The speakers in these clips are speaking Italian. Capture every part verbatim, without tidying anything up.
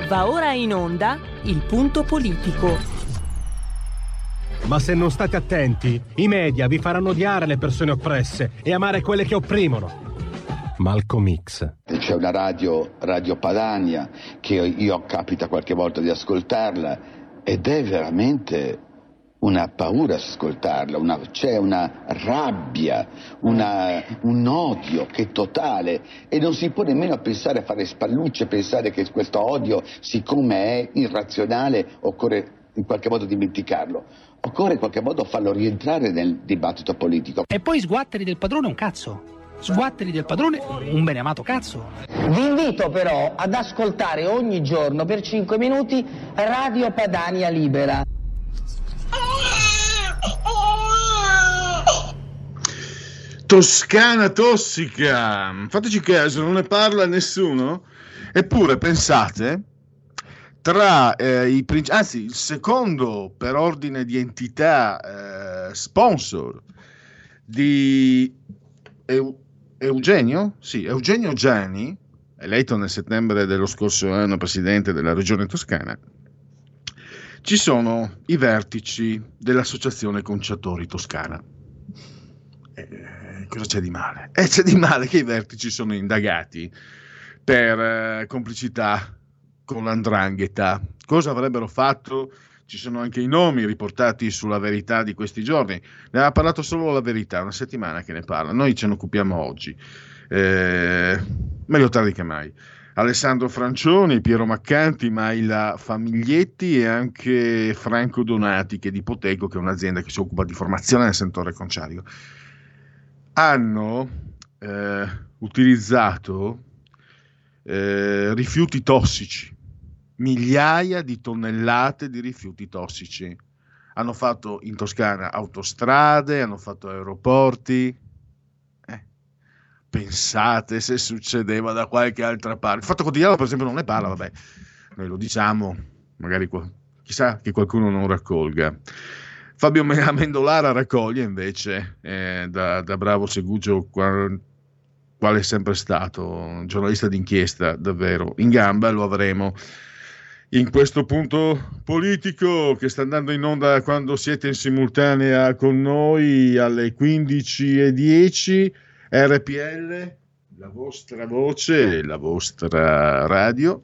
Va ora in onda il punto politico. Ma se non state attenti, i media vi faranno odiare le persone oppresse e amare quelle che opprimono. Malcolm X. C'è una radio, Radio Padania, che io capita qualche volta di ascoltarla ed è veramente una paura ascoltarla, una, c'è una rabbia, una, un odio che è totale e non si può nemmeno pensare a fare spallucce, pensare che questo odio, siccome è irrazionale, occorre in qualche modo dimenticarlo. Occorre in qualche modo farlo rientrare nel dibattito politico. E poi sguatteri del padrone un cazzo. Sguatteri del padrone un beneamato cazzo. Vi invito però ad ascoltare ogni giorno per cinque minuti Radio Padania Libera. Toscana tossica, fateci caso, non ne parla nessuno? Eppure pensate, tra eh, i princi- anzi il secondo per ordine di entità eh, sponsor di Eu- Eugenio, sì, Eugenio Giani, eletto nel settembre dello scorso anno presidente della regione toscana, ci sono i vertici dell'associazione Conciatori Toscana. Eh, cosa c'è di male? Eh, c'è di male che i vertici sono indagati per eh, complicità con l'andrangheta. Cosa avrebbero fatto? Ci sono anche i nomi riportati sulla Verità di questi giorni. Ne ha parlato solo la Verità, una settimana che ne parla. Noi ce ne occupiamo oggi. Eh, meglio tardi che mai. Alessandro Francioni, Piero Maccanti, Maila Famiglietti e anche Franco Donati, che è di Poteggo, che è un'azienda che si occupa di formazione nel settore conciario, hanno eh, utilizzato eh, rifiuti tossici, migliaia di tonnellate di rifiuti tossici. Hanno fatto in Toscana autostrade, hanno fatto aeroporti. Eh, pensate se succedeva da qualche altra parte. Il Fatto Quotidiano, per esempio, non ne parla, vabbè, noi lo diciamo, magari chissà che qualcuno non raccolga. Fabio Amendolara raccoglie invece, eh, da, da bravo segugio, qual, quale è sempre stato, un giornalista d'inchiesta davvero in gamba. Lo avremo in questo punto politico che sta andando in onda quando siete in simultanea con noi alle quindici e dieci, R P L, la vostra voce, la vostra radio.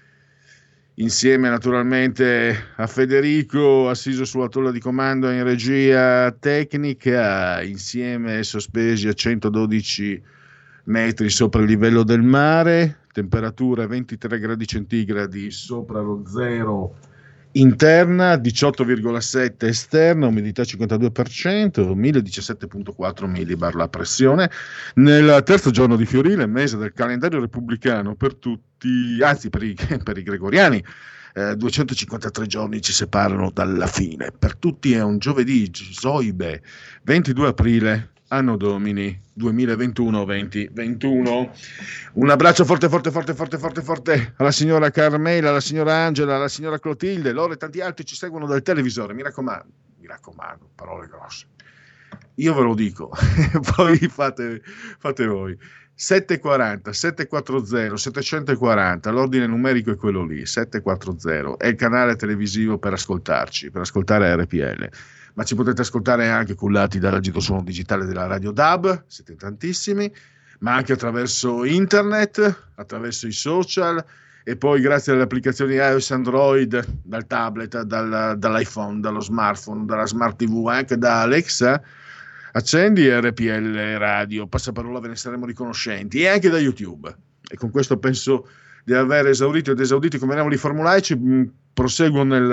Insieme naturalmente a Federico, assiso sulla tolla di comando in regia tecnica, insieme sospesi a centododici metri sopra il livello del mare, temperatura ventitré gradi centigradi sopra lo zero interna, diciotto virgola sette esterna, umidità cinquantadue per cento, mille diciassette virgola quattro millibar la pressione. Nel terzo giorno di Fiorile, mese del calendario repubblicano per tutti, anzi per i, per i gregoriani, eh, duecentocinquantatré giorni ci separano dalla fine. Per tutti è un giovedì, Zoibe, ventidue aprile, anno domini duemilaventuno venti ventuno. Un abbraccio forte forte forte forte forte forte alla signora Carmela, alla signora Angela, alla signora Clotilde, loro e tanti altri ci seguono dal televisore. Mi raccomando, mi raccomando, parole grosse. Io ve lo dico, poi fate, fate voi. settecentoquaranta, settecentoquaranta, settecentoquaranta, l'ordine numerico è quello lì, settecentoquaranta, è il canale televisivo per ascoltarci, per ascoltare R P L. Ma ci potete ascoltare anche cullati dall'agito suono digitale della Radio D A B, siete tantissimi, ma anche attraverso internet, attraverso i social e poi grazie alle applicazioni iOS, Android, dal tablet, dal, dall'iPhone, dallo smartphone, dalla smart tivù, anche da Alexa. Accendi R P L Radio, passaparola, ve ne saremo riconoscenti, e anche da YouTube. E con questo penso di aver esaurito ed esaudito come erano i formulaici. Proseguo nel,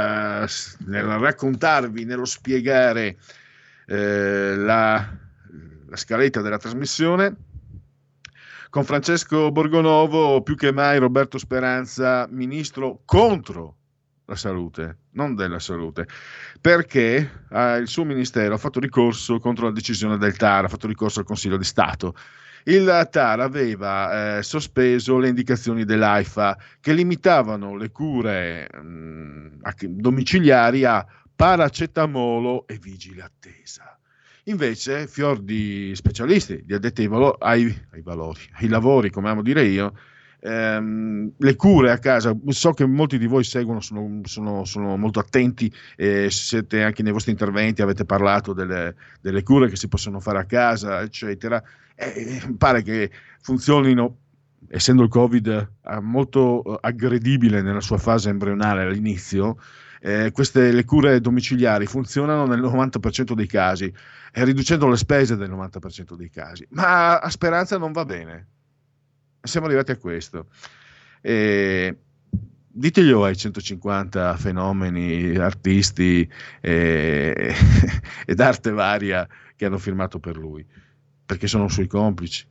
nel raccontarvi, nello spiegare eh, la, la scaletta della trasmissione. Con Francesco Borgonovo, più che mai Roberto Speranza, ministro contro la salute, non della salute, perché eh, il suo ministero ha fatto ricorso contro la decisione del T A R, ha fatto ricorso al Consiglio di Stato. Il T A R aveva eh, sospeso le indicazioni dell'AIFA che limitavano le cure mh, domiciliari a paracetamolo e vigile attesa. Invece, fior di specialisti, di addetti ai, valo- ai, ai valori, ai lavori, come amo dire io, ehm, le cure a casa. So che molti di voi seguono, sono, sono, sono molto attenti, eh, siete anche nei vostri interventi, avete parlato delle, delle cure che si possono fare a casa, eccetera. Eh, pare che funzionino, essendo il Covid molto aggredibile nella sua fase embrionale all'inizio. Eh, queste le cure domiciliari funzionano nel novanta per cento dei casi, eh, riducendo le spese del novanta per cento dei casi, ma a Speranza non va bene. Siamo arrivati a questo. Eh, diteglielo ai centocinquanta fenomeni, artisti eh, ed arte varia che hanno firmato per lui, perché sono suoi complici.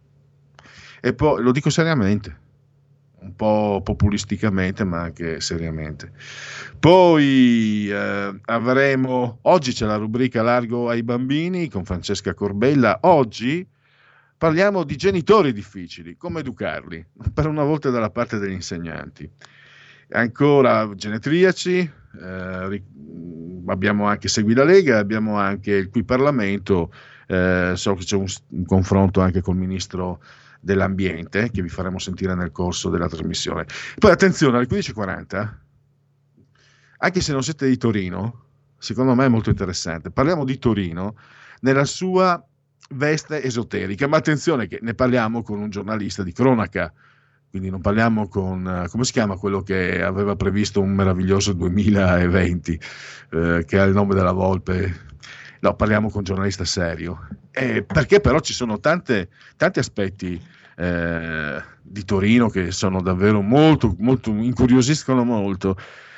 E poi lo dico seriamente, un po' populisticamente, ma anche seriamente. Poi eh, avremo, oggi c'è la rubrica Largo ai bambini con Francesca Corbella. Oggi parliamo di genitori difficili, come educarli, per una volta dalla parte degli insegnanti. Ancora genetriaci, eh, abbiamo anche Segui la Lega, abbiamo anche il Qui Parlamento, eh, so che c'è un, un confronto anche col ministro dell'ambiente che vi faremo sentire nel corso della trasmissione. Poi attenzione, alle quindici e quaranta, anche se non siete di Torino, secondo me è molto interessante, parliamo di Torino nella sua veste esoterica, ma attenzione che ne parliamo con un giornalista di cronaca, quindi non parliamo con, come si chiama quello che aveva previsto un meraviglioso duemilaventi, eh, che ha il nome della volpe. No, parliamo con un giornalista serio, eh, perché però ci sono tante, tanti aspetti eh, di Torino che sono davvero molto, molto, incuriosiscono molto,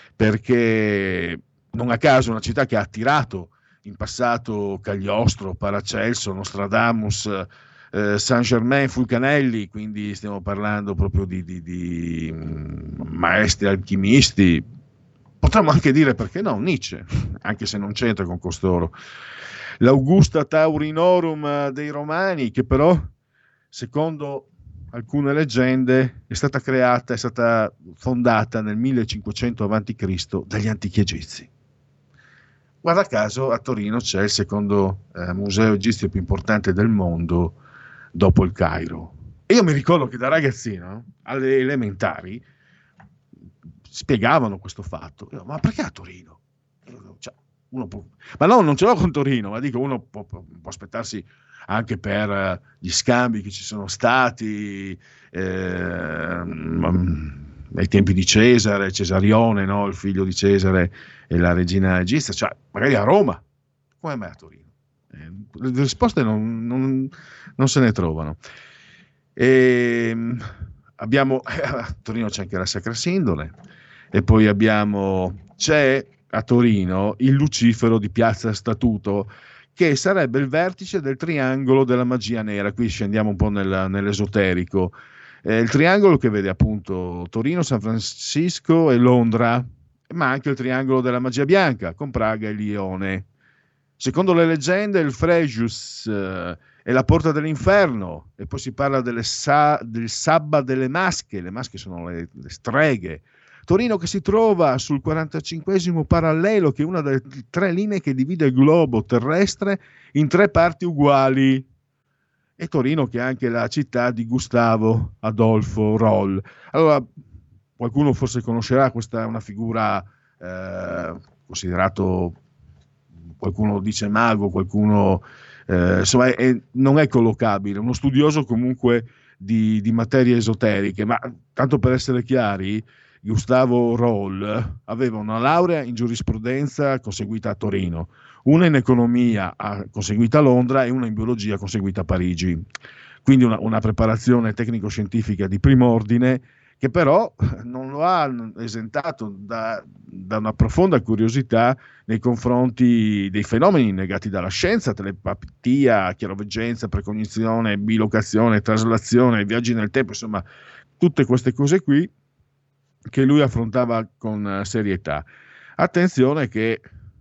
perché non a caso è una città che ha attirato in passato Cagliostro, Paracelso, Nostradamus, eh, Saint Germain, Fulcanelli, quindi stiamo parlando proprio di, di, di maestri alchimisti. Potremmo anche dire, perché no, Nietzsche, anche se non c'entra con costoro. L'Augusta Taurinorum dei Romani, che però, secondo alcune leggende, è stata creata, è stata fondata nel millecinquecento avanti Cristo dagli antichi egizi. Guarda caso, a Torino c'è il secondo eh, museo egizio più importante del mondo, dopo il Cairo. E io mi ricordo che da ragazzino, alle elementari, spiegavano questo fatto. Io, ma perché a Torino? Cioè, uno può, ma no, non ce l'ho con Torino, ma dico, uno può, può aspettarsi anche per uh, gli scambi che ci sono stati eh, ai tempi di Cesare, Cesarione, no? Il figlio di Cesare e la regina egizia, cioè magari a Roma. Come mai a Torino? Eh, le risposte non, non, non se ne trovano. E, abbiamo, a Torino c'è anche la Sacra Sindone. E poi abbiamo, c'è a Torino il Lucifero di Piazza Statuto, che sarebbe il vertice del triangolo della magia nera. Qui scendiamo un po' nel, nell'esoterico. Eh, il triangolo che vede appunto Torino, San Francisco e Londra, ma anche il triangolo della magia bianca con Praga e Lione. Secondo le leggende il Frejus eh, è la porta dell'inferno, e poi si parla delle sa- del Sabba delle Masche. Le masche sono le, le streghe. Torino che si trova sul quarantacinquesimo parallelo, che è una delle tre linee che divide il globo terrestre in tre parti uguali. E Torino che è anche la città di Gustavo Adolfo Roll. Allora, qualcuno forse conoscerà questa, una figura eh, considerato, qualcuno dice mago, qualcuno eh, insomma è, è, non è collocabile, uno studioso comunque di, di materie esoteriche, ma tanto per essere chiari, Gustavo Roll aveva una laurea in giurisprudenza conseguita a Torino, una in economia conseguita a Londra e una in biologia conseguita a Parigi. Quindi una, una preparazione tecnico-scientifica di primo ordine, che però non lo ha esentato da, da una profonda curiosità nei confronti dei fenomeni negati dalla scienza: telepatia, chiaroveggenza, precognizione, bilocazione, traslazione, viaggi nel tempo, insomma tutte queste cose qui che lui affrontava con serietà. Attenzione che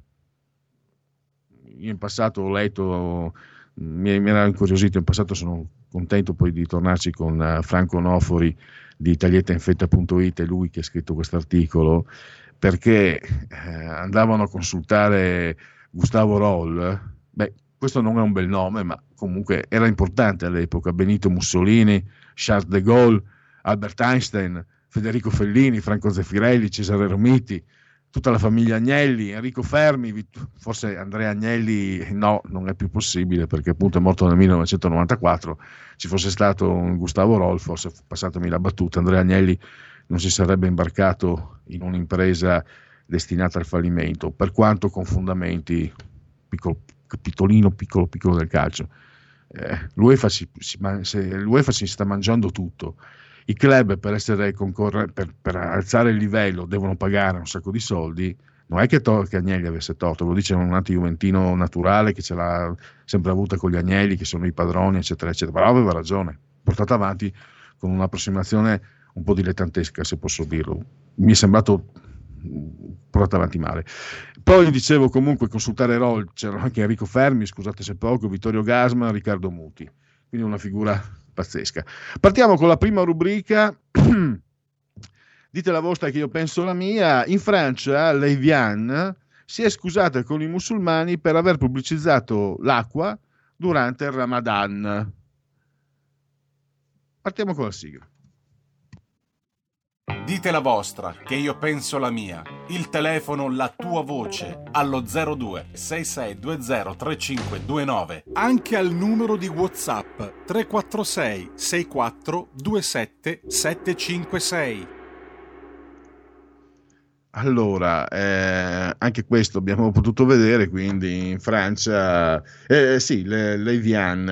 io in passato ho letto, mi, mi era incuriosito, in passato sono contento poi di tornarci con Franco Onofori di Italietainfetta punto it, è lui che ha scritto questo articolo, perché eh, andavano a consultare Gustavo Roll. Beh, questo non è un bel nome, ma comunque era importante all'epoca. Benito Mussolini, Charles de Gaulle Albert Einstein, Federico Fellini, Franco Zeffirelli, Cesare Romiti, tutta la famiglia Agnelli, Enrico Fermi, forse Andrea Agnelli no, non è più possibile perché appunto è morto nel millenovecentonovantaquattro, ci fosse stato un Gustavo Roll, forse, passatemi la battuta, Andrea Agnelli non si sarebbe imbarcato in un'impresa destinata al fallimento, per quanto con fondamenti piccolo, capitolino piccolo piccolo del calcio. Eh, l'UEFA, si, si, se, l'UEFA si sta mangiando tutto. I club per, essere concorre- per, per alzare il livello devono pagare un sacco di soldi. Non è che, to- che Agnelli avesse torto, lo dice un anti-juventino naturale che ce l'ha sempre avuta con gli Agnelli, che sono i padroni, eccetera, eccetera. Però aveva ragione, portata avanti con un'approssimazione un po' dilettantesca, se posso dirlo. Mi è sembrato portata avanti male. Poi dicevo comunque consultare Roll, c'erano anche Enrico Fermi, scusate se poco, Vittorio Gasman, Riccardo Muti. Quindi una figura pazzesca. Partiamo con la prima rubrica. Dite la vostra che io penso la mia. In Francia l'Evian si è scusata con i musulmani per aver pubblicizzato l'acqua durante il Ramadan. Partiamo con la sigla. Dite la vostra che io penso la mia. Il telefono, la tua voce allo zero due sei sei due zero tre cinque due nove, anche al numero di WhatsApp tre quattro sei sei quattro due sette sette cinque sei. Allora, eh, anche questo abbiamo potuto vedere, quindi in Francia, eh, sì, le, l'Evian,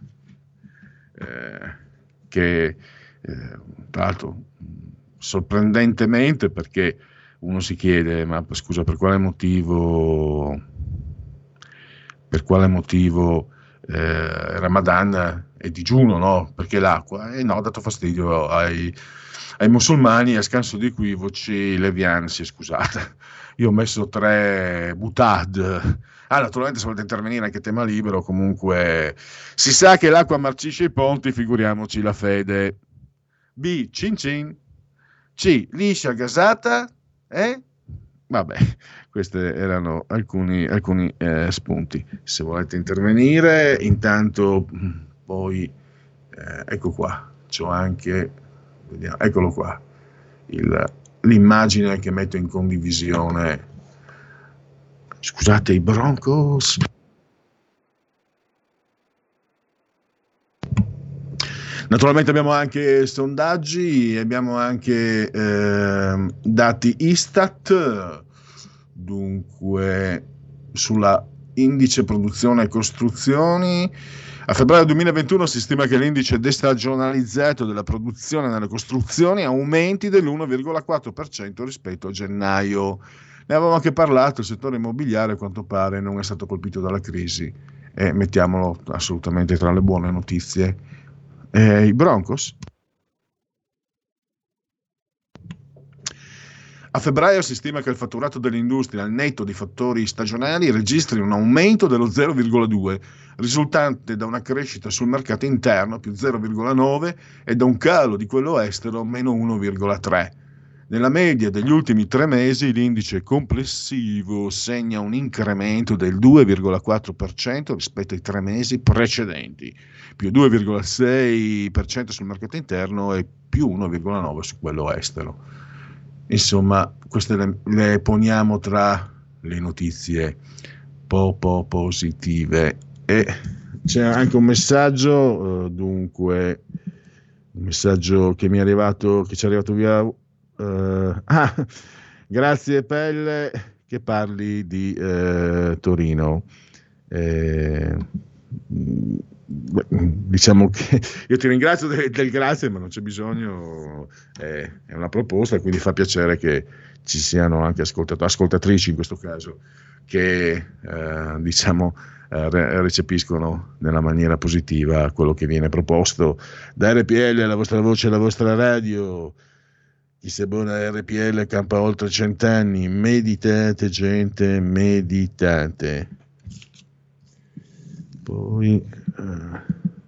eh, che eh, tra l'altro sorprendentemente, perché uno si chiede, ma scusa, per quale motivo per quale motivo eh, Ramadan è digiuno, no? Perché l'acqua? E eh no, ha dato fastidio ai, ai musulmani, a scanso di equivoci l'Evian si è scusata. Io ho messo tre butad. Ah, naturalmente se volete intervenire anche tema libero, comunque si sa che l'acqua marcisce i ponti, figuriamoci la fede. B, cin cin. C, liscia gasata, eh? Vabbè, questi erano alcuni, alcuni eh, spunti. Se volete intervenire, intanto poi eh, ecco qua, c'ho anche, vediamo, eccolo qua, il, l'immagine che metto in condivisione. Scusate, i Broncos. Naturalmente abbiamo anche sondaggi, abbiamo anche eh, dati Istat, dunque sulla indice produzione e costruzioni. A febbraio duemilaventuno si stima che l'indice destagionalizzato della produzione nelle costruzioni aumenti dell'uno virgola quattro per cento rispetto a gennaio. Ne avevamo anche parlato, il settore immobiliare a quanto pare non è stato colpito dalla crisi e mettiamolo assolutamente tra le buone notizie. Eh, i Broncos a febbraio si stima che il fatturato dell'industria al netto di fattori stagionali registri un aumento dello zero virgola due, risultante da una crescita sul mercato interno più zero virgola nove e da un calo di quello estero meno uno virgola tre. Nella media degli ultimi tre mesi l'indice complessivo segna un incremento del due virgola quattro per cento rispetto ai tre mesi precedenti, più due virgola sei per cento sul mercato interno e più uno virgola nove per cento su quello estero. Insomma, queste le, le poniamo tra le notizie po' po' positive. E c'è anche un messaggio, uh, dunque, un messaggio che mi è arrivato, che ci è arrivato via. Uh, ah, grazie Pelle che parli di uh, Torino. Eh, diciamo che io ti ringrazio del, del grazie, ma non c'è bisogno, eh, è una proposta, quindi fa piacere che ci siano anche ascoltatori, ascoltatrici in questo caso, che eh, diciamo eh, recepiscono nella maniera positiva quello che viene proposto da R P L, la vostra voce, la vostra radio. Chi si abbona a R P L campa oltre cent'anni. Meditate, gente, meditate. Poi eh,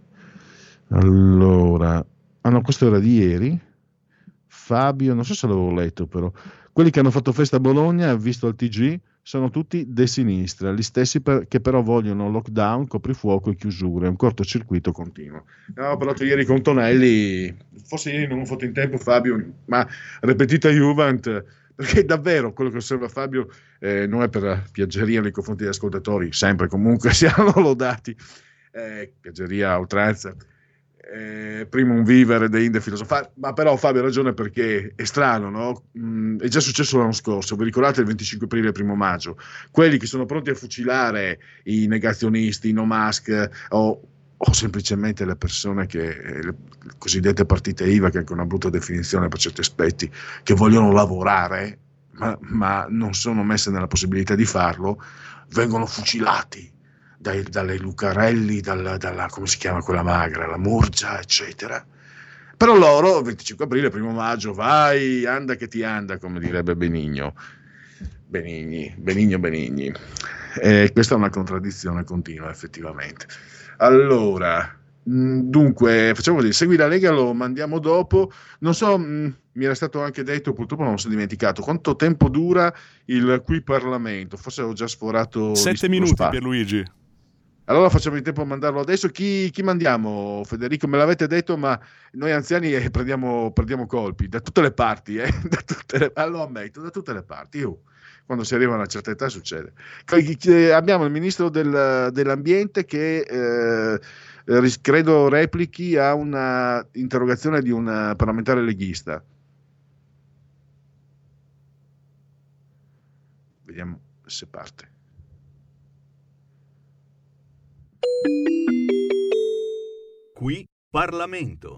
allora, ah no, questo era di ieri. Fabio, non so se l'avevo letto, però quelli che hanno fatto festa a Bologna, visto al T G, sono tutti de sinistra, gli stessi per, che però vogliono lockdown, coprifuoco e chiusure, un cortocircuito continuo. Abbiamo parlato ieri con Tonelli, forse ieri non ho fatto in tempo Fabio, ma ripetita Juvent, perché davvero quello che osserva Fabio eh, non è per piaggeria nei confronti degli ascoltatori, sempre comunque siano lodati, eh, piaggeria a oltranza. Eh, prima un vivere deinde filosofare, ma però Fabio ha ragione, perché è strano, no? Mm, è già successo l'anno scorso, vi ricordate il venticinque aprile e il primo maggio, quelli che sono pronti a fucilare i negazionisti, i no mask o, o semplicemente le persone che, le cosiddette partite I V A, che è anche una brutta definizione per certi aspetti, che vogliono lavorare ma, ma non sono messe nella possibilità di farlo, vengono fucilati Dai, dalle Lucarelli, dalla, dalla, come si chiama quella magra, la Murgia, eccetera. Però loro, venticinque aprile, primo maggio, vai, anda che ti anda, come direbbe Benigno. Benigni, Benigno Benigni. E questa è una contraddizione continua, effettivamente. Allora, mh, dunque, facciamo così, segui la Lega, lo mandiamo dopo. Non so, mh, mi era stato anche detto, purtroppo non mi sono dimenticato, quanto tempo dura il qui Parlamento? Forse ho già sforato... Sette minuti, Pierluigi. Allora facciamo in tempo a mandarlo adesso. Chi, chi mandiamo, Federico? Me l'avete detto, ma noi anziani eh, prendiamo, prendiamo colpi da tutte le parti, eh? da tutte le, allora ammetto, da tutte le parti. Io, quando si arriva a una certa età succede. Abbiamo il ministro del, dell'ambiente che eh, credo replichi a una interrogazione di un parlamentare leghista. Vediamo se parte. Qui Parlamento.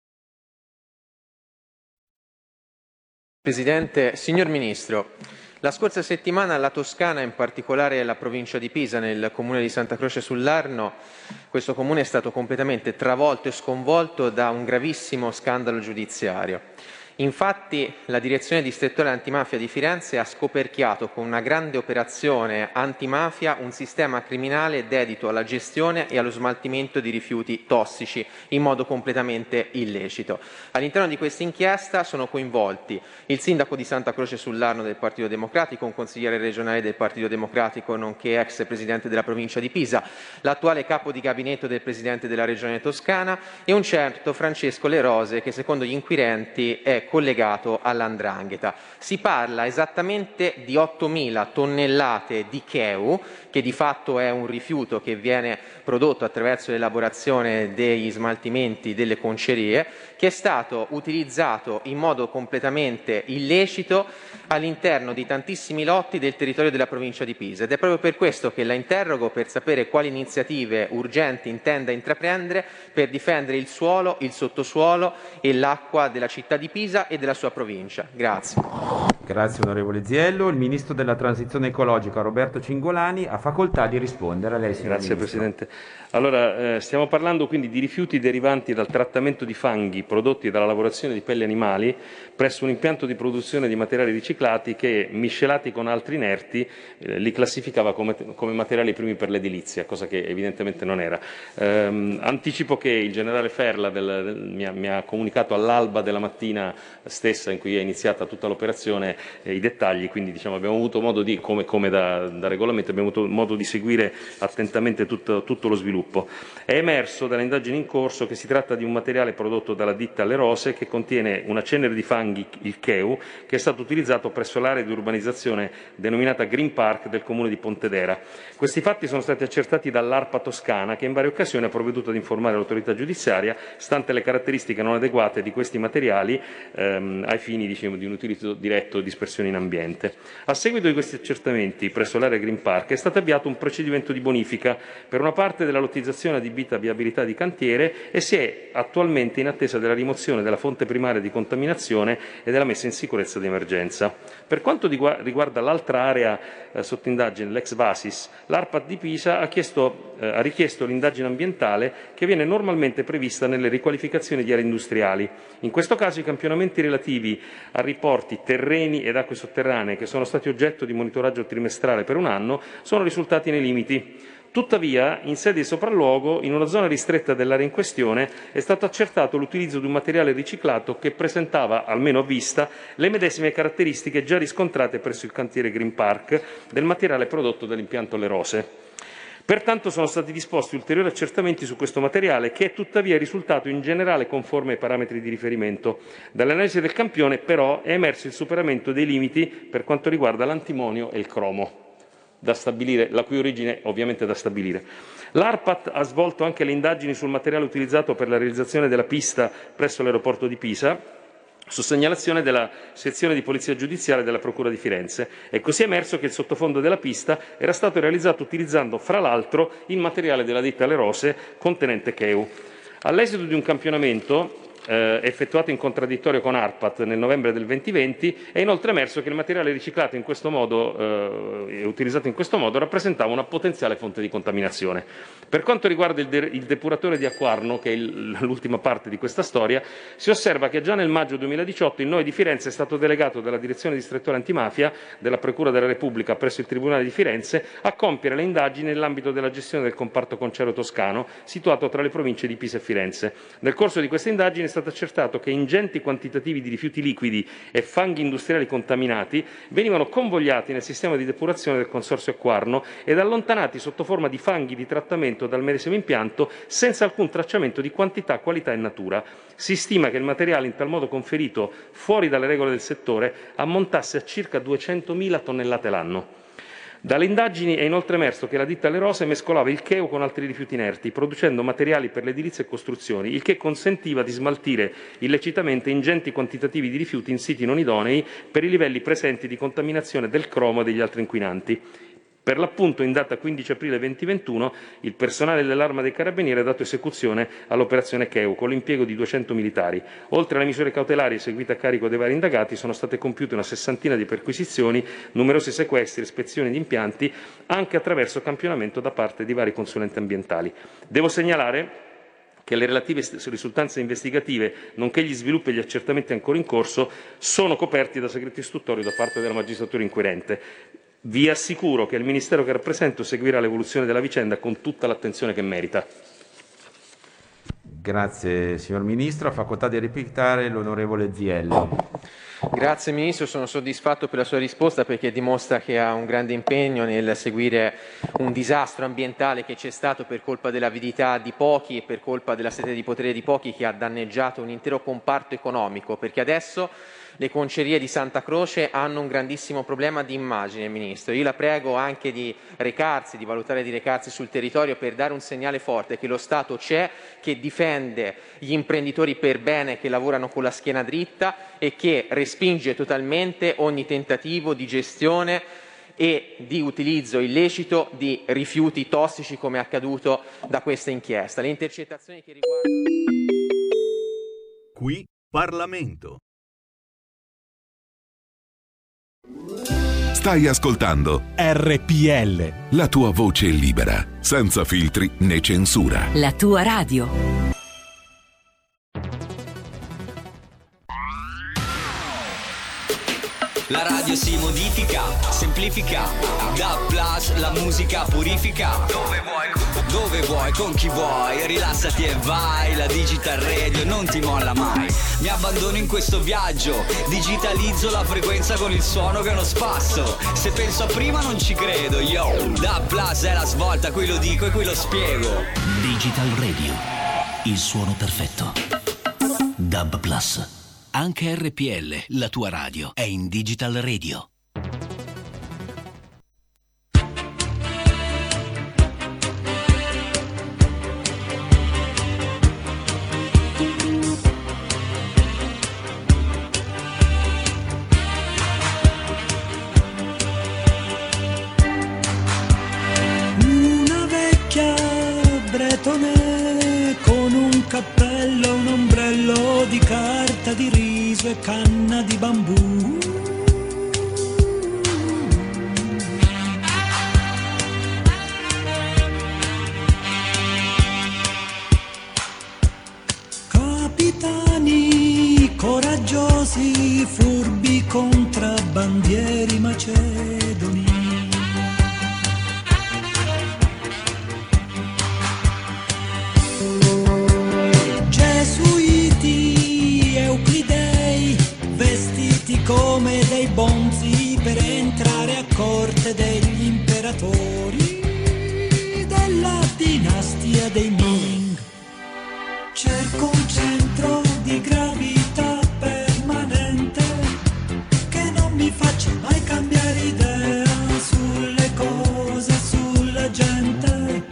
Presidente, signor Ministro, la scorsa settimana la Toscana, in particolare la provincia di Pisa, nel comune di Santa Croce sull'Arno, questo comune è stato completamente travolto e sconvolto da un gravissimo scandalo giudiziario. Infatti la direzione distrettuale antimafia di Firenze ha scoperchiato con una grande operazione antimafia un sistema criminale dedito alla gestione e allo smaltimento di rifiuti tossici in modo completamente illecito. All'interno di questa inchiesta sono coinvolti il sindaco di Santa Croce sull'Arno del Partito Democratico, un consigliere regionale del Partito Democratico nonché ex presidente della provincia di Pisa, l'attuale capo di gabinetto del presidente della regione Toscana e un certo Francesco Le Rose, che secondo gli inquirenti è collegato all'andrangheta. Si parla esattamente di ottomila tonnellate di cheu, che di fatto è un rifiuto che viene prodotto attraverso l'elaborazione degli smaltimenti delle concerie, che è stato utilizzato in modo completamente illecito all'interno di tantissimi lotti del territorio della provincia di Pisa, ed è proprio per questo che la interrogo per sapere quali iniziative urgenti intenda intraprendere per difendere il suolo, il sottosuolo e l'acqua della città di Pisa e della sua provincia. Grazie. Grazie onorevole Ziello. Il Ministro della Transizione Ecologica Roberto Cingolani ha facoltà di rispondere. A lei, signor Grazie Ministro. Presidente. Allora, eh, stiamo parlando quindi di rifiuti derivanti dal trattamento di fanghi prodotti dalla lavorazione di pelli animali presso un impianto di produzione di materiali riciclati che, miscelati con altri inerti, eh, li classificava come, come materiali primi per l'edilizia, cosa che evidentemente non era. Ehm, anticipo che il generale Ferla del, del, mi, ha, mi ha comunicato all'alba della mattina stessa in cui è iniziata tutta l'operazione eh, i dettagli, quindi diciamo, abbiamo avuto modo di, come, come da, da regolamento, abbiamo avuto modo di seguire attentamente tutto, tutto lo sviluppo. È emerso dalle indagini in corso che si tratta di un materiale prodotto dalla ditta Le Rose che contiene una cenere di fanghi, il cheu, che è stato utilizzato presso l'area di urbanizzazione denominata Green Park del comune di Pontedera. Questi fatti sono stati accertati dall'ARPA Toscana, che in varie occasioni ha provveduto ad informare l'autorità giudiziaria, stante le caratteristiche non adeguate di questi materiali ehm, ai fini diciamo, di un utilizzo diretto e dispersione in ambiente. A seguito di questi accertamenti presso l'area Green Park è stato avviato un procedimento di bonifica per una parte della lottizzazione adibita a viabilità di cantiere e si è attualmente in attesa della rimozione della fonte primaria di contaminazione e della messa in sicurezza di emergenza. Per quanto riguarda l'altra area eh, sotto indagine, l'ex Vasis, l'ARPA di Pisa ha, chiesto, eh, ha richiesto l'indagine ambientale che viene normalmente prevista nelle riqualificazioni di aree industriali. In questo caso i campionamenti relativi a riporti, terreni ed acque sotterranee che sono stati oggetto di monitoraggio trimestrale per un anno sono risultati nei limiti. Tuttavia, in sede di sopralluogo, in una zona ristretta dell'area in questione, è stato accertato l'utilizzo di un materiale riciclato che presentava, almeno a vista, le medesime caratteristiche già riscontrate presso il cantiere Green Park del materiale prodotto dall'impianto Le Rose. Pertanto sono stati disposti ulteriori accertamenti su questo materiale, che è tuttavia risultato in generale conforme ai parametri di riferimento. Dall'analisi del campione, però, è emerso il superamento dei limiti per quanto riguarda l'antimonio e il cromo, da stabilire, la cui origine ovviamente da stabilire. L'ARPAT ha svolto anche le indagini sul materiale utilizzato per la realizzazione della pista presso l'aeroporto di Pisa, su segnalazione della sezione di polizia giudiziaria della Procura di Firenze. È così emerso che il sottofondo della pista era stato realizzato utilizzando, fra l'altro, il materiale della ditta Le Rose contenente C E U. All'esito di un campionamento eh, effettuato in contraddittorio con ARPAT nel novembre del duemilaventi, è inoltre emerso che il materiale riciclato in questo modo eh, e utilizzato in questo modo rappresentava una potenziale fonte di contaminazione. Per quanto riguarda il, de- il depuratore di Acquarno, che è il, l'ultima parte di questa storia, si osserva che già nel maggio duemiladiciotto il N O I di Firenze è stato delegato dalla Direzione Distrettuale Antimafia della Procura della Repubblica presso il Tribunale di Firenze a compiere le indagini nell'ambito della gestione del comparto Concero Toscano, situato tra le province di Pisa e Firenze. Nel corso di queste indagini è stato accertato che ingenti quantitativi di rifiuti liquidi e fanghi industriali contaminati venivano convogliati nel sistema di depurazione del Consorzio Acquarno ed allontanati sotto forma di fanghi di trattamento dal medesimo impianto senza alcun tracciamento di quantità, qualità e natura. Si stima che il materiale in tal modo conferito fuori dalle regole del settore ammontasse a circa duecentomila tonnellate l'anno. Dalle indagini è inoltre emerso che la ditta Le Rose mescolava il C E U con altri rifiuti inerti, producendo materiali per l'edilizia e costruzioni, il che consentiva di smaltire illecitamente ingenti quantitativi di rifiuti in siti non idonei per i livelli presenti di contaminazione del cromo e degli altri inquinanti. Per l'appunto, in data quindici aprile duemilaventuno, il personale dell'Arma dei Carabinieri ha dato esecuzione all'operazione C E U con l'impiego di duecento militari. Oltre alle misure cautelari eseguite a carico dei vari indagati, sono state compiute una sessantina di perquisizioni, numerosi sequestri, ispezioni di impianti, anche attraverso campionamento da parte di vari consulenti ambientali. Devo segnalare che le relative risultanze investigative, nonché gli sviluppi e gli accertamenti ancora in corso, sono coperti da segreto istruttorio da parte della magistratura inquirente. Vi assicuro che il Ministero che rappresento seguirà l'evoluzione della vicenda con tutta l'attenzione che merita. Grazie signor Ministro. Ha facoltà di replicare l'onorevole Ziello. Grazie Ministro, sono soddisfatto per la sua risposta perché dimostra che ha un grande impegno nel seguire un disastro ambientale che c'è stato per colpa dell'avidità di pochi e per colpa della sete di potere di pochi che ha danneggiato un intero comparto economico, perché adesso le concerie di Santa Croce hanno un grandissimo problema di immagine, Ministro. Io la prego anche di recarsi, di valutare di recarsi sul territorio per dare un segnale forte che lo Stato c'è, che difende gli imprenditori per bene che lavorano con la schiena dritta e che respinge totalmente ogni tentativo di gestione e di utilizzo illecito di rifiuti tossici come è accaduto da questa inchiesta. Le intercettazioni che riguardano... Qui Parlamento. Stai ascoltando R P L, la tua voce libera, senza filtri né censura. La tua radio. La radio si modifica, semplifica, da plus la musica purifica. Dove vuoi, dove vuoi, con chi vuoi, rilassati e vai. La Digital Radio non ti molla mai. Mi abbandono in questo viaggio, digitalizzo la frequenza con il suono che è uno spasso. Se penso a prima non ci credo, yo. Da plus è la svolta, qui lo dico e qui lo spiego. Digital Radio, il suono perfetto. Dub Plus. Anche R P L, la tua radio, è in Digital Radio. Una vecchia bretone con un cappello, un ombrello di carta di riso e canna di bambù. Capitani coraggiosi, furbi contrabbandieri macedoni. come dei bonzi per entrare a corte degli imperatori della dinastia dei Ming. Cerco un centro di gravità permanente che non mi faccia mai cambiare idea sulle cose, sulla gente.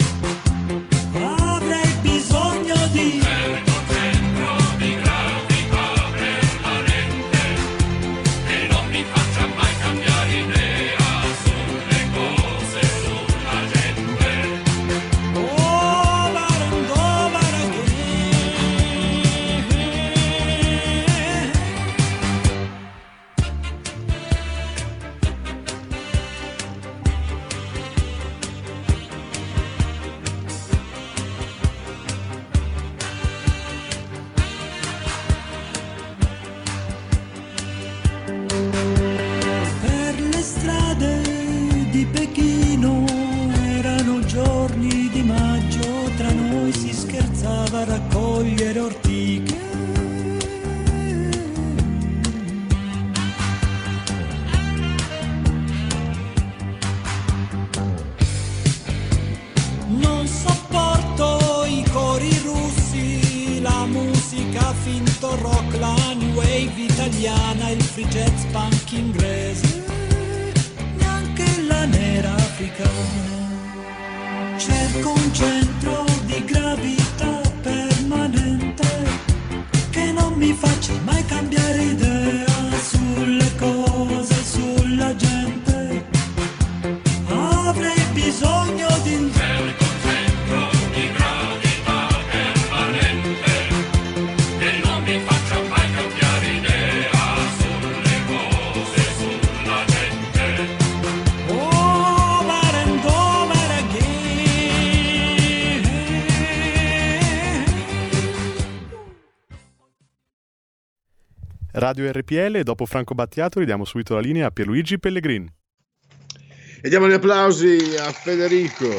Avrei bisogno di cerco centro di gravità permanente che non mi faccia mai cambiare idea sulle cose, sulla gente. Oh, barando, baraghe. Per le strade di Pechino erano giorni di maggio, tra noi si scherzava a raccogliere ortiche. Non sopporto i cori russi, la musica finto rock, la new wave italiana, il free jazz punk inglese, neanche la nera africana. Cerco un centro di gravità permanente che non mi faccia mai cambiare idea sulle cose, sulla gente. Avrei bisogno di un cerco centro di gravità permanente che non mi faccia mai cambiare idea sulle cose, sulla gente. Oh, barando, baraghe. Radio R P L, dopo Franco Battiato ridiamo subito la linea a Pierluigi Pellegrin. E diamo gli applausi a Federico,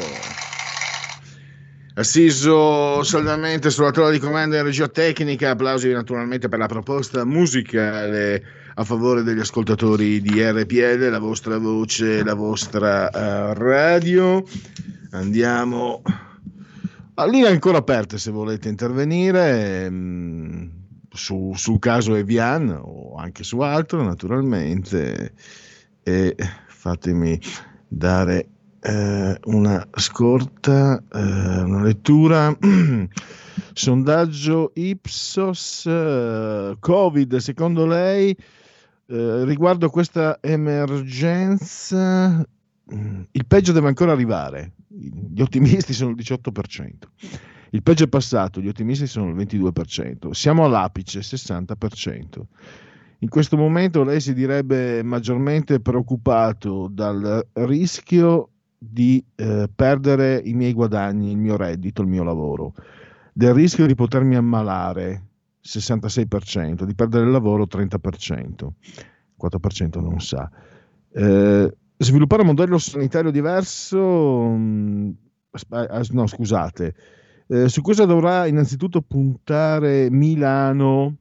assiso saldamente sulla tolla di comando in regia tecnica. Applausi naturalmente per la proposta musicale a favore degli ascoltatori di R P L, la vostra voce, la vostra uh, radio. Andiamo a linee ancora aperte se volete intervenire mh, su, sul caso Evian o anche su altro naturalmente, e fatemi dare eh, una scorta, eh, una lettura. Sondaggio Ipsos, eh, Covid, secondo lei eh, riguardo a questa emergenza il peggio deve ancora arrivare? Gli ottimisti sono il diciotto per cento, il peggio è passato, gli ottimisti sono il ventidue per cento, siamo all'apice, sessanta per cento. In questo momento lei si direbbe maggiormente preoccupato dal rischio di eh, perdere i miei guadagni, il mio reddito, il mio lavoro, del rischio di potermi ammalare, sessantasei per cento, di perdere il lavoro, trenta per cento, quattro per cento non sa. Eh, sviluppare un modello sanitario diverso, mh, no scusate, eh, su cosa dovrà innanzitutto puntare Milano?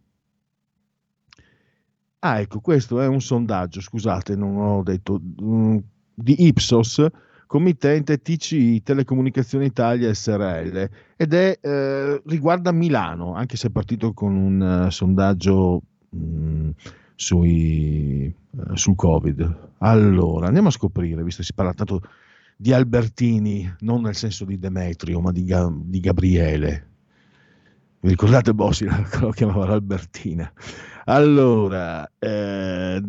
Ah, ecco, questo è un sondaggio, scusate, non ho detto, mh, di Ipsos, committente T C I, Telecomunicazioni Italia S R L, ed è eh, riguarda Milano, anche se è partito con un uh, sondaggio mh, sui, uh, sul Covid. Allora, andiamo a scoprire, visto che si parla tanto di Albertini, non nel senso di Demetrio, ma di, Ga- di Gabriele. Vi ricordate Bossi, lo chiamava Albertina? Allora, eh,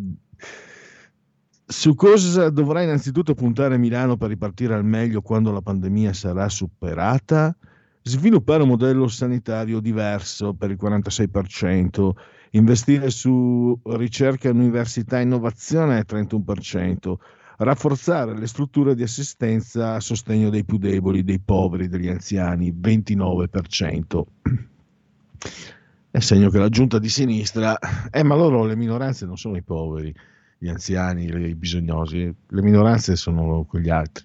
su cosa dovrà innanzitutto puntare Milano per ripartire al meglio quando la pandemia sarà superata? Sviluppare un modello sanitario diverso per il quarantasei per cento, investire su ricerca, università e innovazione al trentuno per cento, rafforzare le strutture di assistenza a sostegno dei più deboli, dei poveri, degli anziani, ventinove per cento. È segno che la giunta di sinistra, eh ma loro le minoranze non sono i poveri, gli anziani, i bisognosi, le minoranze sono quegli altri.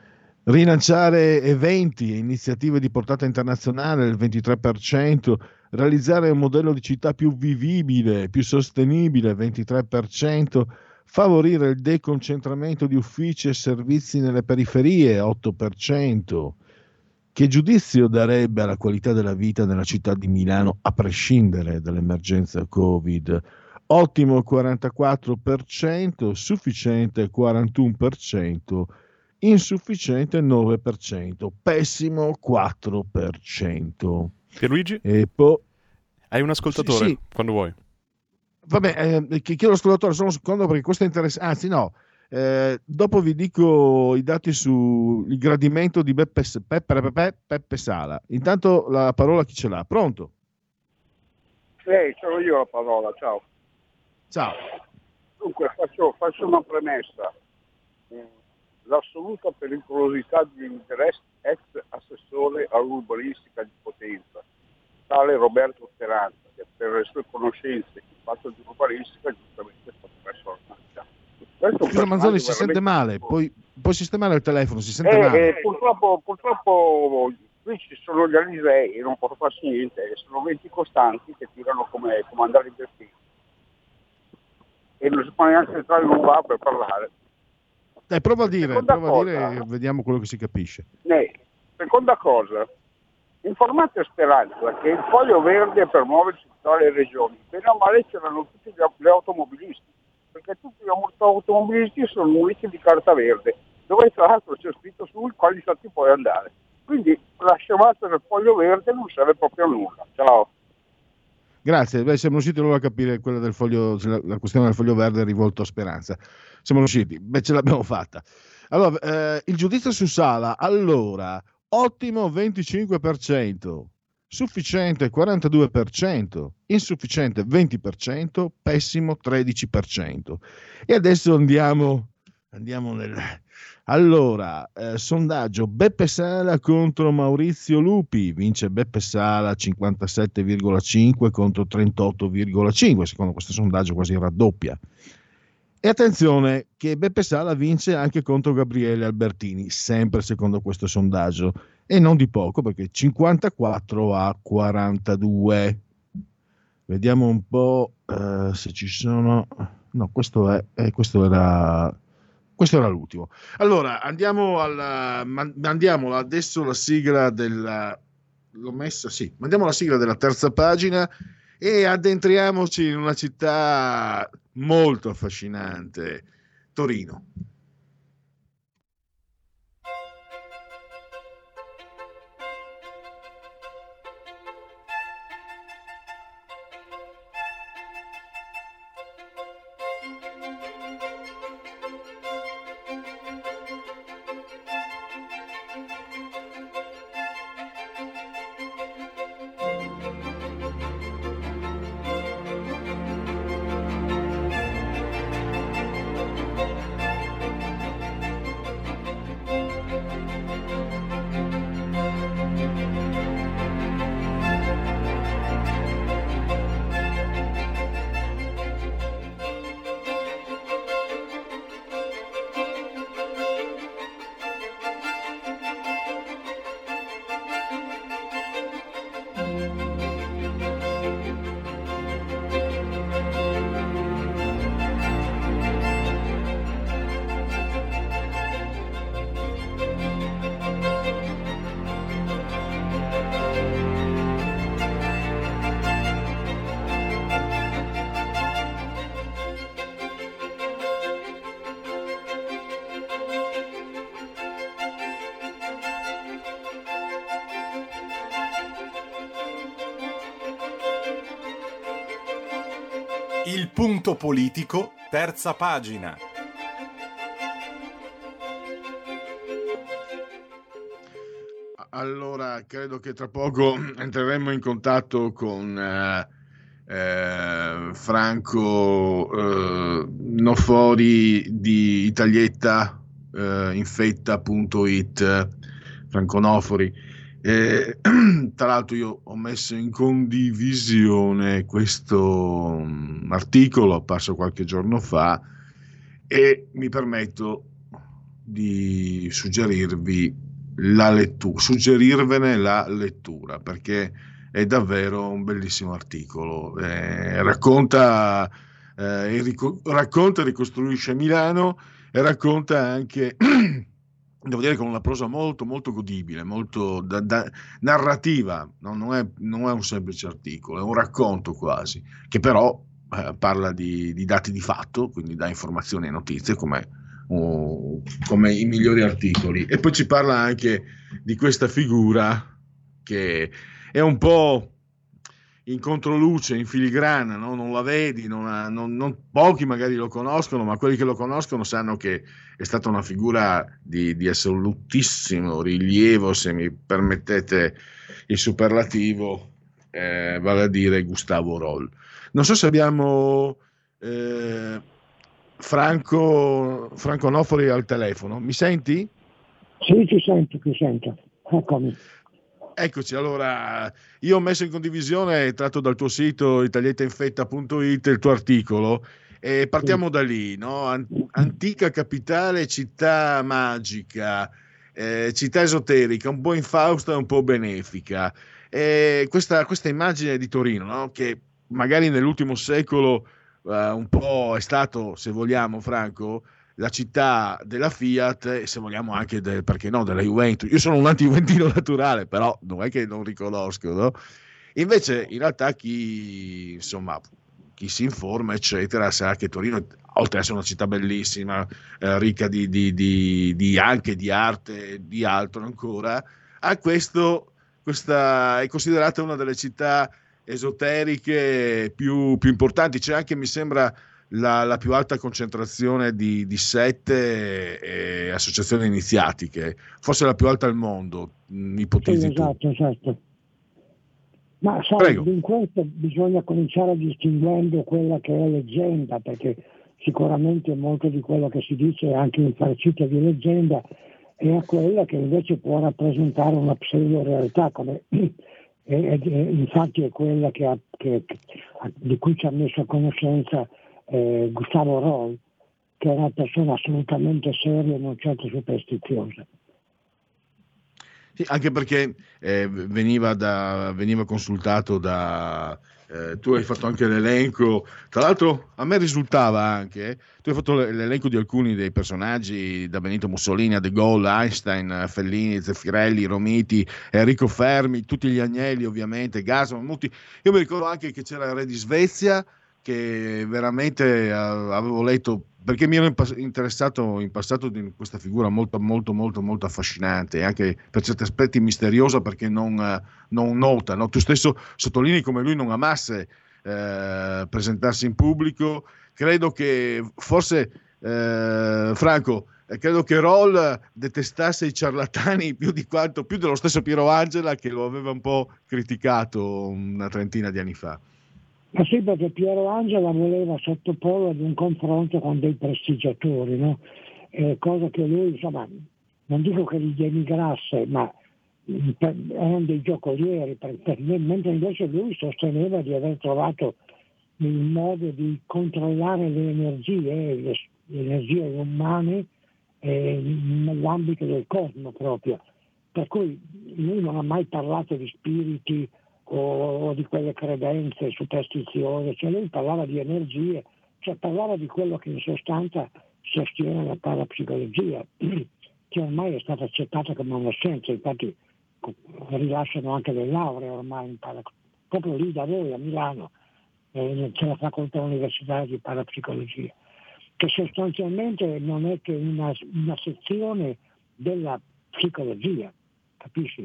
Rilanciare eventi e iniziative di portata internazionale, il ventitré per cento, realizzare un modello di città più vivibile, più sostenibile, ventitré per cento, favorire il deconcentramento di uffici e servizi nelle periferie, otto per cento. Che giudizio darebbe alla qualità della vita nella città di Milano a prescindere dall'emergenza Covid? Ottimo quarantaquattro per cento, sufficiente quarantuno per cento, insufficiente nove per cento, pessimo quattro per cento. Pierluigi? E poi hai un ascoltatore, sì, sì. Quando vuoi. Vabbè, eh, chiedo all'ascoltatore solo un secondo perché questo è interessante. Anzi, no, eh, dopo vi dico i dati sul gradimento di Beppe, Peppe, Peppe, Peppe Sala. Intanto la parola chi ce l'ha? Pronto? Sì, sono io la parola, ciao. Ciao. Dunque, faccio, faccio una premessa. L'assoluta pericolosità dell'interesse ex assessore all'urbanistica di Potenza, tale Roberto Speranza, che per le sue conoscenze in fatto di urbanistica giustamente è stato messo alla manca. Scusa Manzoni, si sente male, puoi, puoi sistemare il telefono, si sente eh, male. Eh, purtroppo, purtroppo qui ci sono gli Alisei e non posso farci niente, sono venti costanti che tirano come, come andare in destino. E non si può neanche entrare in un bar per parlare. Dai, prova a dire, Seconda prova cosa, a dire e vediamo quello che si capisce. Eh, seconda cosa, informate Speranza che il foglio verde per muoversi tra le regioni, bene o male c'erano tutti gli automobilisti, perché tutti gli automobilisti sono muniti di carta verde, dove tra l'altro c'è scritto su quali stati puoi andare. Quindi la scemata del foglio verde non serve proprio a nulla. Ciao. Grazie, beh, siamo riusciti allora a capire quella del foglio, la questione del foglio verde rivolto a Speranza. Siamo riusciti, beh, ce l'abbiamo fatta. Allora, eh, il giudizio su Sala, allora, ottimo venticinque per cento, sufficiente quarantadue per cento, insufficiente venti per cento, pessimo tredici per cento. E adesso andiamo, andiamo nel... Allora, eh, sondaggio Beppe Sala contro Maurizio Lupi, vince Beppe Sala cinquantasette virgola cinque contro trentotto virgola cinque, secondo questo sondaggio quasi raddoppia. E attenzione che Beppe Sala vince anche contro Gabriele Albertini, sempre secondo questo sondaggio, e non di poco perché cinquantaquattro a quarantadue. Vediamo un po' eh, se ci sono... No, questo, è, eh, questo era... Questo era l'ultimo. Allora, andiamo alla, mandiamo adesso la sigla della... L'ho messa, sì. Mandiamo la sigla della terza pagina e addentriamoci in una città molto affascinante, Torino. Il punto politico, terza pagina. Allora, credo che tra poco entreremo in contatto con eh, eh, Franco eh, Nofori di Italietta eh, infetta punto it, Franco Nofori. Eh, tra l'altro io ho messo in condivisione questo um, articolo apparso qualche giorno fa e mi permetto di suggerirvi la lettura, suggerirvene la lettura perché è davvero un bellissimo articolo. Eh, racconta, eh, e rico- racconta, ricostruisce Milano e racconta anche, devo dire, con una prosa molto, molto godibile, molto da, da, narrativa, no? non, è, non è un semplice articolo, è un racconto quasi, che però eh, parla di, di dati di fatto, quindi dà informazioni e notizie come, uh, come i migliori articoli. E poi ci parla anche di questa figura che è un po' in controluce, in filigrana, no? Non la vedi, non ha, non, non, pochi magari lo conoscono, ma quelli che lo conoscono sanno che è stata una figura di, di assolutissimo rilievo, se mi permettete il superlativo, eh, vale a dire Gustavo Roll. Non so se abbiamo eh, Franco, Franco Onofori al telefono. Mi senti? Sì, ti sento, ti sento. Eccomi. Eccoci, allora io ho messo in condivisione, tratto dal tuo sito italietainfetta punto it, il tuo articolo e partiamo sì. da lì, no? Antica capitale, città magica, eh, città esoterica, un po' infausta e un po' benefica. E questa, questa immagine di Torino, no? Che magari nell'ultimo secolo uh, un po' è stato, se vogliamo, Franco, la città della Fiat e se vogliamo anche del, perché no, della Juventus. Io sono un anti-juventino naturale, però non è che non riconosco, no? Invece in realtà chi insomma chi si informa eccetera sa che Torino, oltre ad essere una città bellissima, eh, ricca di, di, di, di anche di arte e di altro ancora, ha questo, questa è considerata una delle città esoteriche più, più importanti. C'è anche, mi sembra, La, la più alta concentrazione di, di sette e associazioni iniziatiche, forse la più alta al mondo, ipotizzi sì, esatto, tu. esatto. Ma sai, in questo bisogna cominciare distinguendo quella che è leggenda, perché sicuramente molto di quello che si dice è anche infarcito di leggenda, e a quella che invece può rappresentare una pseudo-realtà, come e, e, infatti è quella che ha, che, che, di cui ci ha messo a conoscenza Eh, Gustavo Roll, che è una persona assolutamente seria e non certo superstiziosa. Sì, anche perché eh, veniva, da, veniva consultato da... Eh, tu hai fatto anche l'elenco, tra l'altro a me risultava anche, tu hai fatto l'elenco di alcuni dei personaggi, da Benito Mussolini a De Gaulle, Einstein, Fellini, Zeffirelli, Romiti, Enrico Fermi, tutti gli Agnelli ovviamente, Gassman, molti. Io mi ricordo anche che c'era il re di Svezia, che veramente uh, avevo letto, perché mi ero interessato in passato di questa figura molto molto molto molto affascinante e anche per certi aspetti misteriosa, perché non, uh, non nota, no? Tu stesso sottolinei come lui non amasse uh, presentarsi in pubblico. Credo che forse uh, Franco credo che Roll detestasse i ciarlatani più di quanto, più dello stesso Piero Angela, che lo aveva un po' criticato una trentina di anni fa. Ma sì, perché Piero Angela voleva sottoporlo ad un confronto con dei prestigiatori, no? Eh, cosa che lui, insomma, non dico che li denigrasse, ma per, erano dei giocolieri, per, per, mentre invece lui sosteneva di aver trovato il modo di controllare le energie, le, le energie umane eh, nell'ambito del cosmo proprio. Per cui lui non ha mai parlato di spiriti o di quelle credenze superstiziose, cioè lui parlava di energie, cioè parlava di quello che in sostanza sostiene la parapsicologia, che ormai è stata accettata come una scienza, infatti rilasciano anche le lauree ormai in para, proprio lì da voi a Milano eh, c'è la facoltà universitaria di parapsicologia, che sostanzialmente non è che una, una sezione della psicologia, capisci?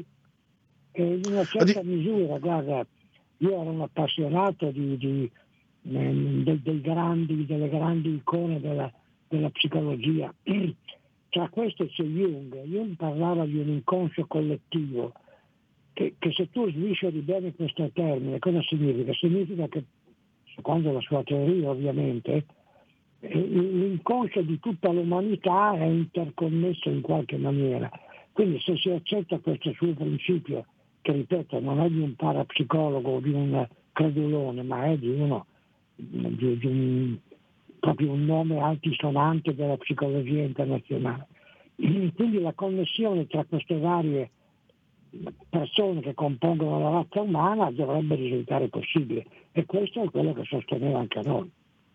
In una certa misura, guarda, io ero un appassionato di, di, eh, dei, dei grandi, delle grandi icone della, della psicologia. Tra queste c'è Jung. Jung parlava di un inconscio collettivo, che, che se tu svisceri bene questo termine, cosa significa? Significa che, secondo la sua teoria ovviamente, eh, l'inconscio di tutta l'umanità è interconnesso in qualche maniera. Quindi se si accetta questo suo principio, che ripeto non è di un parapsicologo o di un credulone, ma è di uno di, di un, proprio un nome altisonante della psicologia internazionale. Quindi la connessione tra queste varie persone che compongono la razza umana dovrebbe risultare possibile, e questo è quello che sosteneva anche noi.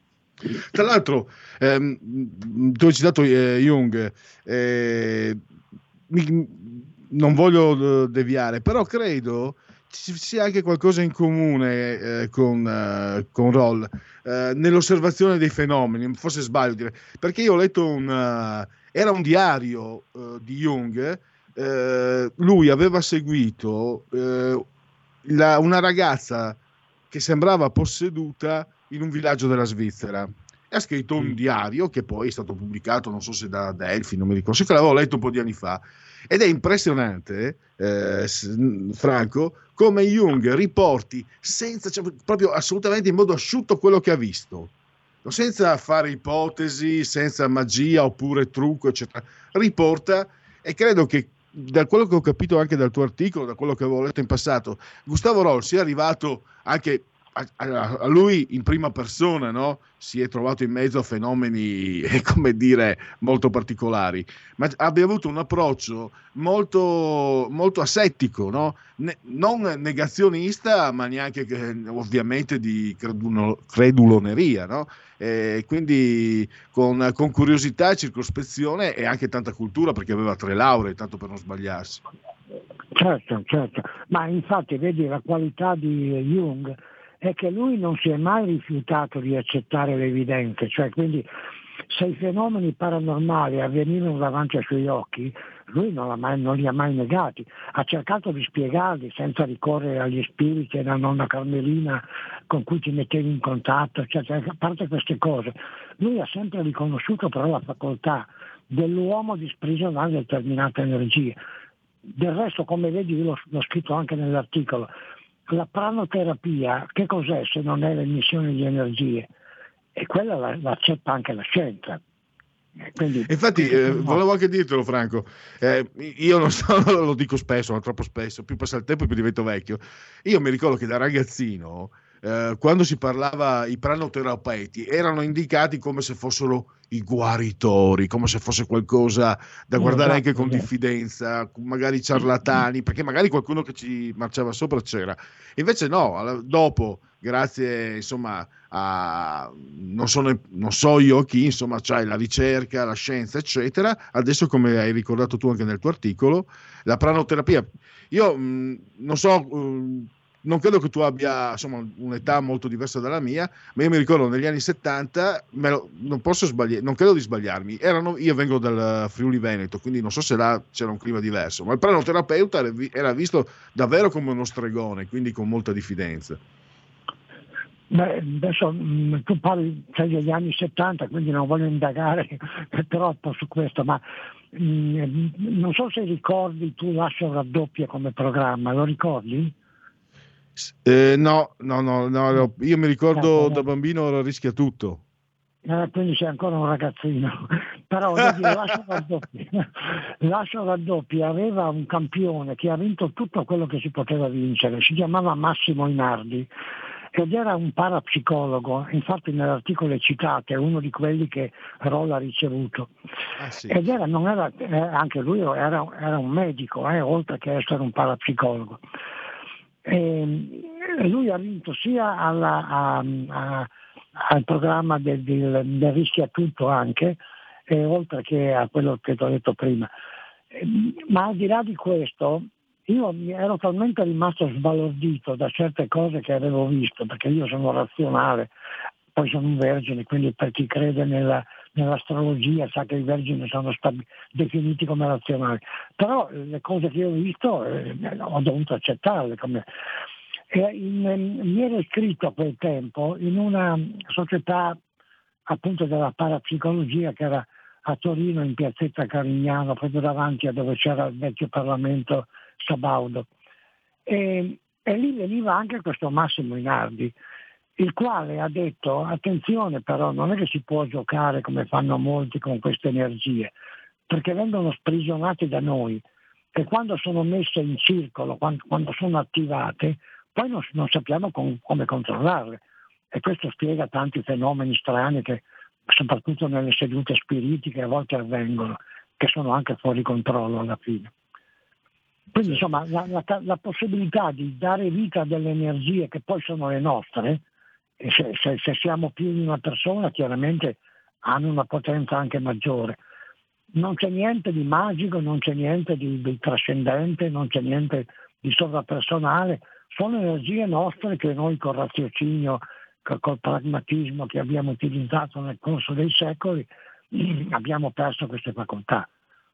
Tra l'altro, ehm, tu hai citato eh, Jung, eh, mi, non voglio deviare, però credo ci sia anche qualcosa in comune eh, con, eh, con Roll eh, nell'osservazione dei fenomeni, forse sbaglio dire, perché io ho letto un uh, era un diario uh, di Jung, uh, lui aveva seguito uh, la, una ragazza che sembrava posseduta in un villaggio della Svizzera, e ha scritto un diario che poi è stato pubblicato, non so se da Delphi, non mi ricordo, sì che l'avevo letto un po' di anni fa, ed è impressionante, eh, Franco, come Jung riporti senza, cioè, proprio assolutamente in modo asciutto quello che ha visto, senza fare ipotesi, senza magia oppure trucco, eccetera. Riporta, e credo che da quello che ho capito anche dal tuo articolo, da quello che avevo letto in passato, Gustavo Roll sia arrivato anche a, a, a lui in prima persona, no? Si è trovato in mezzo a fenomeni, come dire, molto particolari, ma abbia avuto un approccio molto, molto asettico, no? Ne, non negazionista, ma neanche ovviamente di credulo, creduloneria, no? E quindi con, con curiosità, circospezione e anche tanta cultura, perché aveva tre lauree, tanto per non sbagliarsi. Certo, certo, ma infatti vedi la qualità di Jung è che lui non si è mai rifiutato di accettare l'evidenza, cioè quindi se i fenomeni paranormali avvenivano davanti ai suoi occhi, lui non, mai, non li ha mai negati, ha cercato di spiegarli senza ricorrere agli spiriti e alla nonna Carmelina con cui ti mettevi in contatto, cioè, a parte queste cose, lui ha sempre riconosciuto però la facoltà dell'uomo di sprigionare determinate energie. Del resto, come vedi, io l'ho, l'ho scritto anche nell'articolo, la pranoterapia che cos'è se non è l'emissione di energie? E quella la, l'accetta anche la scienza. Quindi, infatti eh, no. volevo anche dirtelo, Franco, eh, io non so, lo dico spesso, ma troppo spesso, più passa il tempo più divento vecchio. Io mi ricordo che da ragazzino eh, quando si parlava, i pranoterapeuti erano indicati come se fossero i guaritori, come se fosse qualcosa da guardare anche con diffidenza, magari ciarlatani, perché magari qualcuno che ci marciava sopra c'era. Invece no, dopo, grazie insomma a non so, non so io chi, insomma c'hai la ricerca, la scienza eccetera, adesso come hai ricordato tu anche nel tuo articolo, la pranoterapia, io mh, non so, mh, non credo che tu abbia insomma un'età molto diversa dalla mia, ma io mi ricordo negli anni settanta, me lo, non posso sbagliare, non credo di sbagliarmi, erano, io vengo dal Friuli Veneto, quindi non so se là c'era un clima diverso, ma il pranoterapeuta era visto davvero come uno stregone, quindi con molta diffidenza. Beh, adesso mh, tu parli cioè, degli anni settanta, quindi non voglio indagare troppo su questo, ma mh, non so se ricordi tu Lascio Raddoppia come programma, lo ricordi? Eh, no, no, no, no, io mi ricordo da bambino Rischia Tutto. Eh, quindi sei ancora un ragazzino. Però voglio dire, Lascio Raddoppia, Lascio Raddoppia aveva un campione che ha vinto tutto quello che si poteva vincere, si chiamava Massimo Inardi ed era un parapsicologo, infatti nell'articolo è citato, è uno di quelli che Roll ha ricevuto. Ah, sì. Ed era, non era, eh, anche lui era, era un medico, eh, oltre che essere un parapsicologo. E lui ha vinto sia alla, a, a, al programma del, del, del Rischia Tutto anche, e oltre che a quello che ti ho detto prima. Ma al di là di questo, io ero talmente rimasto sbalordito da certe cose che avevo visto, perché io sono razionale, poi sono un vergine, quindi per chi crede nella, nell'astrologia sa che i vergini sono stati definiti come razionali, però le cose che io ho visto eh, ho dovuto accettarle. Come... E in, mi ero iscritto a quel tempo in una società appunto della parapsicologia che era a Torino in piazzetta Carignano, proprio davanti a dove c'era il vecchio Parlamento Sabaudo, e, e lì veniva anche questo Massimo Inardi, il quale ha detto attenzione, però non è che si può giocare come fanno molti con queste energie, perché vengono sprigionate da noi e quando sono messe in circolo, quando, quando sono attivate, poi non, non sappiamo com, come controllarle, e questo spiega tanti fenomeni strani che soprattutto nelle sedute spiritiche a volte avvengono, che sono anche fuori controllo alla fine. Quindi insomma la, la, la possibilità di dare vita a delle energie che poi sono le nostre, e se, se, se siamo più di una persona chiaramente hanno una potenza anche maggiore. Non c'è niente di magico, non c'è niente di, di trascendente, non c'è niente di sovrapersonale, sono energie nostre che noi col raziocinio, col pragmatismo che abbiamo utilizzato nel corso dei secoli abbiamo perso queste facoltà.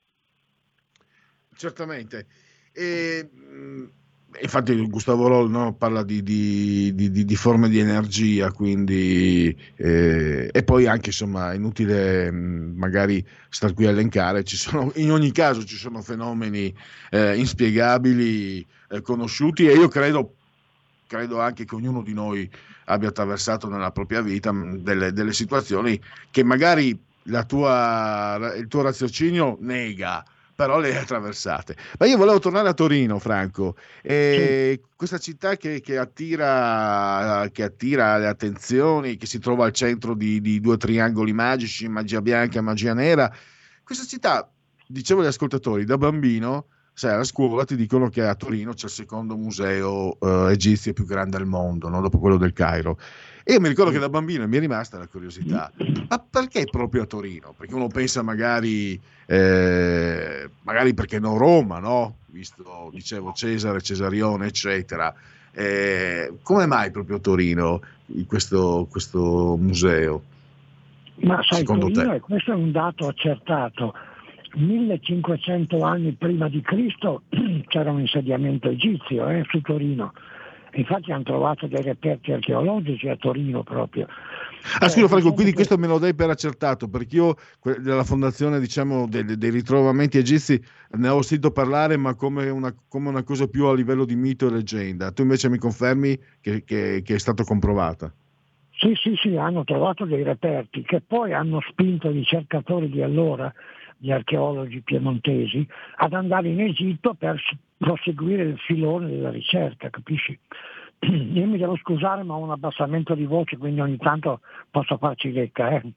Certamente. E, infatti Gustavo Roll, no, parla di, di, di, di forme di energia, quindi eh, e poi anche insomma è inutile mh, magari star qui a elencare, ci sono, in ogni caso ci sono fenomeni eh, inspiegabili, eh, conosciuti, e io credo credo anche che ognuno di noi abbia attraversato nella propria vita mh, delle, delle situazioni che magari la tua, il tuo raziocinio nega, però le hai attraversate. Ma io volevo tornare a Torino, Franco, e sì. Questa città che, che, attira, che attira le attenzioni, che si trova al centro di, di due triangoli magici, magia bianca e magia nera. Questa città, dicevo agli ascoltatori, da bambino, sai, alla scuola ti dicono che a Torino c'è il secondo museo eh, egizio più grande al mondo, no? Dopo quello del Cairo. E io mi ricordo che da bambino mi è rimasta la curiosità, ma perché proprio a Torino? Perché uno pensa magari, eh, magari perché non Roma, no? Visto, dicevo, Cesare, Cesarione, eccetera. Eh, come mai proprio Torino, questo, questo museo? Ma sai, secondo Torino, te? E questo è un dato accertato, millecinquecento anni prima di Cristo c'era un insediamento egizio eh, su Torino. Infatti hanno trovato dei reperti archeologici a Torino proprio. Ah scusa Franco, quindi questo me lo dai per accertato, perché io della fondazione, diciamo, dei, dei ritrovamenti egizi ne ho sentito parlare, ma come una, come una cosa più a livello di mito e leggenda. Tu invece mi confermi che, che, che è stato comprovata? Sì, sì, sì, hanno trovato dei reperti che poi hanno spinto i ricercatori di allora, gli archeologi piemontesi, ad andare in Egitto per proseguire il filone della ricerca, capisci? Io mi devo scusare, ma ho un abbassamento di voce, quindi ogni tanto posso farci lecca. Eh.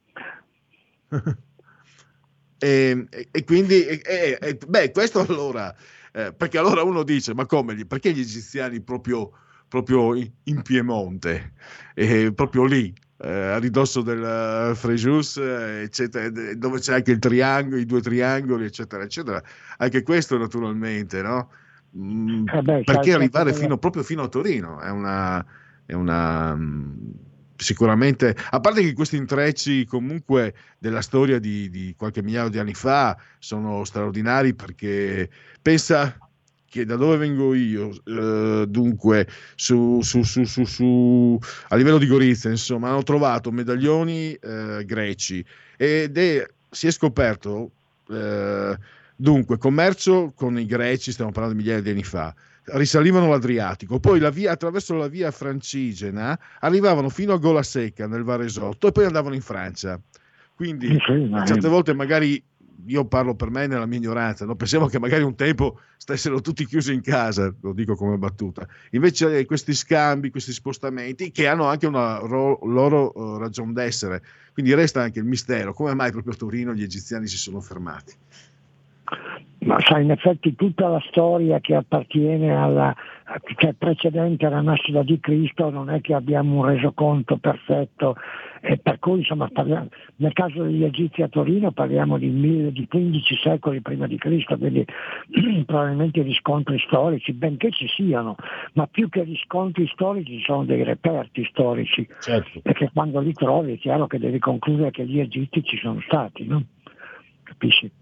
e, e quindi, e, e, beh, questo allora, eh, perché allora uno dice, ma come, gli, perché gli egiziani proprio, proprio in Piemonte, eh, proprio lì? Eh, a ridosso del uh, Frejus, eh, eccetera, dove c'è anche il triangolo, i due triangoli, eccetera, eccetera. Anche questo naturalmente, no? Mm, eh beh, perché sai, arrivare sai, fino, proprio fino a Torino è una, è una um, sicuramente, a parte che questi intrecci comunque della storia di, di qualche migliaio di anni fa sono straordinari, perché pensa che da dove vengo io, eh, dunque su, su, su, su, su a livello di Gorizia, insomma, hanno trovato medaglioni eh, greci ed è, si è scoperto eh, dunque commercio con i greci, stiamo parlando di migliaia di anni fa, risalivano l'Adriatico, poi la via, attraverso la via Francigena arrivavano fino a Gola Secca nel Varesotto e poi andavano in Francia. Quindi certe volte magari, io parlo per me nella mia ignoranza, no? Pensiamo che magari un tempo stessero tutti chiusi in casa, lo dico come battuta, invece questi scambi, questi spostamenti che hanno anche una ro- loro uh, ragion d'essere, quindi resta anche il mistero, come mai proprio a Torino gli egiziani si sono fermati. Ma sai, in effetti tutta la storia che appartiene alla, che è precedente alla nascita di Cristo, non è che abbiamo un resoconto perfetto, e per cui insomma parliamo, nel caso degli egizi a Torino parliamo di, mille, di quindici secoli prima di Cristo, quindi probabilmente riscontri storici, benché ci siano, ma più che riscontri storici ci sono dei reperti storici, certo. Perché quando li trovi è chiaro che devi concludere che gli egizi ci sono stati, no? Capisci?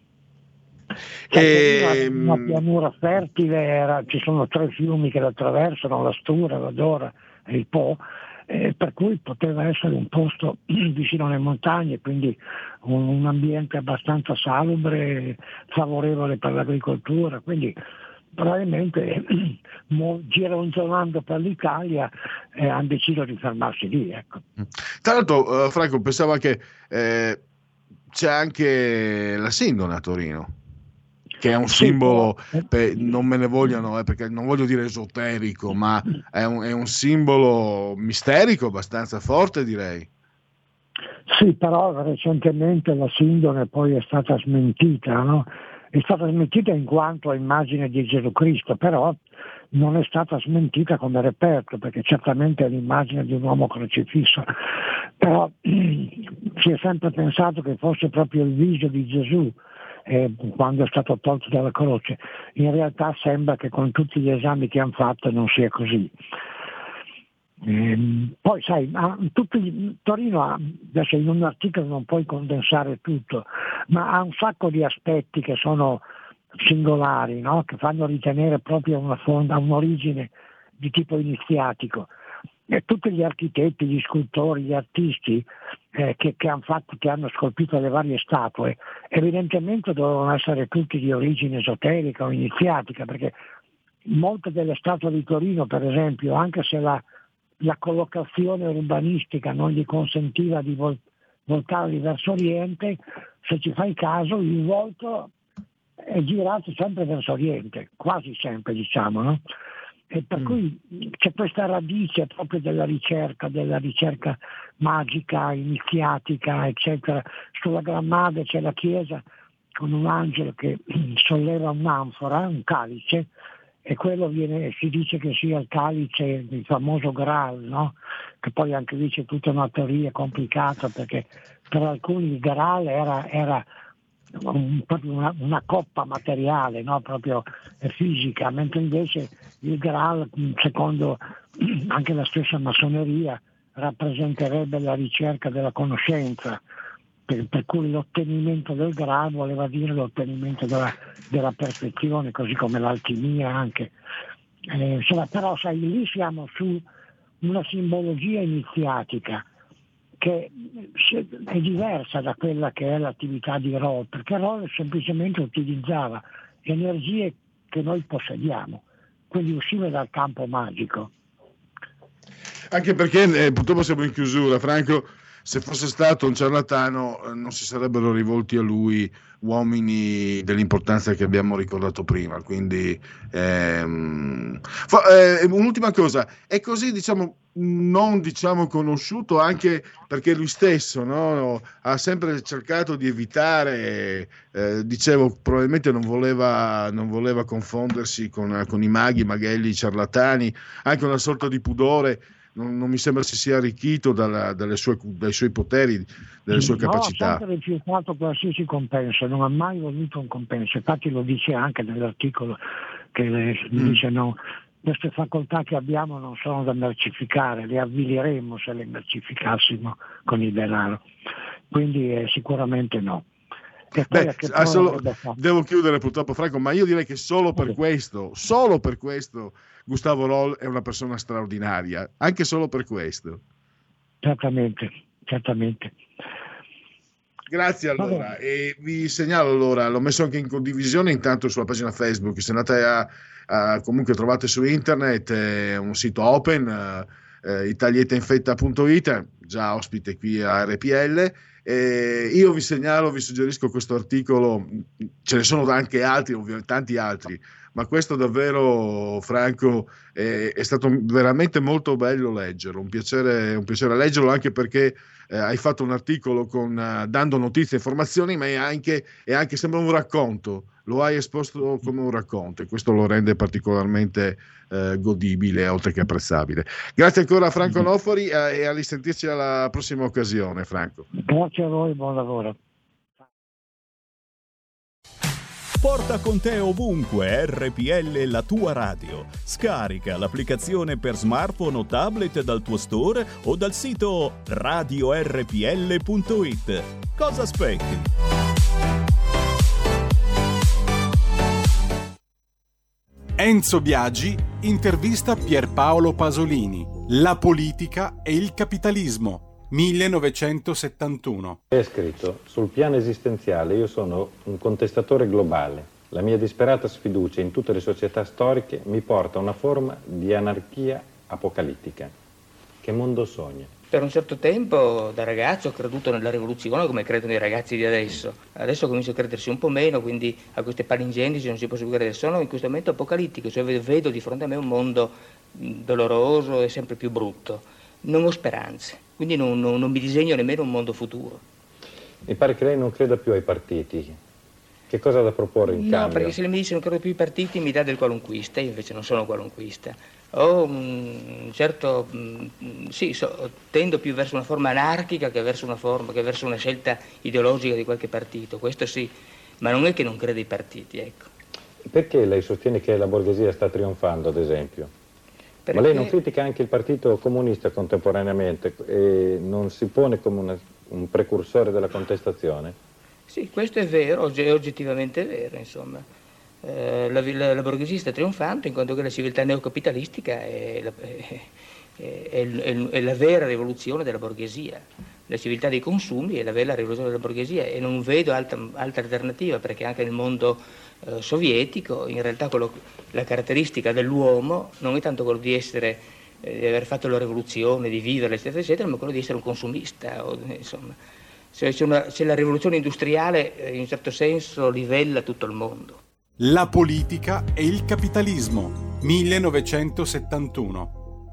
Cioè, E... una pianura fertile, era, ci sono tre fiumi che la attraversano, la Stura, la Dora e il Po, eh, per cui poteva essere un posto vicino alle montagne, quindi un, un ambiente abbastanza salubre, favorevole per l'agricoltura, quindi probabilmente gironzolando per l'Italia eh, hanno deciso di fermarsi lì. Ecco. Tra l'altro, uh, Franco, pensavo che eh, c'è anche la Sindone a Torino, che è un simbolo, per, non me ne vogliano, eh, perché non voglio dire esoterico, ma è un, è un simbolo misterico abbastanza forte, direi. Sì, però recentemente la Sindone poi è stata smentita, no? è stata smentita in quanto a immagine di Gesù Cristo, però non è stata smentita come reperto, perché certamente è l'immagine di un uomo crocifisso, però si è sempre pensato che fosse proprio il viso di Gesù eh, quando è stato tolto dalla croce. In realtà sembra che con tutti gli esami che hanno fatto non sia così. Ehm, poi sai, tutti, Torino ha, adesso in un articolo non puoi condensare tutto, ma ha un sacco di aspetti che sono singolari, no? Che fanno ritenere proprio una fonda, un'origine di tipo iniziatico. E tutti gli architetti, gli scultori, gli artisti eh, che, che, hanno fatto, che hanno scolpito le varie statue, evidentemente dovevano essere tutti di origine esoterica o iniziatica, perché molte delle statue di Torino, per esempio, anche se la la collocazione urbanistica non gli consentiva di vol- voltarli verso oriente, se ci fai caso il volto è girato sempre verso oriente, quasi sempre diciamo, no? E per mm. cui c'è questa radice proprio della ricerca, della ricerca magica, iniziatica, eccetera. Sulla Gran Madre c'è la chiesa con un angelo che solleva un'anfora, un calice, e quello viene, si dice che sia il calice, il famoso Graal, no? Che poi anche lì c'è tutta una teoria complicata, perché per alcuni il Graal era, era un, proprio una, una coppa materiale, no? Proprio fisica, mentre invece il Graal, secondo anche la stessa massoneria, rappresenterebbe la ricerca della conoscenza. Per, per cui l'ottenimento del Graal voleva dire l'ottenimento della, della perfezione, così come l'alchimia anche. Eh, insomma, però sai, lì siamo su una simbologia iniziatica che è diversa da quella che è l'attività di Roll, perché Roll semplicemente utilizzava energie che noi possediamo, quindi usciva dal campo magico. Anche perché eh, purtroppo siamo in chiusura, Franco. Se fosse stato un ciarlatano non si sarebbero rivolti a lui uomini dell'importanza che abbiamo ricordato prima. Quindi ehm, fa, eh, un'ultima cosa, è così diciamo non diciamo conosciuto anche perché lui stesso, no, ha sempre cercato di evitare, eh, dicevo probabilmente non voleva, non voleva confondersi con, con i maghi, maghelli, i ciarlatani, anche una sorta di pudore. Non, non mi sembra si sia arricchito dalla, dalle sue, dai suoi poteri, dalle sue no, capacità. Ha sempre rifiutato qualsiasi compenso, non ha mai voluto un compenso, infatti lo dice anche nell'articolo che mm. dice no, queste facoltà che abbiamo non sono da mercificare, le avviliremmo se le con il denaro, quindi eh, sicuramente no. Beh, solo, devo chiudere purtroppo Franco, ma io direi che solo per questo, solo per questo Gustavo Roll è una persona straordinaria, anche solo per questo. Certamente, certamente. Grazie allora, e vi segnalo allora, l'ho messo anche in condivisione intanto sulla pagina Facebook, se andate a, a comunque trovate su internet eh, un sito open, eh, italietainfetta punto it, già ospite qui a R P L. Eh, io vi segnalo, vi suggerisco questo articolo, ce ne sono anche altri, ovviamente tanti altri, ma questo davvero, Franco, è, è stato veramente molto bello leggerlo, un piacere, un piacere leggerlo, anche perché eh, hai fatto un articolo con, uh, dando notizie e informazioni, ma è anche, è anche sembra un racconto, lo hai esposto come un racconto e questo lo rende particolarmente eh, godibile oltre che apprezzabile. Grazie ancora a Franco Nofori eh, e a risentirci alla prossima occasione, Franco. Grazie a voi, buon lavoro. Porta con te ovunque R P L, la tua radio. Scarica l'applicazione per smartphone o tablet dal tuo store o dal sito radio r p l punto it. Cosa aspetti? Enzo Biagi intervista Pierpaolo Pasolini. La politica e il capitalismo. millenovecentosettantuno. È scritto: sul piano esistenziale io sono un contestatore globale. La mia disperata sfiducia in tutte le società storiche mi porta a una forma di anarchia apocalittica. Che mondo sogna? Per un certo tempo, da ragazzo, ho creduto nella rivoluzione come credono i ragazzi di adesso. Adesso comincio a credersi un po' meno, quindi a queste palingendici non si può più credere. Sono in questo momento apocalittico, cioè vedo di fronte a me un mondo doloroso e sempre più brutto. Non ho speranze, quindi non, non, non mi disegno nemmeno un mondo futuro. Mi pare che lei non creda più ai partiti. Che cosa ha da proporre in no, cambio? No, perché se mi dicono che credo più i partiti mi dà del qualunquista, io invece non sono qualunquista. Ho un certo, mh, sì, so, tendo più verso una forma anarchica che verso una forma, che verso una scelta ideologica di qualche partito, questo sì, ma non è che non creda ai partiti, ecco. Perché lei sostiene che la borghesia sta trionfando, ad esempio? Perché... Ma lei non critica anche il Partito Comunista contemporaneamente e non si pone come una, un precursore della contestazione? Sì, questo è vero, è oggettivamente vero, insomma. Eh, la, la, la borghesia sta trionfando in quanto che la civiltà neocapitalistica è la, è, è, è, è la vera rivoluzione della borghesia. La civiltà dei consumi è la vera rivoluzione della borghesia e non vedo altra, altra alternativa, perché anche nel mondo eh, sovietico in realtà quello, la caratteristica dell'uomo non è tanto quello di essere eh, di aver fatto la rivoluzione, di vivere eccetera eccetera, ma quello di essere un consumista, o, insomma, se, se, una, se la rivoluzione industriale eh, in un certo senso livella tutto il mondo. La politica e il capitalismo, millenovecentosettantuno.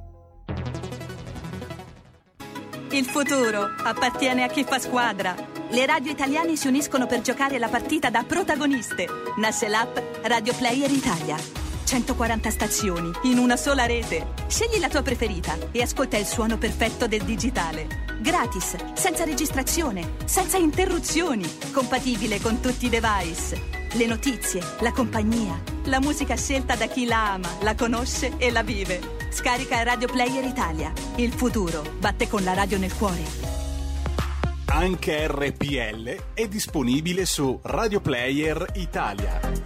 Il futuro appartiene a chi fa squadra. Le radio italiane si uniscono per giocare la partita da protagoniste. Nasce l'app Radio Player Italia. centoquaranta stazioni in una sola rete. Scegli la tua preferita e ascolta il suono perfetto del digitale. Gratis, senza registrazione, senza interruzioni, compatibile con tutti i device. Le notizie, la compagnia, la musica scelta da chi la ama, la conosce e la vive. Scarica Radio Player Italia. Il futuro batte con la radio nel cuore. Anche R P L è disponibile su Radio Player Italia.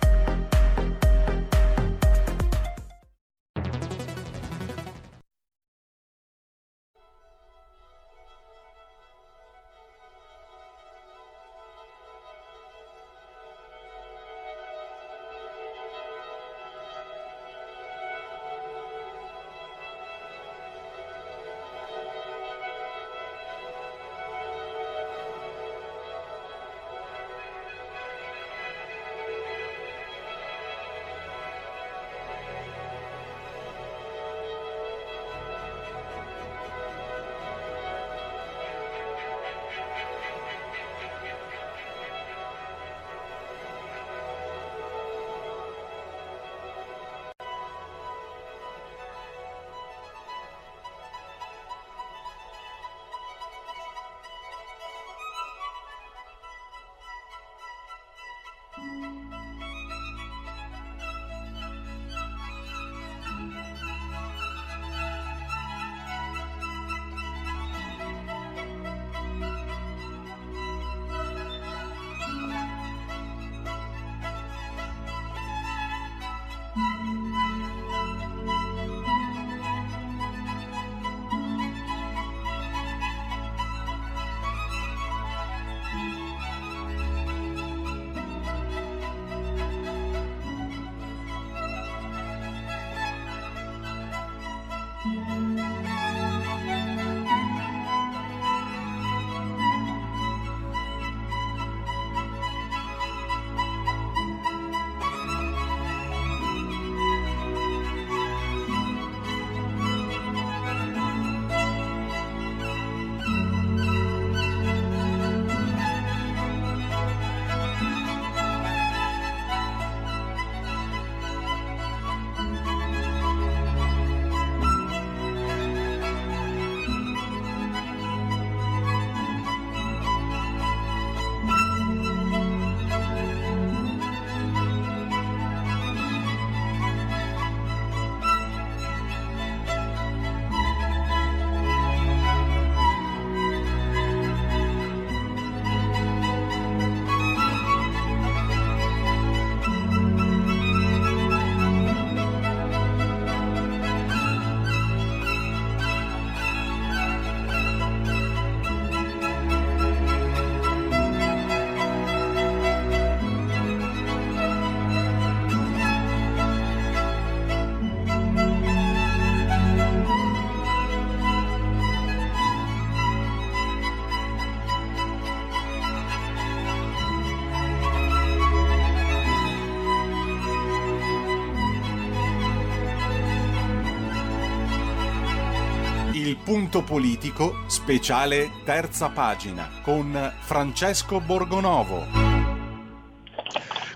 Il punto politico, speciale terza pagina, con Francesco Borgonovo.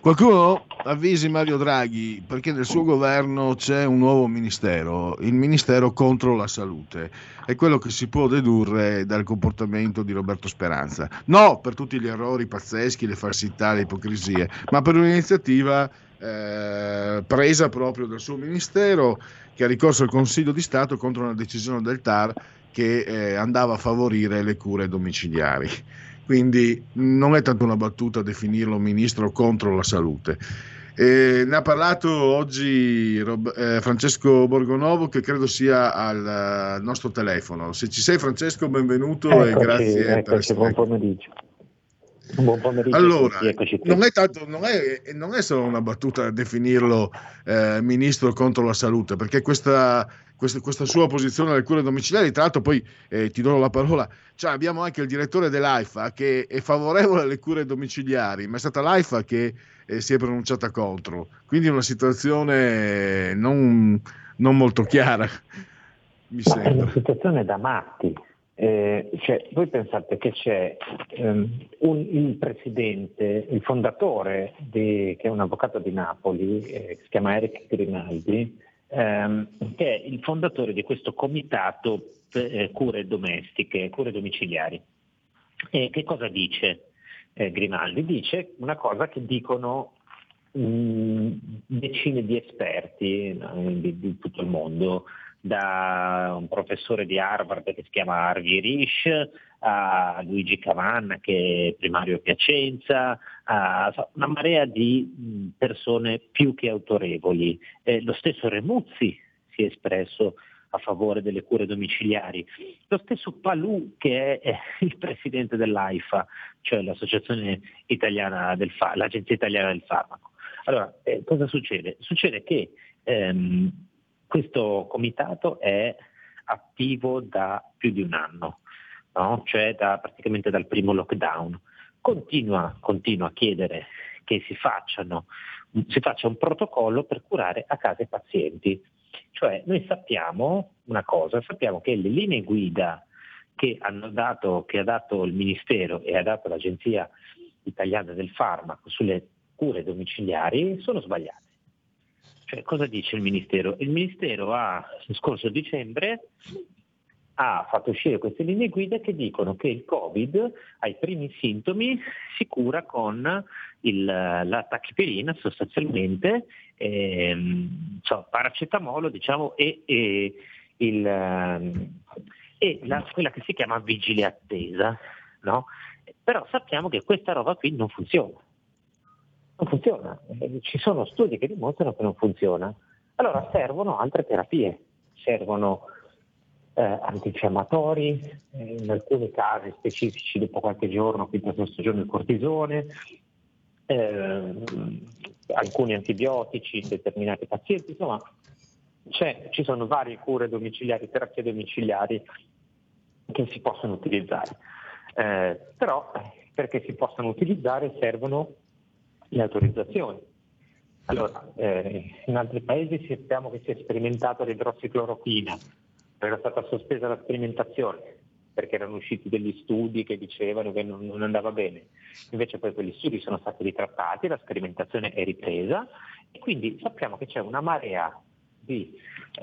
Qualcuno avvisi Mario Draghi, perché nel suo governo c'è un nuovo ministero, il Ministero contro la salute. È quello che si può dedurre dal comportamento di Roberto Speranza. No per tutti gli errori pazzeschi, le falsità, le ipocrisie, ma per un'iniziativa eh, presa proprio dal suo ministero, che ha ricorso al Consiglio di Stato contro una decisione del T A R che eh, andava a favorire le cure domiciliari. Quindi non è tanto una battuta definirlo ministro contro la salute. Eh, ne ha parlato oggi Rob- eh, Francesco Borgonovo, che credo sia al uh, nostro telefono. Se ci sei, Francesco, benvenuto. Eccoci, e grazie eccoci, per essere buon qui. pomeriggio. Buon pomeriggio. Allora, a tutti, non è, tanto, non, è, non è solo una battuta definirlo eh, ministro contro la salute, perché questa, questa, questa sua posizione alle cure domiciliari, tra l'altro poi eh, ti do la parola, cioè abbiamo anche il direttore dell'AIFA che è favorevole alle cure domiciliari, ma è stata l'AIFA che eh, si è pronunciata contro, quindi è una situazione non, non molto chiara, mi Ma è sembra. una situazione da matti. Eh, cioè, voi pensate che c'è um, un, il presidente, il fondatore, di, che è un avvocato di Napoli, eh, si chiama Eric Grimaldi, ehm, che è il fondatore di questo comitato per eh, cure domestiche, cure domiciliari. E che cosa dice eh, Grimaldi? Dice una cosa che dicono mh, decine di esperti no, di, di tutto il mondo, da un professore di Harvard che si chiama Harvey Risch, a Luigi Cavanna che è primario a Piacenza, a una marea di persone più che autorevoli. Eh, lo stesso Remuzzi si è espresso a favore delle cure domiciliari, lo stesso Palù che è il presidente dell'AIFA, cioè l'Associazione Italiana del Fa- l'Agenzia Italiana del Farmaco. Allora, eh, cosa succede? Succede che ehm, questo comitato è attivo da più di un anno, no? Cioè da, praticamente dal primo lockdown. Continua, continua a chiedere che si, facciano, si faccia un protocollo per curare a casa i pazienti. Cioè noi sappiamo una cosa, sappiamo che le linee guida che, hanno dato, che ha dato il Ministero e ha dato l'Agenzia Italiana del Farmaco sulle cure domiciliari sono sbagliate. Cioè, cosa dice il Ministero? Il Ministero ha, lo scorso dicembre, ha fatto uscire queste linee guida che dicono che il Covid ai primi sintomi si cura con il, la tachipirina sostanzialmente, ehm, so, paracetamolo diciamo, e, e, il, e la, quella che si chiama vigile attesa. No? Però sappiamo che questa roba qui non funziona. Non funziona, ci sono studi che dimostrano che non funziona. Allora servono altre terapie, servono eh, antinfiammatori, eh, in alcuni casi specifici dopo qualche giorno, quinto o sesto giorno il cortisone, eh, alcuni antibiotici in determinati pazienti, insomma c'è, ci sono varie cure domiciliari, terapie domiciliari che si possono utilizzare, eh, però perché si possano utilizzare servono le autorizzazioni. Allora, eh, in altri paesi sappiamo che si è sperimentato l'idrossiclorochina, era stata sospesa la sperimentazione perché erano usciti degli studi che dicevano che non, non andava bene, invece poi quegli studi sono stati ritrattati, la sperimentazione è ripresa e quindi sappiamo che c'è una marea di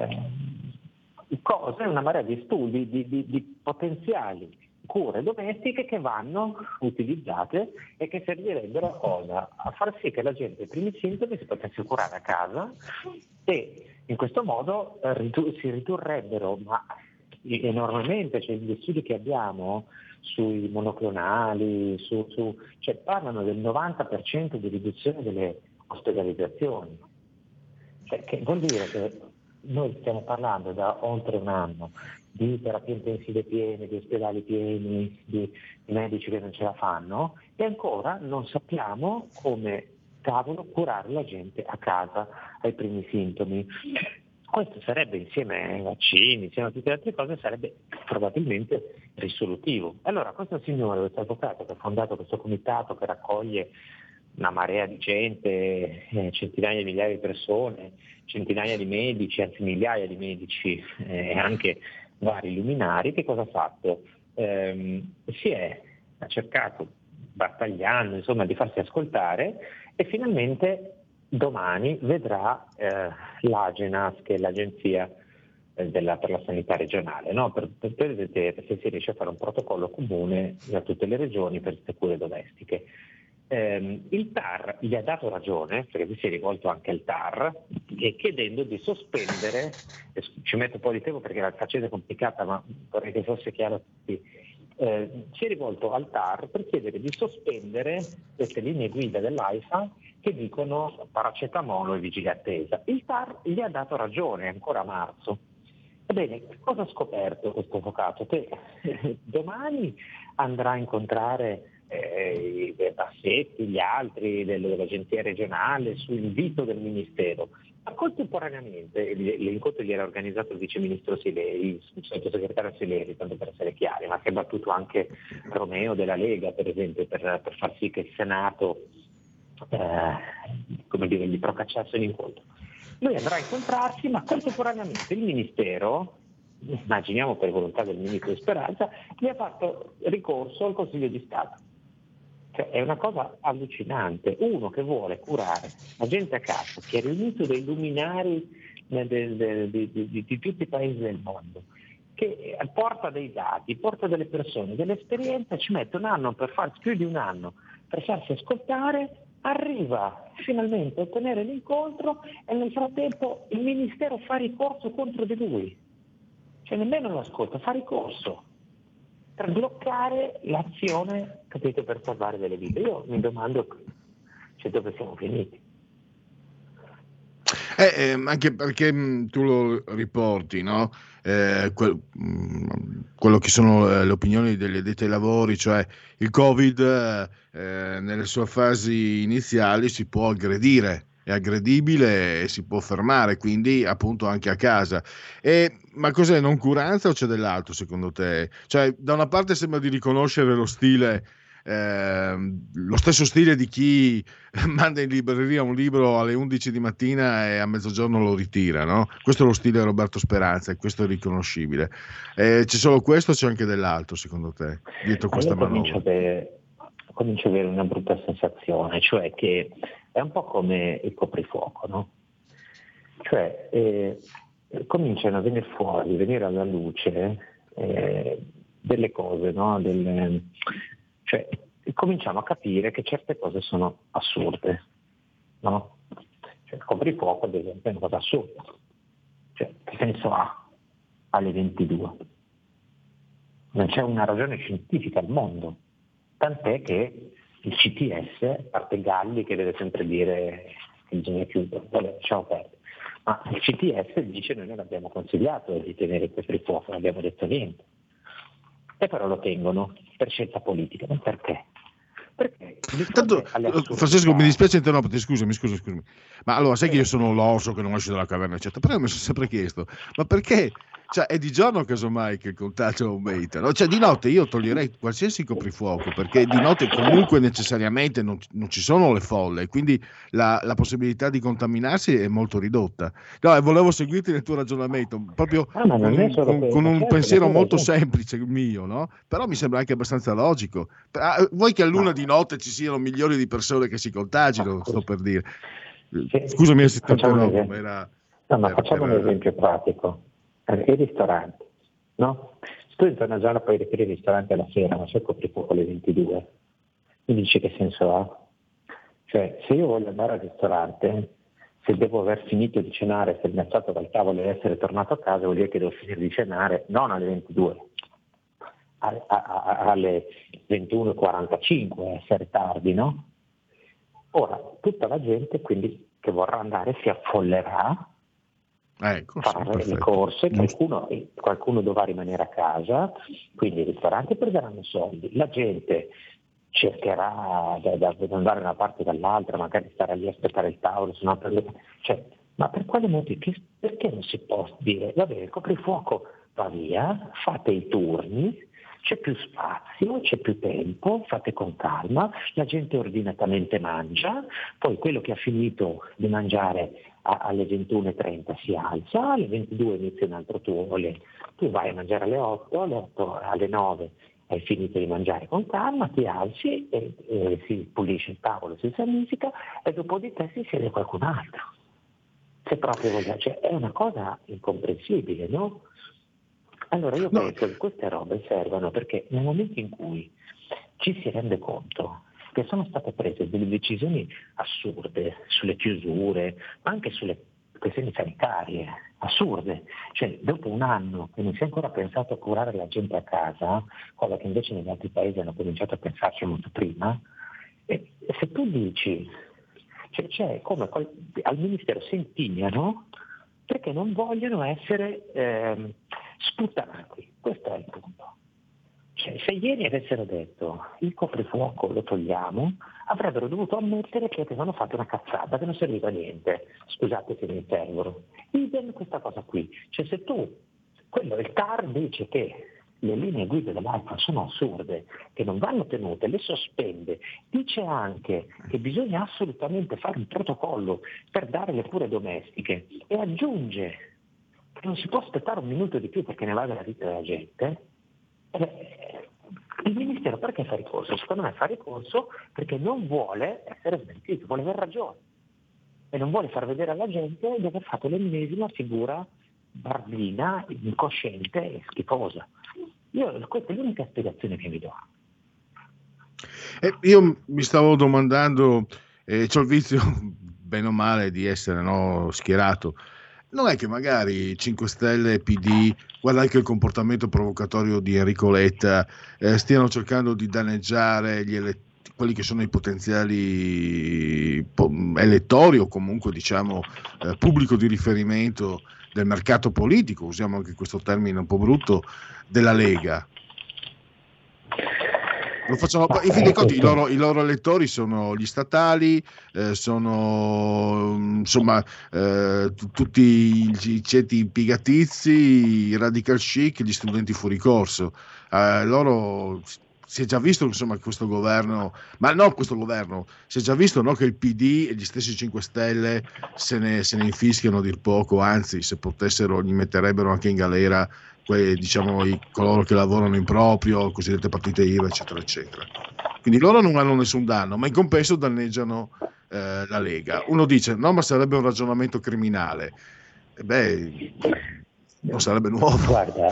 eh, cose, una marea di studi, di, di, di potenziali cure domestiche che vanno utilizzate e che servirebbero a cosa? A far sì che la gente ai primi sintomi si potesse curare a casa e in questo modo eh, ridu- si ridurrebbero ma enormemente, cioè gli studi che abbiamo sui monoclonali, su, su, cioè parlano del novanta per cento di riduzione delle ospedalizzazioni, cioè, che vuol dire che noi stiamo parlando da oltre un anno di terapie intensive piene, di ospedali pieni, di, di medici che non ce la fanno e ancora non sappiamo come cavolo curare la gente a casa ai primi sintomi. Questo sarebbe, insieme ai vaccini, insieme a tutte le altre cose, sarebbe probabilmente risolutivo. Allora questo signore, questo avvocato che ha fondato questo comitato che raccoglie una marea di gente, eh, centinaia di migliaia di persone, centinaia di medici, anzi migliaia di medici e eh, anche vari luminari, che cosa ha fatto? Eh, si è ha cercato battagliando, insomma, di farsi ascoltare, e finalmente domani vedrà eh, l'Agenas, che è l'agenzia eh, della, per la sanità regionale, no? per, per, per vedere se si riesce a fare un protocollo comune da tutte le regioni per queste cure domestiche. Eh, il T A R gli ha dato ragione, perché si è rivolto anche al T A R, e chiedendo di sospendere, ci metto un po' di tempo perché la faccenda è complicata, ma vorrei che fosse chiaro a tutti, eh, si è rivolto al T A R per chiedere di sospendere queste linee guida dell'AIFA che dicono paracetamolo e vigilia attesa. Il T A R gli ha dato ragione ancora a marzo. Ebbene, cosa ha scoperto questo avvocato? Che eh, domani andrà a incontrare eh, i Bassetti, gli altri dell'agenzia regionale su invito del Ministero, ma contemporaneamente l'incontro gli era organizzato il vice ministro Sileri, il sottosegretario Sileri, tanto per essere chiari, ma si è battuto anche Romeo della Lega, per esempio, per, per far sì che il Senato eh, come dire, gli procacciasse l'incontro. Lui andrà a incontrarsi, ma contemporaneamente il Ministero, immaginiamo per volontà del Ministro Speranza, gli ha fatto ricorso al Consiglio di Stato. Cioè, è una cosa allucinante. Uno che vuole curare la gente a casa, che ha riunito dei luminari di, di, di, di, di tutti i paesi del mondo, che porta dei dati, porta delle persone, delle esperienze, ci mette un anno per farsi, più di un anno, per farsi ascoltare, arriva finalmente a ottenere l'incontro e nel frattempo il Ministero fa ricorso contro di lui. Cioè nemmeno lo ascolta, fa ricorso per bloccare l'azione, capito, per salvare delle vite. Io mi domando, cioè, dove siamo finiti. Eh, eh, anche perché mh, tu lo riporti, no? Eh, que- mh, quello che sono eh, le opinioni degli addetti ai lavori, cioè il Covid eh, nelle sue fasi iniziali si può aggredire, è aggredibile e si può fermare, quindi appunto anche a casa. E, ma cos'è, noncuranza o c'è dell'altro secondo te? Cioè, da una parte sembra di riconoscere lo stile, eh, lo stesso stile di chi manda in libreria un libro alle undici di mattina e a mezzogiorno lo ritira, no? Questo è lo stile Roberto Speranza e questo è riconoscibile. Eh, c'è solo questo o c'è anche dell'altro secondo te dietro questa manovra? Comincio a avere, comincio ad avere una brutta sensazione, cioè che è un po' come il coprifuoco, no? Cioè eh, cominciano a venire fuori, venire alla luce eh, delle cose, no? Delle, cioè cominciamo a capire che certe cose sono assurde, no? Cioè il coprifuoco ad esempio è una cosa assurda. Cioè, che senso ha alle ventidue? Non c'è una ragione scientifica al mondo, tant'è che il C T S, a parte Galli che deve sempre dire che bisogna chiudere, vabbè, lasciamo perdere, ma il C T S dice noi non abbiamo consigliato di tenere il coprifuoco, non abbiamo detto niente, e però lo tengono per scelta politica. Ma perché? Perché Tanto, Francesco, mi dispiace interromperti, scusami, scusami, scusami. Ma allora sai che io sono l'oso che non esce dalla caverna, eccetera, però io mi sono sempre chiesto, ma perché? Cioè, è di giorno casomai che il contagio aumenta, no? Cioè di notte io toglierei qualsiasi coprifuoco, perché di notte comunque necessariamente non, non ci sono le folle, quindi la, la possibilità di contaminarsi è molto ridotta. No, e volevo seguirti nel tuo ragionamento, proprio ah, con, con, con un pensiero molto semplice il mio, no? Però mi sembra anche abbastanza logico. Vuoi che a luna di notte ci siano milioni di persone che si contagino, sto per dire. Scusami se ti interrompo, ma era... No, ma era, facciamo era... un esempio pratico. I ristoranti, no? Se tu in zona gialla puoi riprire i ristoranti alla sera, ma c'è il coprifuoco alle ventidue, mi dici che senso ha? Cioè, se io voglio andare al ristorante, se devo aver finito di cenare, se mi è alzato dal tavolo e essere tornato a casa, vuol dire che devo finire di cenare non alle ventidue, a, a, a, alle ventuno e quarantacinque, essere tardi, no? Ora, tutta la gente quindi che vorrà andare si affollerà, Ecco, fare sì, le corse, qualcuno, qualcuno dovrà rimanere a casa, quindi i ristoranti perderanno soldi, la gente cercherà di andare da una parte o dall'altra, magari stare lì a aspettare il tavolo, se no prende... cioè, ma per quale motivo? Perché non si può dire, vabbè, il coprifuoco va via, fate i turni, c'è più spazio, c'è più tempo, fate con calma, la gente ordinatamente mangia, poi quello che ha finito di mangiare alle ventuno e trenta si alza, alle ventidue inizia un altro turno, tu vai a mangiare alle otto, alle otto, alle nove hai finito di mangiare con calma, ti alzi e, e si pulisce il tavolo, si sanifica e dopo di te si siede qualcun altro. Se proprio vogliamo, cioè, è una cosa incomprensibile, no? Allora io No. penso che queste robe servano perché nel momento in cui ci si rende conto che sono state prese delle decisioni assurde sulle chiusure, ma anche sulle questioni sanitarie, assurde, cioè dopo un anno che non si è ancora pensato a curare la gente a casa, cosa che invece negli altri paesi hanno cominciato a pensarci molto prima, e se tu dici, cioè, c'è come al Ministero si impignano perché non vogliono essere ehm, sputtanati, questo è il punto. Cioè, se ieri avessero detto il coprifuoco lo togliamo, avrebbero dovuto ammettere che avevano fatto una cazzata, che non serviva a niente. Scusate se mi interrogo. Idem questa cosa qui. Cioè se tu, quello, il T A R dice che le linee guida dell'AIFA sono assurde, che non vanno tenute, le sospende, dice anche che bisogna assolutamente fare un protocollo per dare le cure domestiche e aggiunge che non si può aspettare un minuto di più perché ne va della vita della gente. Eh, il Ministero perché fa ricorso? Secondo me fa ricorso perché non vuole essere smentito, vuole aver ragione e non vuole far vedere alla gente di aver fatto l'ennesima figura barbina, incosciente e schifosa. Io, questa è l'unica spiegazione che mi do. Eh, io mi stavo domandando, eh, c'ho il vizio bene o male di essere, no, schierato. Non è che magari cinque Stelle e P D, guarda anche il comportamento provocatorio di Enrico Letta, eh, stiano cercando di danneggiare gli ele- quelli che sono i potenziali po- elettori o comunque diciamo eh, pubblico di riferimento del mercato politico, usiamo anche questo termine un po' brutto, della Lega. Lo facciamo, in fin dei conti, i loro, i loro elettori sono gli statali, eh, sono insomma eh, t- tutti i ceti impigatizi, i radical chic, gli studenti fuori corso. Eh, loro si è già visto insomma questo governo, ma no questo governo, si è già visto, no, che il P D e gli stessi cinque Stelle se ne, se ne infischiano a dir poco, anzi se potessero gli metterebbero anche in galera quei, diciamo, i, coloro che lavorano in proprio, cosiddette partite I V A, eccetera, eccetera. Quindi loro non hanno nessun danno, ma in compenso danneggiano eh, la Lega. Uno dice, no, ma sarebbe un ragionamento criminale. E beh, non sarebbe nuovo. Guarda,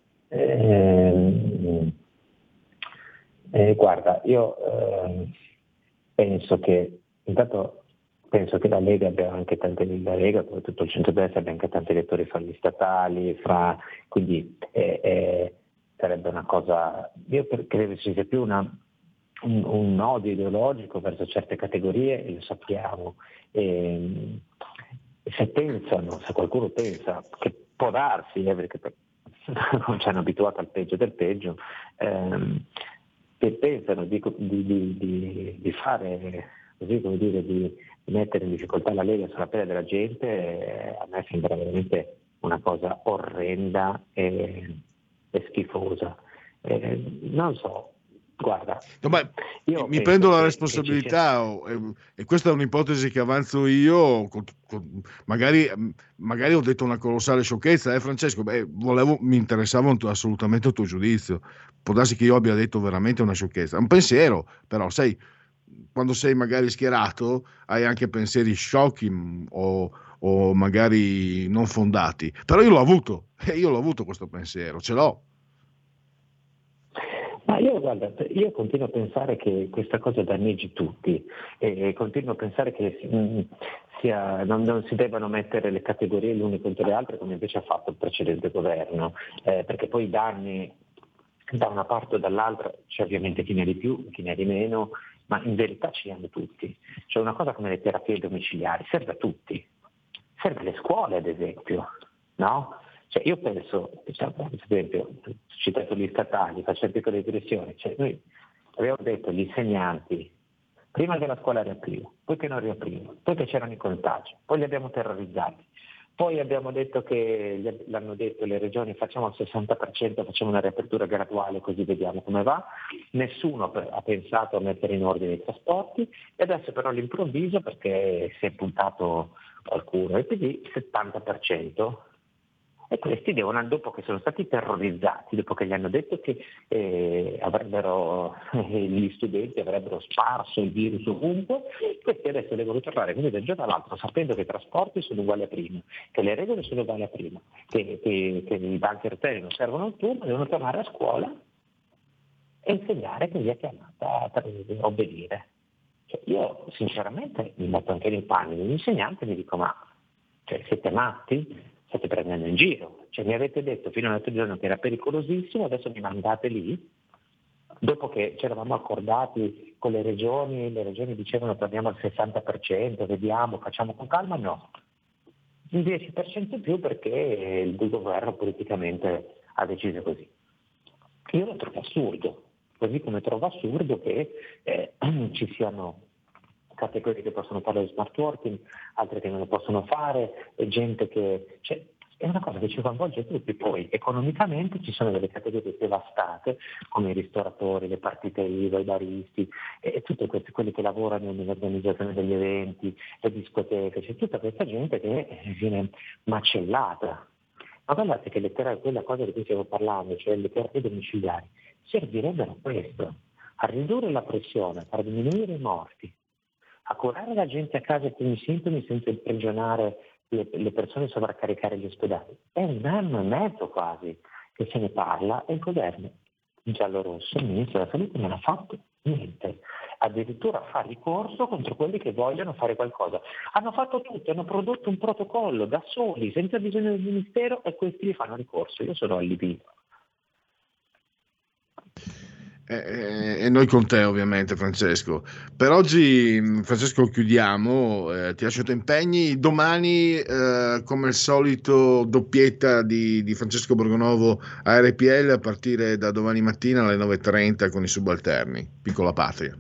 ehm, eh, guarda io eh, penso che, intanto, penso che la Lega abbia anche tanti, la Lega, come tutto il centrodestra, abbia anche tanti elettori fra gli statali, fra, quindi eh, eh, sarebbe una cosa, io per, credo ci sia più una, un, un odio ideologico verso certe categorie, e lo sappiamo. E, se pensano, se qualcuno pensa, che può darsi, eh, perché non ci hanno abituato al peggio del peggio, ehm, che pensano di, di, di, di, di fare, così come dire, di mettere in difficoltà la Lega sulla pelle della gente, eh, a me sembra veramente una cosa orrenda e, e schifosa. Eh, non so, guarda, no, ma io mi prendo la che, responsabilità che sia... e, e questa è un'ipotesi che avanzo io, con, con, magari, magari ho detto una colossale sciocchezza, eh Francesco, beh, volevo, mi interessava assolutamente il tuo giudizio, può darsi che io abbia detto veramente una sciocchezza, un pensiero, però sai, quando sei magari schierato hai anche pensieri sciocchi o, o magari non fondati, però io l'ho avuto, io l'ho avuto questo pensiero, ce l'ho. Ma io, guarda, io continuo a pensare che questa cosa danneggi tutti e continuo a pensare che sia, non, non si debbano mettere le categorie le une contro le altre come invece ha fatto il precedente governo, eh, perché poi i danni da una parte o dall'altra c'è ovviamente chi ne ha di più, chi ne ha di meno, ma in verità ci hanno tutti. C'è una cosa come le terapie domiciliari, serve a tutti, serve alle scuole ad esempio, no? Cioè io penso, diciamo, per esempio, ho citato gli statali, faccio piccole digressioni, cioè noi abbiamo detto gli insegnanti, prima che la scuola riapriva, poi che non riapriva, poi che c'erano i contagi, poi li abbiamo terrorizzati, poi abbiamo detto che, l'hanno detto le regioni, facciamo il sessanta per cento, facciamo una riapertura graduale così vediamo come va, nessuno ha pensato a mettere in ordine i trasporti e adesso però all'improvviso, perché si è puntato qualcuno, e quindi il settanta per cento E questi devono, dopo che sono stati terrorizzati, dopo che gli hanno detto che eh, avrebbero, eh, gli studenti avrebbero sparso il virus ovunque, questi adesso devono tornare quindi da un giorno all'altro sapendo che i trasporti sono uguali a prima, che le regole sono uguali a prima, che, che, che i banchi rotelle non servono al turno, devono tornare a scuola e insegnare che gli è chiamata a obbedire. Cioè, io sinceramente mi metto anche nei panni dell'insegnante e mi dico ma cioè, siete matti? State prendendo in giro, cioè mi avete detto fino all'altro giorno che era pericolosissimo, adesso mi mandate lì, dopo che ci eravamo accordati con le regioni, le regioni dicevano torniamo al sessanta per cento, vediamo, facciamo con calma, no, il dieci per cento in più perché il governo politicamente ha deciso così. Io lo trovo assurdo, così come trovo assurdo che eh, ci siano categorie che possono fare lo smart working, altre che non lo possono fare, e gente che... Cioè, è una cosa che ci coinvolge tutti. Poi economicamente ci sono delle categorie devastate, come i ristoratori, le partite I V A, i baristi, e, e tutti questi, quelli che lavorano nell'organizzazione degli eventi, le discoteche, c'è tutta questa gente che viene macellata. Ma guardate che le terapie, quella cosa di cui stiamo parlando, cioè le terapie domiciliari, servirebbero a questo, a ridurre la pressione, a far diminuire i morti, a curare la gente a casa con i sintomi senza imprigionare le, le persone e sovraccaricare gli ospedali. È un anno e mezzo quasi che se ne parla e il governo giallo-rosso, il ministro della salute, non ha fatto niente. Addirittura fa ricorso contro quelli che vogliono fare qualcosa. Hanno fatto tutto, hanno prodotto un protocollo da soli, senza bisogno del ministero, e questi gli fanno ricorso. Io sono allibito. E, e noi con te ovviamente, Francesco. Per oggi, Francesco, chiudiamo, eh, ti lascio i tuoi impegni. Domani eh, come al solito doppietta di, di Francesco Borgonovo a R P L a partire da domani mattina alle nove e trenta con i subalterni. Piccola Patria.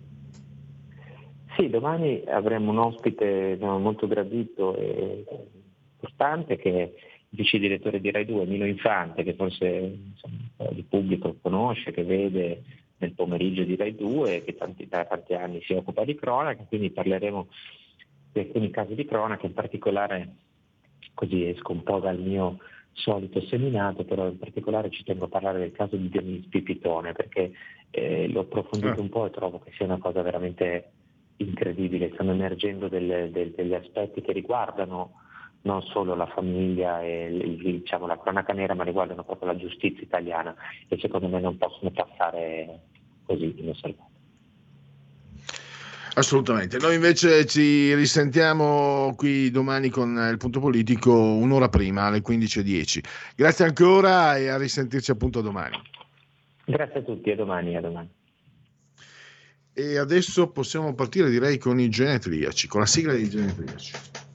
Sì, domani avremo un ospite molto gradito e importante che è il vice direttore di Rai due, Milo Infante, che forse insomma, il pubblico conosce, che vede nel pomeriggio di Rai due, che tanti, da tanti anni si occupa di cronaca, quindi parleremo di alcuni casi di cronaca, in particolare, così esco un po' dal mio solito seminato, però in particolare ci tengo a parlare del caso di Dionis Pipitone, perché eh, l'ho approfondito un po' e trovo che sia una cosa veramente incredibile. Stanno emergendo delle, delle, degli aspetti che riguardano non solo la famiglia e il, diciamo, la cronaca nera, ma riguardano proprio la giustizia italiana, e secondo me non possono passare così inosservati. Assolutamente. Noi invece ci risentiamo qui domani con il punto politico un'ora prima, alle quindici e dieci. Grazie ancora e a risentirci appunto domani. Grazie a tutti, a domani, a domani. E adesso possiamo partire, direi, con i genetriaci, con la sigla dei genetriaci.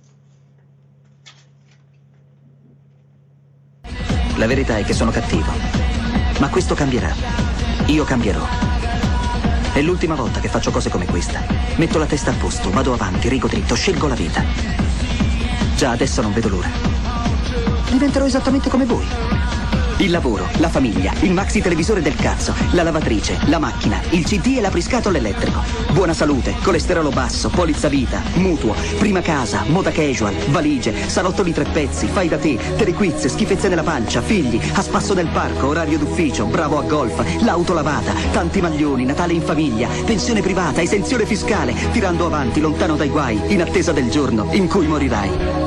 La verità è che sono cattivo, ma questo cambierà. Io cambierò. È l'ultima volta che faccio cose come questa. Metto la testa a posto, vado avanti, rigo dritto, scelgo la vita. Già adesso non vedo l'ora. Diventerò esattamente come voi. Il lavoro, la famiglia, il maxi televisore del cazzo, la lavatrice, la macchina, il C D e l'apriscatole elettrico. Buona salute, colesterolo basso, polizza vita, mutuo, prima casa, moda casual, valigie, salottoli tre pezzi, fai da te, telequiz, schifezze nella pancia, figli, a spasso nel parco, orario d'ufficio, bravo a golf, l'auto lavata, tanti maglioni, Natale in famiglia, pensione privata, esenzione fiscale, tirando avanti, lontano dai guai, in attesa del giorno in cui morirai.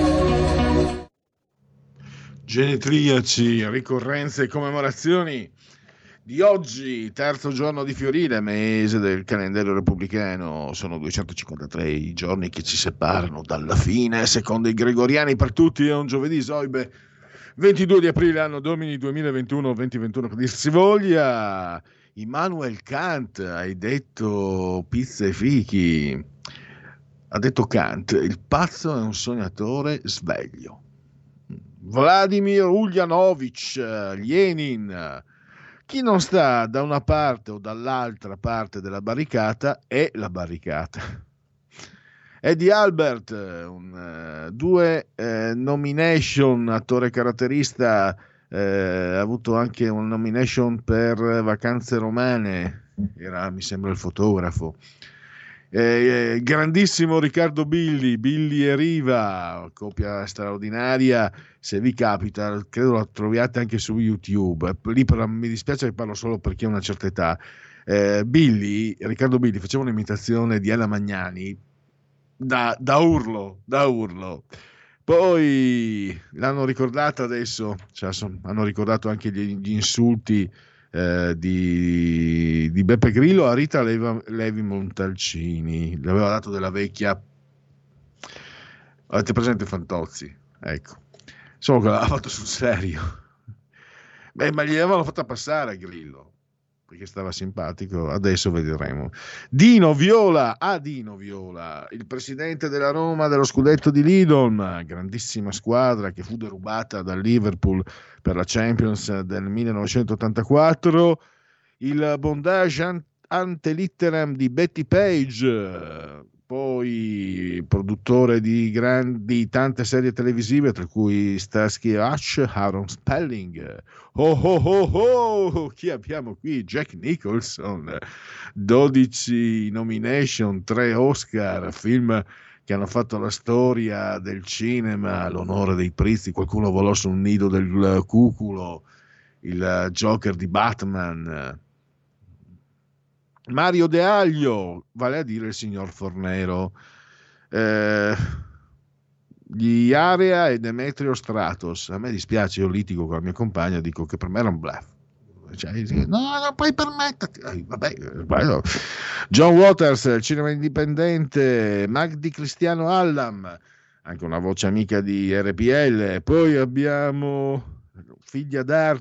Genetriaci, ricorrenze e commemorazioni di oggi, terzo giorno di Fiorile, mese del calendario repubblicano. Sono duecentocinquantatré i giorni che ci separano dalla fine, secondo i gregoriani. Per tutti è un giovedì, Soibe, ventidue di aprile, anno domini duemilaventuno, duemilaventuno, che dir si voglia. Immanuel Kant, hai detto pizza e fichi. Ha detto Kant, il pazzo è un sognatore sveglio. Vladimir Ulyanovich Lenin, chi non sta da una parte o dall'altra parte della barricata è la barricata. Eddie Albert, un, uh, due uh, nomination, attore caratterista, uh, ha avuto anche un nomination per Vacanze Romane, era mi sembra il fotografo. Eh, grandissimo Riccardo Billi, Billi e Riva, coppia straordinaria. Se vi capita, credo la troviate anche su YouTube. Lì però mi dispiace che parlo solo per chi ha una certa età. Eh, Billi, Riccardo Billi faceva un'imitazione di Ella Magnani da, da urlo, da urlo. Poi l'hanno ricordata adesso, cioè, son, hanno ricordato anche gli, gli insulti eh, di, di Beppe Grillo a Rita Levi, Levi Montalcini. Le aveva dato della vecchia. Avete presente Fantozzi? Ecco, solo che l'ha fatto sul serio. Beh, ma gli avevano fatta passare a Grillo perché stava simpatico. Adesso vedremo. Dino Viola, ah Dino Viola, il presidente della Roma dello scudetto di Lidl, grandissima squadra che fu derubata dal Liverpool per la Champions del millenovecentottantaquattro, il bondage ante litteram di Betty Page, poi produttore di, grandi, tante serie televisive, tra cui Starsky e Hutch, Aaron Spelling. Oh oh oh oh, chi abbiamo qui? Jack Nicholson, dodici nomination, tre Oscar, film che hanno fatto la storia del cinema, l'onore dei Prizzi, qualcuno volò su un nido del cuculo, il Joker di Batman, Mario De Aglio, vale a dire il signor Fornero, eh, gli Area e Demetrio Stratos. A me dispiace, io litigo con la mia compagna, dico che per me era un bluff. Cioè, no, non puoi permetterti. Eh, vabbè, vabbè. John Waters, il cinema indipendente, Magdi Cristiano Allam, anche una voce amica di R P L. Poi abbiamo figlia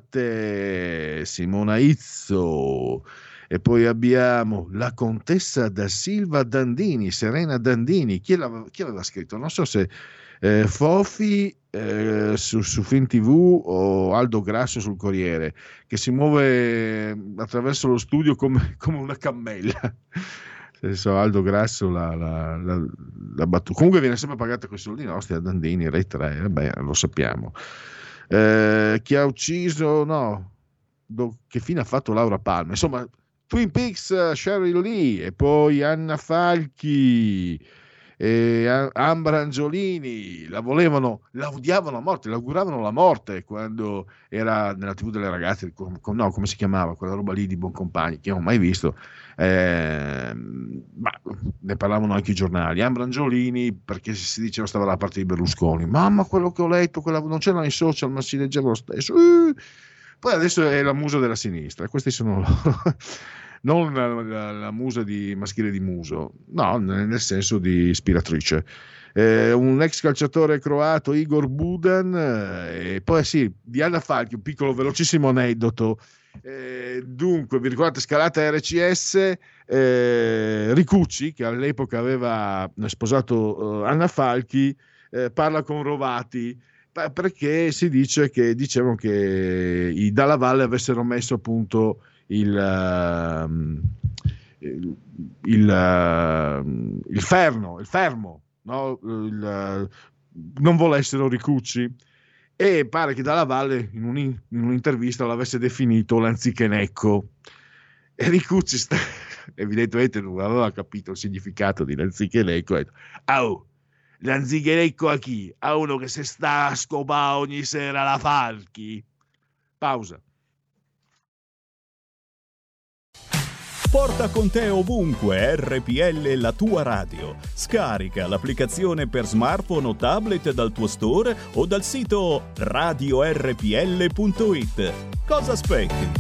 d'arte Simona Izzo. E poi abbiamo la contessa da Silva Dandini, Serena Dandini. Chi, chi aveva scritto? Non so se eh, Fofi eh, su, su FinTV o Aldo Grasso sul Corriere, che si muove attraverso lo studio come, come una cammella. So, Aldo Grasso la, la, la, la battuta. Comunque viene sempre pagata con i soldi nostri a Dandini, Rai tre, vabbè, lo sappiamo. Eh, chi ha ucciso? No. Do, che fine ha fatto Laura Palmer? Insomma, Twin Peaks, Sheryl Lee, e poi Anna Falchi, e Ambra Angiolini, la volevano, la odiavano a morte, le auguravano la morte quando era nella tivù delle ragazze, no, come si chiamava, quella roba lì di Boncompagni, che non ho mai visto, eh, ma ne parlavano anche i giornali. Ambra Angiolini, perché si diceva stava dalla parte di Berlusconi, mamma quello che ho letto, quella, non c'erano i social ma si leggeva lo stesso. Uh, Poi adesso è la musa della sinistra, questi sono loro. Non la, la, la musa di maschile di muso, no, nel senso di ispiratrice. Eh, un ex calciatore croato, Igor Budan, eh, e poi sì, di Anna Falchi, un piccolo velocissimo aneddoto. Eh, dunque, vi ricordate Scalata R C S, eh, Ricucci, che all'epoca aveva sposato eh, Anna Falchi, eh, parla con Rovati, perché si dice che dicevano che i Dalla Valle avessero messo appunto il, uh, il, il, uh, il ferno, il fermo, no? il, uh, non volessero Ricucci, e pare che Dalla Valle in, un, in un'intervista l'avesse definito l'anzichenecco, e Ricucci sta, evidentemente non aveva capito il significato di l'anzichenecco, ha detto oh, l'anzichenecco a chi? A uno che se sta a scopare ogni sera la Falchi. Pausa. Porta con te ovunque R P L, la tua radio. Scarica l'applicazione per smartphone o tablet dal tuo store o dal sito radio R P L punto it. Cosa aspetti?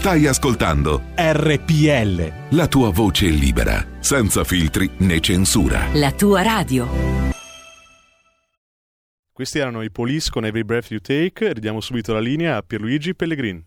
Stai ascoltando R P L, la tua voce libera, senza filtri né censura. La tua radio. Questi erano i Police con Every Breath You Take. Ridiamo subito la linea a Pierluigi Pellegrin.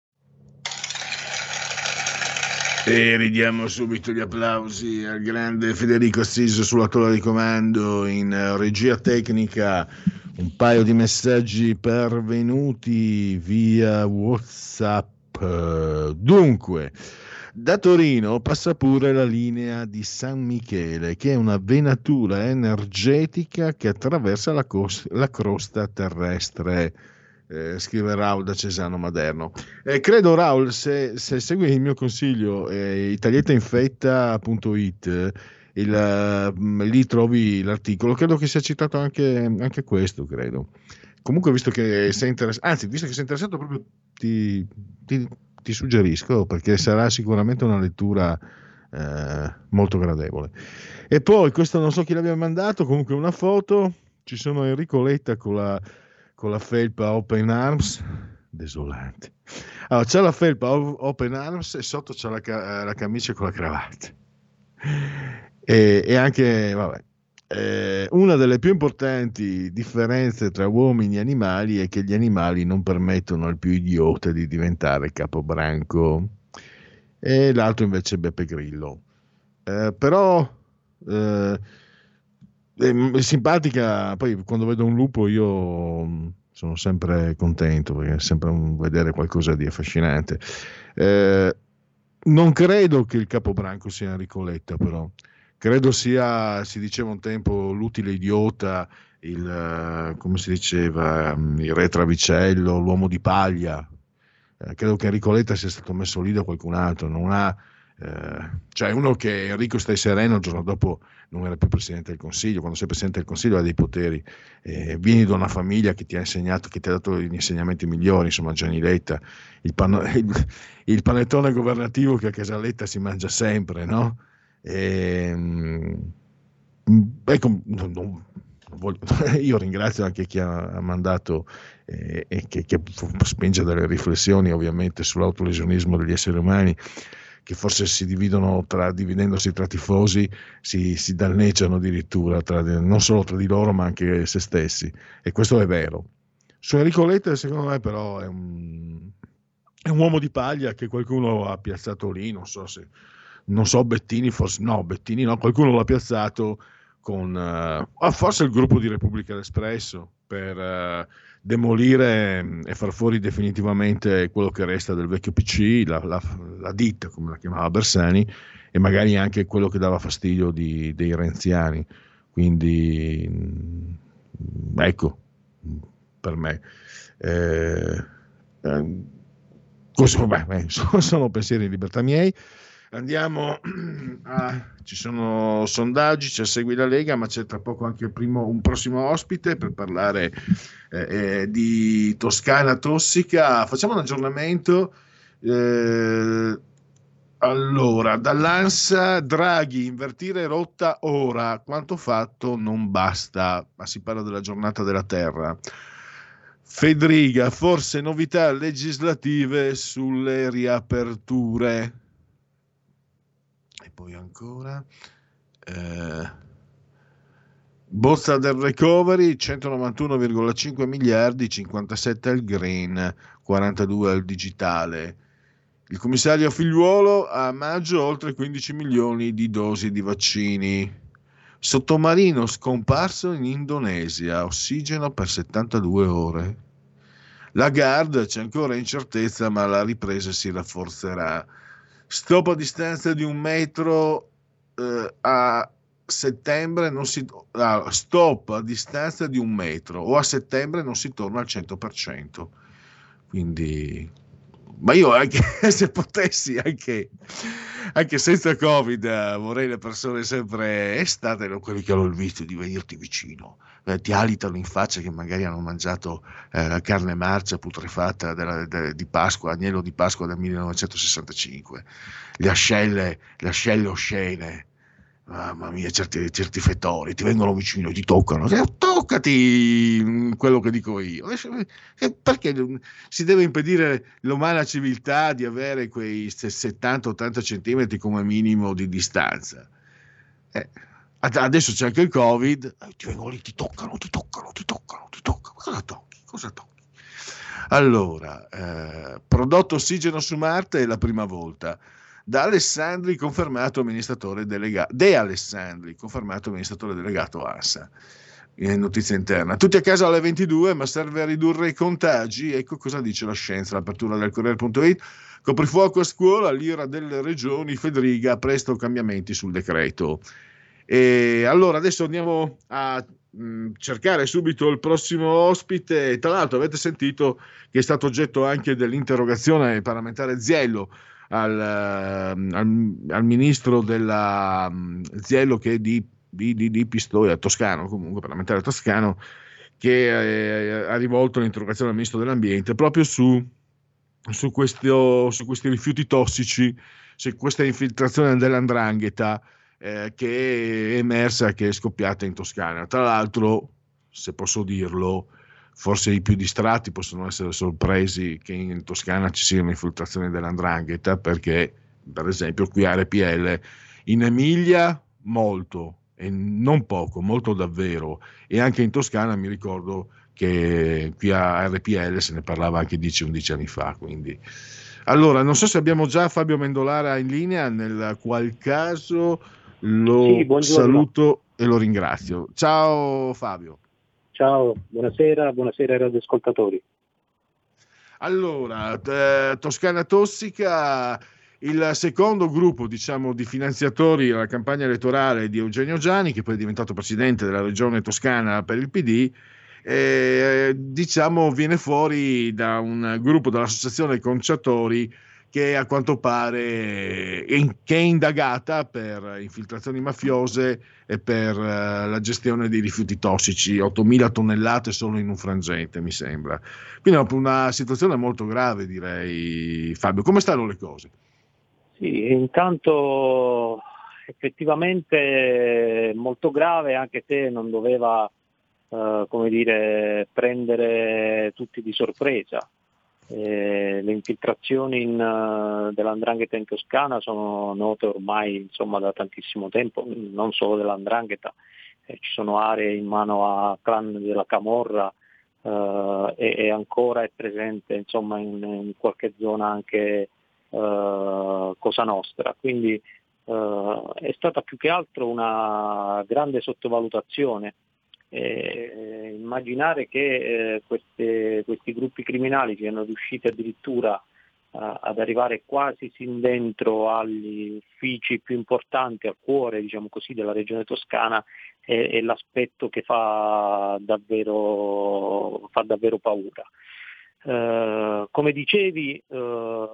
E ridiamo subito gli applausi al grande Federico Assiso sulla tolla di comando, in regia tecnica. Un paio di messaggi pervenuti via WhatsApp. Dunque, da Torino passa pure la linea di San Michele, che è una venatura energetica che attraversa la, cos- la crosta terrestre. Eh, scrive Raul da Cesano Maderno. Eh, credo, Raul, se, se segui il mio consiglio, eh, italietainfetta punto it, il, uh, lì trovi l'articolo. Credo che sia citato anche, anche questo, credo. Comunque, visto che sei interessato, anzi, visto che sei interessato, proprio ti, ti, ti suggerisco, perché sarà sicuramente una lettura eh, molto gradevole. E poi, questo non so chi l'abbia mandato, comunque una foto, ci sono Enrico Letta con la con la felpa Open Arms, desolante. Allora, c'è la felpa Open Arms e sotto c'è la, la camicia con la cravatta. E, e anche, vabbè, eh, una delle più importanti differenze tra uomini e animali è che gli animali non permettono al più idiota di diventare capobranco, e l'altro invece è Beppe Grillo. Eh, però... Eh, è simpatica, poi quando vedo un lupo io sono sempre contento, perché è sempre un, vedere qualcosa di affascinante. Eh, non credo che il capobranco sia Enrico Letta, però credo sia, si diceva un tempo, l'utile idiota, il, come si diceva, il re Travicello, l'uomo di paglia. Eh, credo che Enrico Letta sia stato messo lì da qualcun altro, non ha eh, cioè uno che Enrico stai sereno, il giorno dopo non era più Presidente del Consiglio. Quando sei Presidente del Consiglio hai dei poteri, eh, vieni da una famiglia che ti ha insegnato, che ti ha dato gli insegnamenti migliori, insomma Gianni Letta, il, pan- il, il panettone governativo che a casa Letta si mangia sempre, no? E, ecco, non, non voglio, io ringrazio anche chi ha mandato eh, e che, che spinge delle riflessioni ovviamente sull'autolesionismo degli esseri umani, che forse si dividono tra, dividendosi tra tifosi, si, si danneggiano addirittura, tra, non solo tra di loro ma anche se stessi, e questo è vero. Su Enrico Letta secondo me però è un, è un uomo di paglia che qualcuno ha piazzato lì, non so se, non so Bettini, forse no, Bettini no, qualcuno l'ha piazzato con, uh, forse il gruppo di Repubblica l'Espresso, per uh, demolire e far fuori definitivamente quello che resta del vecchio P C, la, la, la ditta come la chiamava Bersani, e magari anche quello che dava fastidio di, dei renziani. Quindi ecco, per me eh, eh, questo, beh, sono, sono pensieri di libertà miei. Andiamo a, ci sono sondaggi, c'è Segui la Lega, ma c'è tra poco anche il primo, un prossimo ospite per parlare eh, di Toscana tossica. Facciamo un aggiornamento. Eh, allora, dall'ANSA, Draghi, invertire rotta ora, quanto fatto non basta, ma si parla della giornata della Terra. Fedriga, forse novità legislative sulle riaperture. E poi ancora eh, bozza del recovery, centonovantuno virgola cinque miliardi, cinquantasette al green, quarantadue al digitale. Il commissario Figliuolo, a maggio oltre quindici milioni di dosi di vaccini. Sottomarino scomparso in Indonesia, ossigeno per settantadue ore. Lagarde, c'è ancora incertezza ma la ripresa si rafforzerà. Stop a distanza di un metro eh, a settembre non si ah, stop a distanza di un metro o a settembre non si torna al cento per cento. Quindi, ma io anche se potessi anche, anche senza Covid vorrei le persone sempre estate, quelli che hanno il vizio di venirti vicino, eh, ti alitano in faccia che magari hanno mangiato eh, carne marcia putrefatta della, de, di Pasqua, agnello di Pasqua del millenovecentosessantacinque, le ascelle, le ascelle oscene, mamma mia, certi, certi fettori ti vengono vicino, ti toccano, toccati quello che dico io. Perché si deve impedire l'umana civiltà di avere quei settanta ottanta centimetri come minimo di distanza? Eh, adesso c'è anche il Covid, ti vengono lì, ti toccano, ti toccano, ti toccano, ti toccano. Cosa tocchi? Cosa tocchi? Allora, eh, prodotto ossigeno su Marte è la prima volta. Da Alessandri confermato amministratore delegato, De Alessandri confermato amministratore delegato ANSA. In notizia interna. Tutti a casa alle ventidue, ma serve a ridurre i contagi. Ecco cosa dice la scienza. L'apertura del Corriere punto it. Coprifuoco a scuola, l'ira delle regioni, Fedriga, presto cambiamenti sul decreto. E allora adesso andiamo a mh, cercare subito il prossimo ospite. Tra l'altro avete sentito che è stato oggetto anche dell'interrogazione parlamentare Ziello al, al, al ministro della Ziello, che è di, di, di, di Pistoia, toscano, comunque parlamentare toscano, che eh, ha rivolto l'interrogazione al ministro dell'ambiente proprio su, su, questo, su questi rifiuti tossici, su questa infiltrazione dell'andrangheta eh, che è emersa, che è scoppiata in Toscana. Tra l'altro, se posso dirlo, forse i più distratti possono essere sorpresi che in Toscana ci sia un'infiltrazione dell'andrangheta, perché per esempio qui a R P L, in Emilia molto, e non poco, molto davvero, e anche in Toscana mi ricordo che qui a R P L se ne parlava anche dieci undici anni fa. Quindi allora non so se abbiamo già Fabio Mendolara in linea, nel qual caso lo sì, saluto e lo ringrazio. Ciao Fabio. Ciao, buonasera, buonasera ai radioascoltatori. Allora, eh, Toscana Tossica, il secondo gruppo, diciamo, di finanziatori alla campagna elettorale di Eugenio Giani, che poi è diventato presidente della regione toscana per il P D, eh, diciamo viene fuori da un gruppo dell'associazione Conciatori che a quanto pare è, in, che è indagata per infiltrazioni mafiose e per uh, la gestione dei rifiuti tossici, ottomila tonnellate solo in un frangente, mi sembra. Quindi è una situazione molto grave, direi. Fabio, come stanno le cose? Sì, intanto effettivamente molto grave, anche se non doveva uh, come dire, prendere tutti di sorpresa. Eh, le infiltrazioni in, uh, dell'andrangheta in Toscana sono note ormai, insomma, da tantissimo tempo, non solo dell'andrangheta, eh, ci sono aree in mano a clan della Camorra uh, e, e ancora è presente, insomma, in, in qualche zona anche uh, Cosa Nostra, quindi uh, è stata più che altro una grande sottovalutazione. Eh, immaginare che eh, queste, questi gruppi criminali siano riusciti addirittura uh, ad arrivare quasi sin dentro agli uffici più importanti, al cuore, diciamo così, della regione toscana, è, è l'aspetto che fa davvero, fa davvero paura. Uh, come dicevi, uh,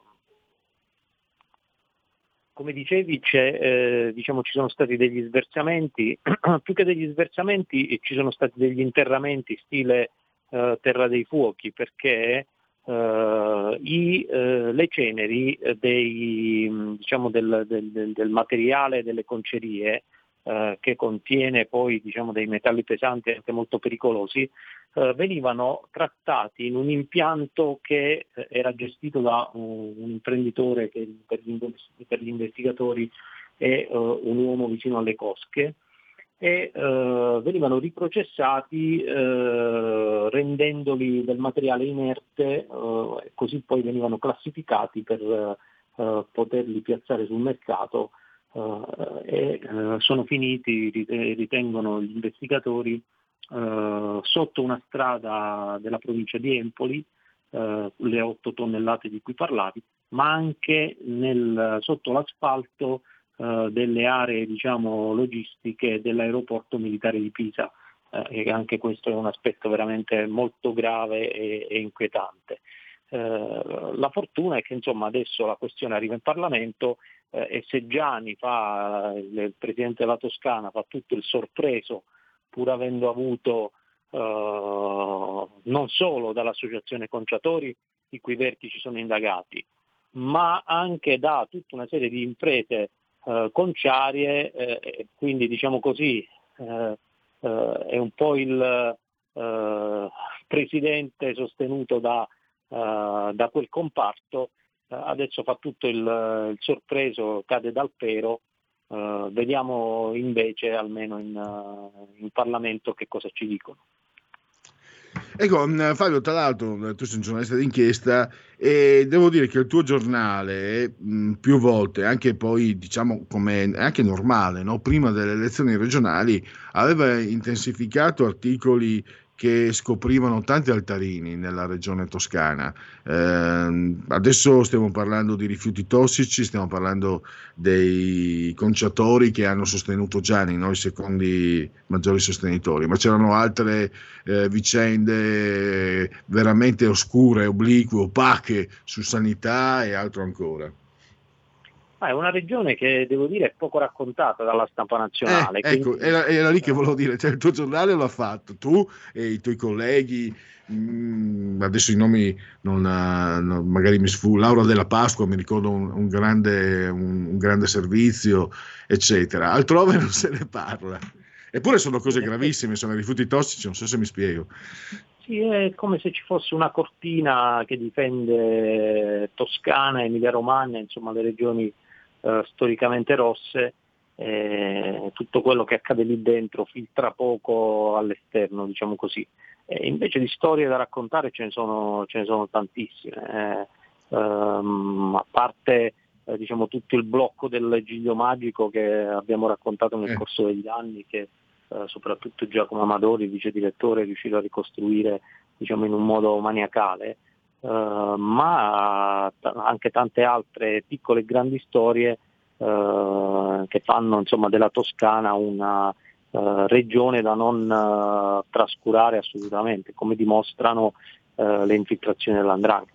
Come dicevi, c'è, eh, diciamo, ci sono stati degli sversamenti, più che degli sversamenti ci sono stati degli interramenti stile eh, Terra dei Fuochi, perché eh, i, eh, le ceneri dei, diciamo, del, del, del materiale delle concerie, eh, che contiene poi, diciamo, dei metalli pesanti anche molto pericolosi, eh, venivano trattati in un impianto che eh, era gestito da un, un imprenditore che per gli, per gli investigatori è uh, un uomo vicino alle cosche, e uh, venivano riprocessati uh, rendendoli del materiale inerte, uh, e così poi venivano classificati per uh, poterli piazzare sul mercato. Uh, e uh, sono finiti, ritengono gli investigatori, uh, sotto una strada della provincia di Empoli, uh, le otto tonnellate di cui parlavi, ma anche nel, sotto l'asfalto uh, delle aree, diciamo, logistiche dell'aeroporto militare di Pisa, uh, e anche questo è un aspetto veramente molto grave e, e inquietante. Uh, la fortuna è che, insomma, adesso la questione arriva in Parlamento, eh, e se Giani fa, il, il presidente della Toscana fa tutto il sorpreso, pur avendo avuto uh, non solo dall'associazione Conciatori, i cui vertici sono indagati, ma anche da tutta una serie di imprese uh, eh, conciarie, eh, quindi diciamo così eh, eh, è un po' il eh, presidente sostenuto da, eh, da quel comparto, eh, adesso fa tutto il, il sorpreso, cade dal pero. Uh, vediamo invece almeno in, uh, in Parlamento che cosa ci dicono. Ecco, Fabio, tra l'altro tu sei un giornalista d'inchiesta e devo dire che il tuo giornale mh, più volte, anche poi diciamo come anche normale, no? Prima delle elezioni regionali, aveva intensificato articoli che scoprivano tanti altarini nella regione toscana. Eh, adesso stiamo parlando di rifiuti tossici, stiamo parlando dei conciatori che hanno sostenuto Gianni, no? I secondi maggiori sostenitori, ma c'erano altre eh, vicende veramente oscure, oblique, opache su sanità e altro ancora. Ah, è una regione che devo dire è poco raccontata dalla stampa nazionale. Eh, ecco, quindi... era, era lì che volevo dire, cioè il tuo giornale l'ha fatto, tu e i tuoi colleghi, mh, adesso i nomi non, non, magari mi sfuggo, Laura della Pasqua, mi ricordo un, un, grande, un, un grande servizio, eccetera. Altrove non se ne parla. Eppure sono cose gravissime, sono rifiuti tossici, non so se mi spiego. Sì, è come se ci fosse una cortina che difende Toscana, Emilia Romagna, insomma le regioni Uh, storicamente rosse, eh, tutto quello che accade lì dentro filtra poco all'esterno, diciamo così. E invece di storie da raccontare ce ne sono, ce ne sono tantissime, eh, um, a parte eh, diciamo tutto il blocco del Giglio Magico che abbiamo raccontato nel corso degli anni, che eh, soprattutto Giacomo Amadori, vice direttore, è riuscito a ricostruire diciamo in un modo maniacale. Uh, ma t- anche tante altre piccole e grandi storie uh, che fanno insomma della Toscana una uh, regione da non uh, trascurare assolutamente, come dimostrano uh, le infiltrazioni dell'Andrangheta.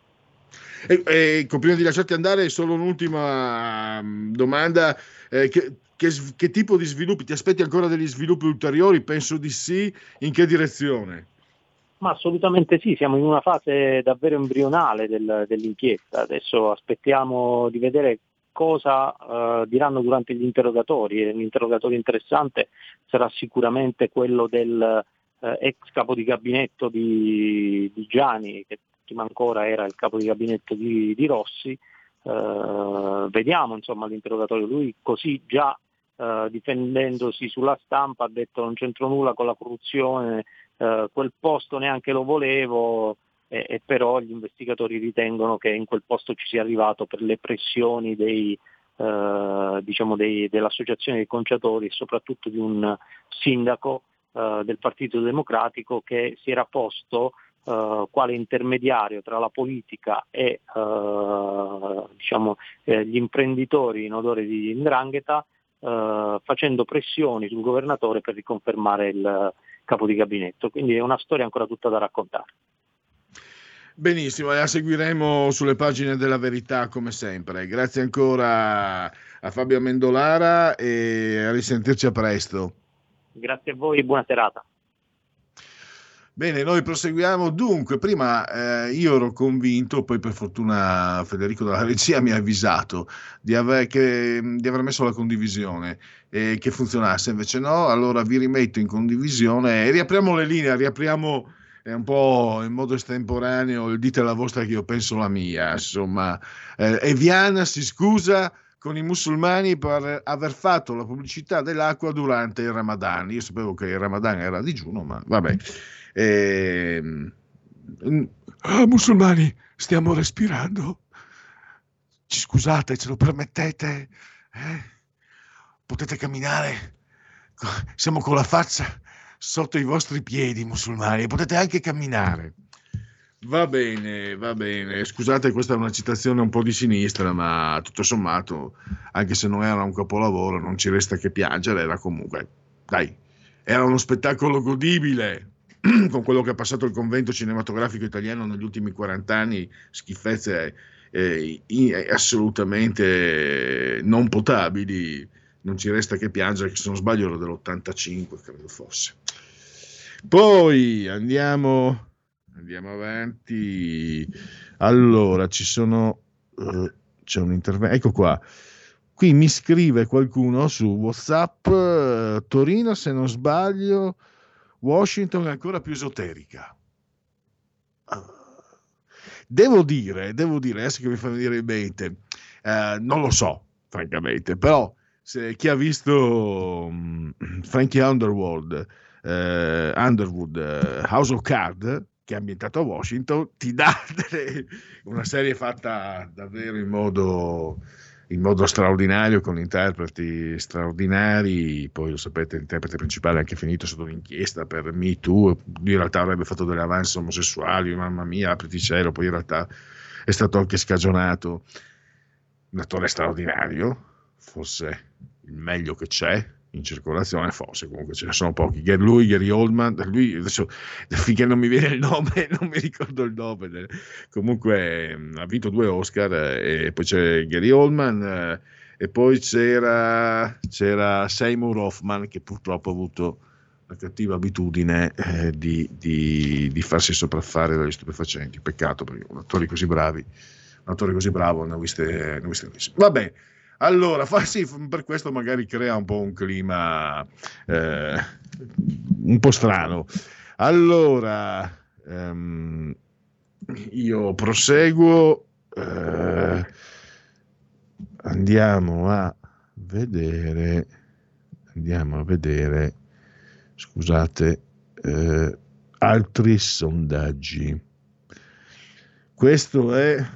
E, e, prima di lasciarti andare, solo un'ultima domanda, eh, che, che, che tipo di sviluppi, ti aspetti ancora degli sviluppi ulteriori? Penso di sì, in che direzione? Ma assolutamente sì, siamo in una fase davvero embrionale del, dell'inchiesta, adesso aspettiamo di vedere cosa uh, diranno durante gli interrogatori. L'interrogatorio interessante sarà sicuramente quello del uh, ex capo di gabinetto di, di Gianni, che prima ancora era il capo di gabinetto di, di Rossi. Uh, vediamo insomma l'interrogatorio, lui così già uh, difendendosi sulla stampa ha detto non c'entro nulla con la corruzione, Uh, quel posto neanche lo volevo, e, e però gli investigatori ritengono che in quel posto ci sia arrivato per le pressioni dei, uh, diciamo dei, dell'associazione dei conciatori e soprattutto di un sindaco uh, del Partito Democratico che si era posto uh, quale intermediario tra la politica e uh, diciamo, eh, gli imprenditori in odore di 'ndrangheta, uh, facendo pressioni sul governatore per riconfermare il capo di gabinetto, quindi è una storia ancora tutta da raccontare. Benissimo, la seguiremo sulle pagine della Verità come sempre. Grazie ancora a Fabio Amendolara e a risentirci a presto. Grazie a voi, buona serata. Bene, noi proseguiamo. Dunque, prima eh, io ero convinto, poi per fortuna Federico della regia mi ha avvisato di aver, che, di aver messo la condivisione e che funzionasse, invece no, allora vi rimetto in condivisione e riapriamo le linee, riapriamo eh, un po' in modo estemporaneo il dite la vostra che io penso la mia, insomma. Eh, Eviana si scusa con i musulmani per aver fatto la pubblicità dell'acqua durante il Ramadan. Io sapevo che il Ramadan era a digiuno, ma vabbè. Eh, oh, musulmani, stiamo respirando, ci scusate, ce lo permettete? Eh? Potete camminare, siamo con la faccia sotto i vostri piedi, musulmani, potete anche camminare. Va bene, va bene, scusate, questa è una citazione un po' di sinistra, ma tutto sommato, anche se non era un capolavoro, non ci resta che piangere, era comunque, dai, era uno spettacolo godibile. Con quello che ha passato il convento cinematografico italiano negli ultimi quaranta anni, schifezze eh, in, assolutamente non potabili, non ci resta che piangere, che se non sbaglio era dell'ottantacinque, credo fosse. Poi andiamo, andiamo avanti. Allora, ci sono, uh, c'è un intervento, ecco qua. Qui mi scrive qualcuno su WhatsApp, eh, Torino, se non sbaglio, Washington è ancora più esoterica. Devo dire, devo dire, adesso che mi fa venire in mente, eh, non lo so, francamente, però se chi ha visto um, Frankie Underwood, eh, Underwood uh, House of Cards, che è ambientato a Washington, ti dà delle, una serie fatta davvero in modo, in modo straordinario, con interpreti straordinari. Poi lo sapete, l'interprete principale è anche finito sotto l'inchiesta per Me Too, lui in realtà avrebbe fatto delle avance omosessuali, mamma mia, apriti cielo, poi in realtà è stato anche scagionato. Un attore straordinario, forse il meglio che c'è in circolazione, forse, comunque ce ne sono pochi. Lui, Gary Oldman, lui adesso finché non mi viene il nome, non mi ricordo il nome, comunque ha vinto due Oscar, e poi c'è Gary Oldman, e poi c'era, c'era Seymour Hoffman, che purtroppo ha avuto la cattiva abitudine eh, di, di, di farsi sopraffare dagli stupefacenti. Peccato, perché un attore così bravi, un attore così bravo, ne ho viste, ne ho viste vabbè. Allora, fa, sì, per questo magari crea un po' un clima eh, un po' strano. Allora, ehm, io proseguo, eh, andiamo a vedere, andiamo a vedere, scusate, eh, altri sondaggi. Questo è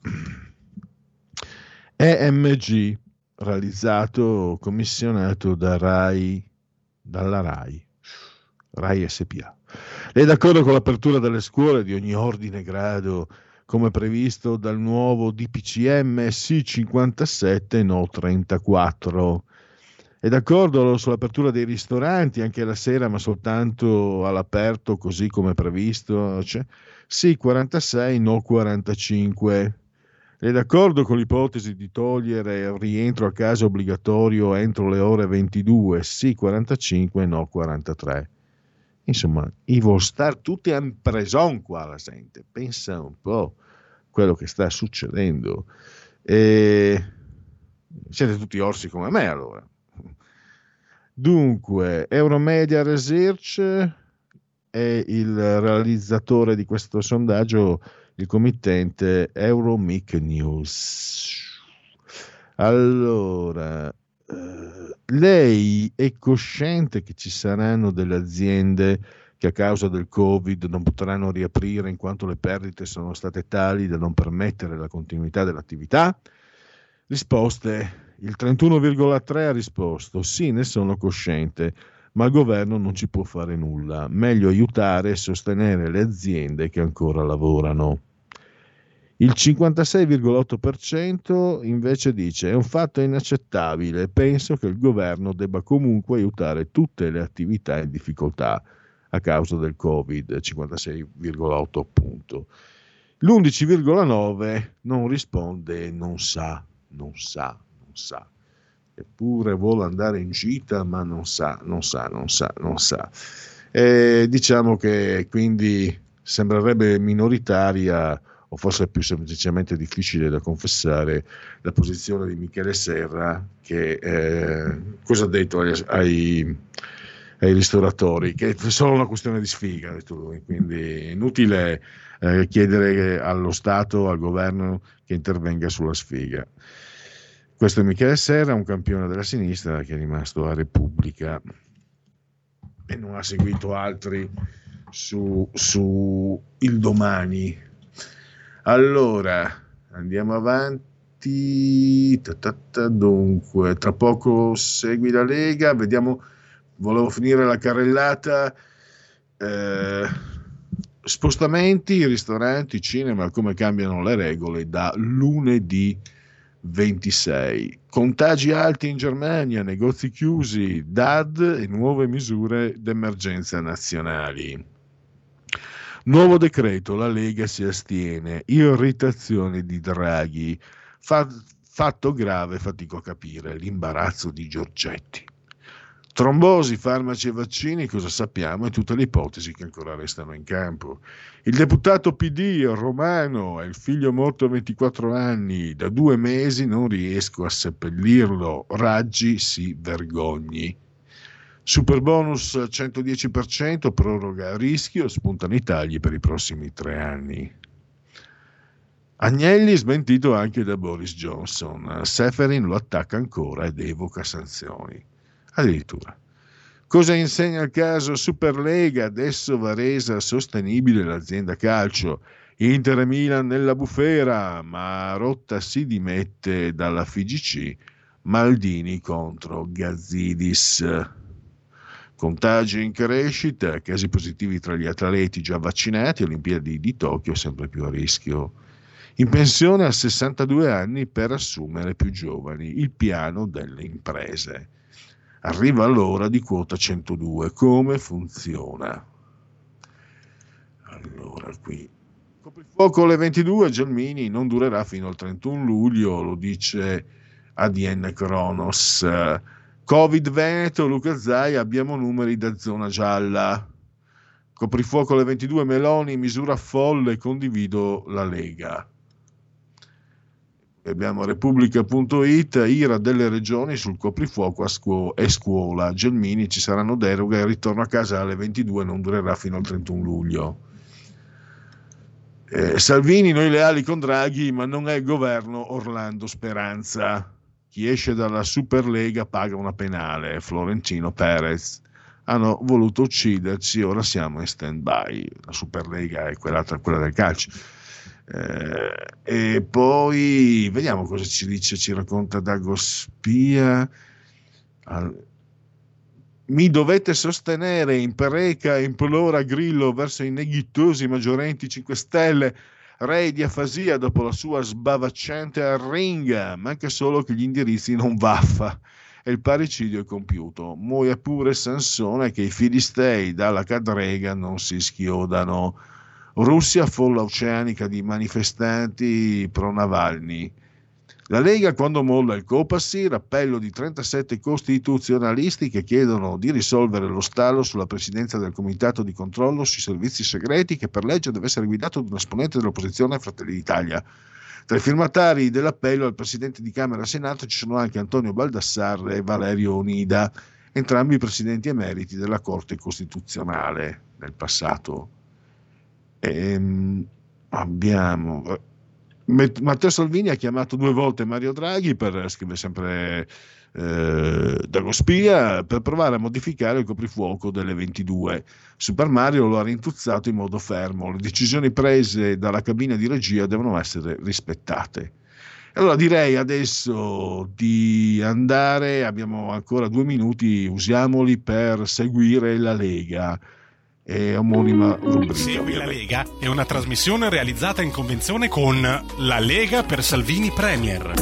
E M G, realizzato, commissionato da Rai, dalla Rai, Rai S P A. Lei è d'accordo con l'apertura delle scuole di ogni ordine e grado, come previsto dal nuovo D P C M? Sì cinquantasette, no trentaquattro. È d'accordo sull'apertura dei ristoranti anche la sera, ma soltanto all'aperto, così come previsto? Cioè, sì quarantasei, no quarantacinque. È d'accordo con l'ipotesi di togliere il rientro a casa obbligatorio entro le ore ventidue? Sì quarantacinque, no quarantatré. Insomma, i vuol star tutti en preson qua la gente. Pensa un po' quello che sta succedendo. E siete tutti orsi come me, allora. Dunque, Euromedia Research è il realizzatore di questo sondaggio, il committente Euromic News. Allora, eh, lei è cosciente che ci saranno delle aziende che a causa del Covid non potranno riaprire in quanto le perdite sono state tali da non permettere la continuità dell'attività? Risposte: il trentuno virgola tre ha risposto sì, ne sono cosciente, ma il governo non ci può fare nulla, meglio aiutare e sostenere le aziende che ancora lavorano. Il cinquantasei virgola otto per cento invece dice è un fatto inaccettabile, penso che il governo debba comunque aiutare tutte le attività in difficoltà a causa del Covid, cinquantasei virgola otto appunto. L'undici virgola nove non risponde, non sa, non sa, non sa. Eppure vuole andare in gita, ma non sa, non sa, non sa, non sa. E diciamo che quindi sembrerebbe minoritaria, o forse più semplicemente difficile da confessare, la posizione di Michele Serra, che eh, cosa ha detto ai, ai, ai ristoratori? Che è solo una questione di sfiga, ha detto lui, quindi è inutile eh, chiedere allo Stato, al governo, che intervenga sulla sfiga. Questo è Michele Serra, un campione della sinistra che è rimasto a Repubblica e non ha seguito altri su, su Il Domani. Allora, andiamo avanti. Dunque, tra poco segui la Lega. Vediamo, volevo finire la carrellata. Eh, spostamenti, ristoranti, cinema, come cambiano le regole da lunedì ventisei. Contagi alti in Germania, negozi chiusi, D A D e nuove misure d'emergenza nazionali. Nuovo decreto, la Lega si astiene, irritazione di Draghi, Fa, fatto grave, fatico a capire, l'imbarazzo di Giorgetti. Trombosi, farmaci e vaccini, cosa sappiamo? E tutte le ipotesi che ancora restano in campo. Il deputato P D Romano è il figlio morto a ventiquattro anni, da due mesi non riesco a seppellirlo, Raggi si vergogni. Super bonus centodieci per cento, proroga a rischio, spuntano i tagli per i prossimi tre anni. Agnelli smentito anche da Boris Johnson, Seferin lo attacca ancora ed evoca sanzioni. Addirittura. Cosa insegna il caso Superlega? Adesso va resa sostenibile l'azienda calcio. Inter e Milan nella bufera, ma Rotta si dimette dalla F I G C. Maldini contro Gazzidis. Contagi in crescita, casi positivi tra gli atleti già vaccinati, Olimpiadi di Tokyo sempre più a rischio. In pensione a sessantadue anni per assumere più giovani, il piano delle imprese. Arriva l'ora di quota centodue. Come funziona? Allora, qui. Coprifuoco alle ventidue, Gelmini non durerà fino al trentuno luglio, lo dice A D N Cronos. Covid Veneto, Luca Zai, abbiamo numeri da zona gialla. Coprifuoco alle ventidue, Meloni, misura folle, condivido la Lega. Abbiamo Repubblica punto it, ira delle regioni sul coprifuoco a scuo- e scuola. Gelmini, ci saranno deroghe, il ritorno a casa alle ventidue non durerà fino al trentuno luglio. Eh, Salvini, noi leali con Draghi, ma non è il governo Orlando Speranza. Chi esce dalla Superlega paga una penale. Florentino Perez. Hanno voluto ucciderci, ora siamo in stand-by. La Superlega è quella, quella del calcio. Eh, e poi vediamo cosa ci dice, ci racconta Dago Spia. Al... Mi dovete sostenere, impreca e implora Grillo verso i neghittosi maggiorenti cinque Stelle, re di afasia dopo la sua sbavacciante arringa, manca solo che gli indirizzi non vaffa e il parricidio è compiuto. Muoia pure Sansone che i filistei dalla cadrega non si schiodano. Russia, folla oceanica di manifestanti pro Navalny. La Lega quando molla il Copasir, appello di trentasette costituzionalisti che chiedono di risolvere lo stallo sulla presidenza del Comitato di controllo sui servizi segreti che per legge deve essere guidato da un esponente dell'opposizione Fratelli d'Italia. Tra i firmatari dell'appello al Presidente di Camera e Senato ci sono anche Antonio Baldassarre e Valerio Onida, entrambi presidenti emeriti della Corte Costituzionale nel passato. Ehm, abbiamo Matteo Salvini ha chiamato due volte Mario Draghi per scrivere sempre eh, Dago Spia per provare a modificare il coprifuoco delle ventidue. Super Mario lo ha rintuzzato in modo fermo. Le decisioni prese dalla cabina di regia devono essere rispettate. Allora direi adesso di andare, abbiamo ancora due minuti, usiamoli per seguire la Lega. E omonima rubrica. Segui la Lega è una trasmissione realizzata in convenzione con La Lega per Salvini Premier.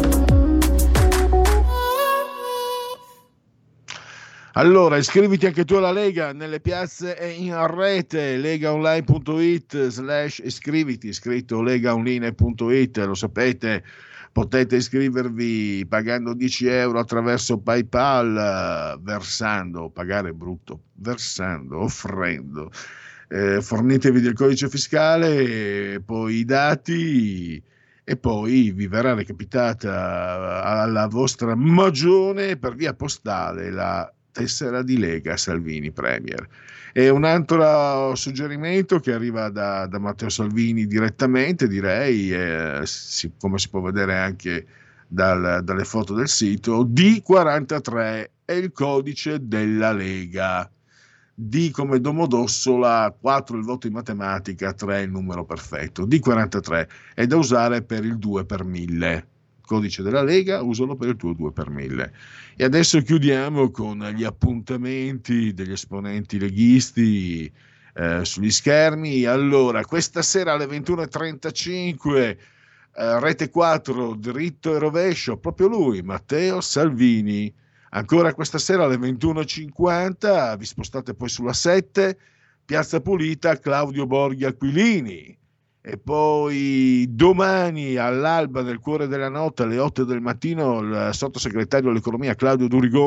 Allora iscriviti anche tu alla Lega nelle piazze e in rete, legaonline punto it slash iscriviti, scritto legaonline punto it, lo sapete. Potete iscrivervi pagando dieci euro attraverso PayPal, versando, pagare brutto, versando, offrendo. Eh, fornitevi del codice fiscale, poi i dati e poi vi verrà recapitata alla vostra magione per via postale la tessera di Lega Salvini Premier. E un altro suggerimento che arriva da, da Matteo Salvini direttamente, direi, eh, si, come si può vedere anche dal, dalle foto del sito, D quarantatré è il codice della Lega. D come Domodossola, quattro il voto in matematica, tre il numero perfetto. D quarantatré è da usare per il due per mille. Codice della Lega, usalo per il tuo due per mille. E adesso chiudiamo con gli appuntamenti degli esponenti leghisti eh, sugli schermi. Allora, questa sera alle ventuno e trentacinque eh, Rete quattro, dritto e rovescio, proprio lui, Matteo Salvini. Ancora questa sera alle ventuno e cinquanta, vi spostate poi sulla sette, Piazza Pulita, Claudio Borghi Aquilini. E poi domani all'alba nel cuore della notte alle otto del mattino il sottosegretario all'economia Claudio Durigon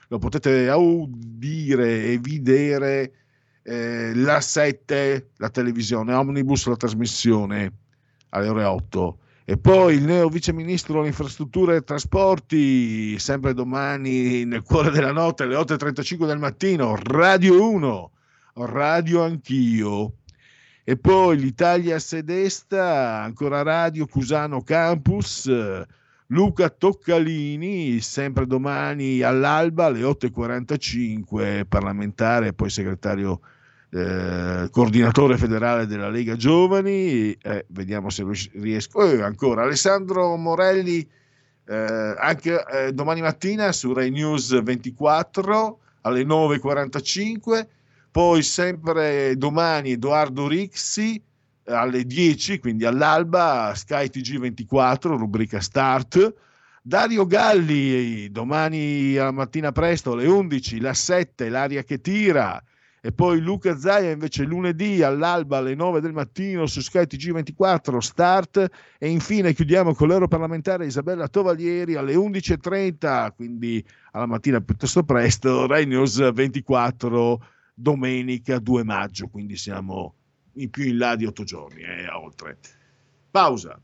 lo potete udire e vedere eh, la sette, la televisione, Omnibus, la trasmissione alle ore otto. E poi il neo viceministro alle infrastrutture e trasporti, sempre domani nel cuore della notte alle otto e trentacinque del mattino, Radio uno, Radio Anch'io. E poi l'Italia sedesta, ancora Radio Cusano Campus, Luca Toccalini, sempre domani all'alba alle otto e quarantacinque, parlamentare e poi segretario Eh, coordinatore federale della Lega Giovani, eh, vediamo se riesco. Eh, ancora Alessandro Morelli, eh, anche eh, domani mattina su Rai News ventiquattro alle nove e quarantacinque, poi sempre domani Edoardo Rixi eh, alle dieci, quindi all'alba, Sky T G ventiquattro, rubrica Start. Dario Galli domani alla mattina presto alle undici, la sette, l'aria che tira. E poi Luca Zaia invece lunedì all'alba alle nove del mattino su Sky T G ventiquattro, Start. E infine chiudiamo con l'europarlamentare Isabella Tovaglieri alle undici e trenta, quindi alla mattina piuttosto presto, Rai News ventiquattro, domenica due maggio, quindi siamo in più in là di otto giorni, eh, oltre. Pausa.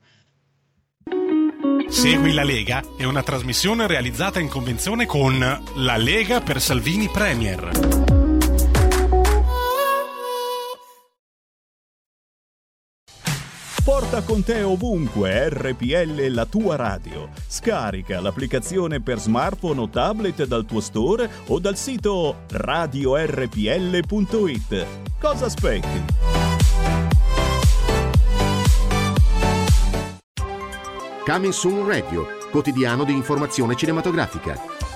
Segui la Lega è una trasmissione realizzata in convenzione con La Lega per Salvini Premier. Porta con te ovunque R P L, la tua radio. Scarica l'applicazione per smartphone o tablet dal tuo store o dal sito radio r p l punto i t. Cosa aspetti? Coming Soon Radio, quotidiano di informazione cinematografica.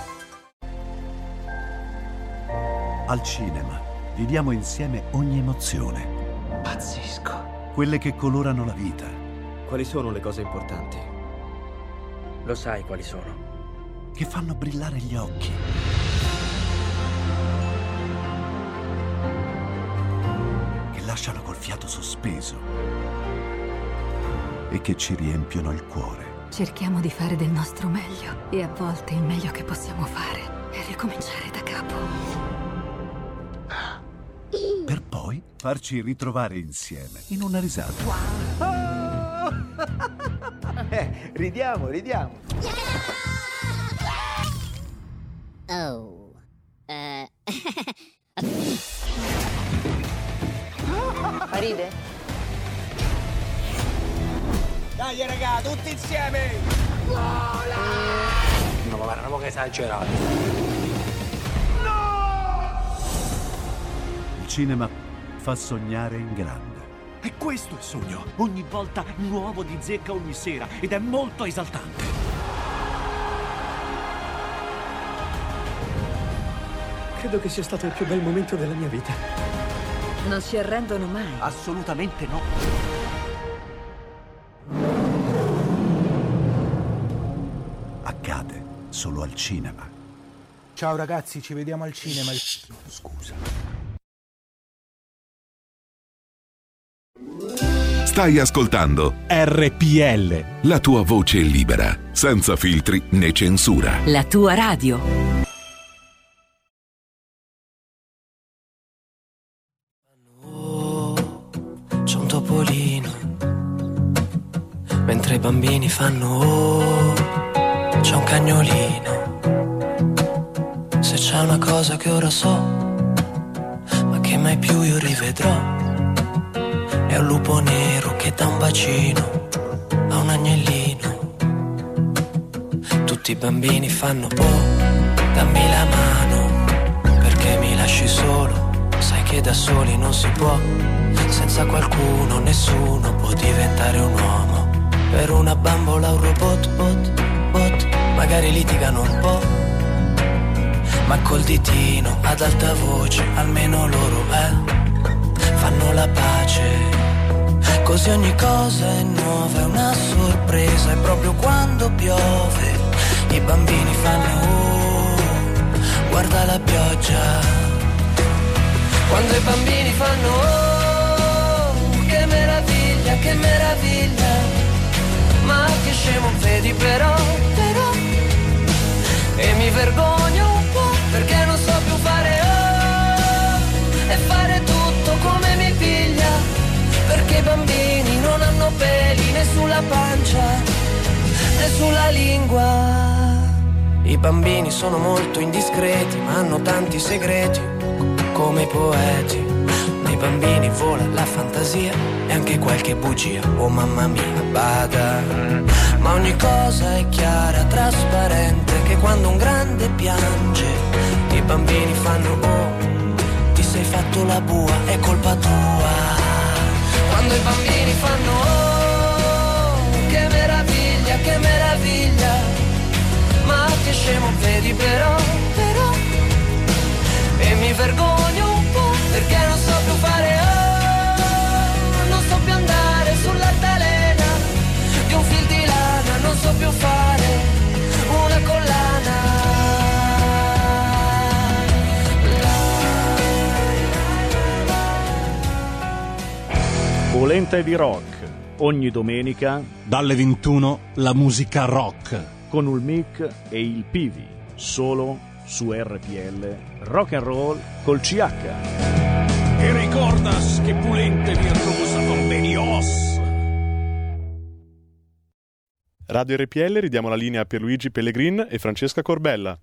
Al cinema viviamo insieme ogni emozione. Pazzesco. Quelle che colorano la vita. Quali sono le cose importanti? Lo sai quali sono? Che fanno brillare gli occhi. Che lasciano col fiato sospeso. E che ci riempiono il cuore. Cerchiamo di fare del nostro meglio e a volte il meglio che possiamo fare è ricominciare da capo. Per poi farci ritrovare insieme in una risata. Wow. eh, ridiamo, ridiamo. Oh. Uh. Ride? Dai raga, tutti insieme! Vola! No, ma guarda, non che esagerato. Il cinema fa sognare in grande. E questo è il sogno. Ogni volta nuovo di zecca ogni sera ed è molto esaltante. Credo che sia stato il più bel momento della mia vita. Non si arrendono mai. Assolutamente no. Accade solo al cinema. Ciao ragazzi, ci vediamo al cinema. Scusa. Stai ascoltando R P L, la tua voce libera, senza filtri né censura. La tua radio. Oh, c'è un topolino, mentre i bambini fanno oh, c'è un cagnolino. Se c'è una cosa che ora so, ma che mai più io rivedrò, è un lupo nero che dà un bacino a un agnellino. Tutti i bambini fanno oh, dammi la mano, perché mi lasci solo. Sai che da soli non si può, senza qualcuno nessuno può diventare un uomo. Per una bambola un robot, bot, bot, magari litigano un po', ma col ditino ad alta voce almeno loro eh, fanno la pace. Così ogni cosa è nuova, è una sorpresa. E proprio quando piove i bambini fanno oh, guarda la pioggia. Quando i bambini fanno oh, che meraviglia, che meraviglia. Ma che scemo vedi però, però. E mi vergogno un po' per sulla lingua. I bambini sono molto indiscreti, ma hanno tanti segreti, come i poeti. Nei bambini vola la fantasia e anche qualche bugia, oh mamma mia, bada. Ma ogni cosa è chiara, trasparente, che quando un grande piange, i bambini fanno oh, ti sei fatto la bua, è colpa tua. Quando i bambini fanno oh, che meraviglia, che meraviglia, ma che scemo vedi però, però, e mi vergogno un po' perché non so più fare oh, non so più andare sull'altalena di un fil di lana, non so più fare una collana. Polenta e di rock, ogni domenica dalle ventuno la musica rock con il mic e il Pivi, solo su R P L Rock and Roll col C H. E ricordas che Pulente virtuosa convenios. Radio R P L, ridiamo la linea a Pierluigi Pellegrin e Francesca Corbella.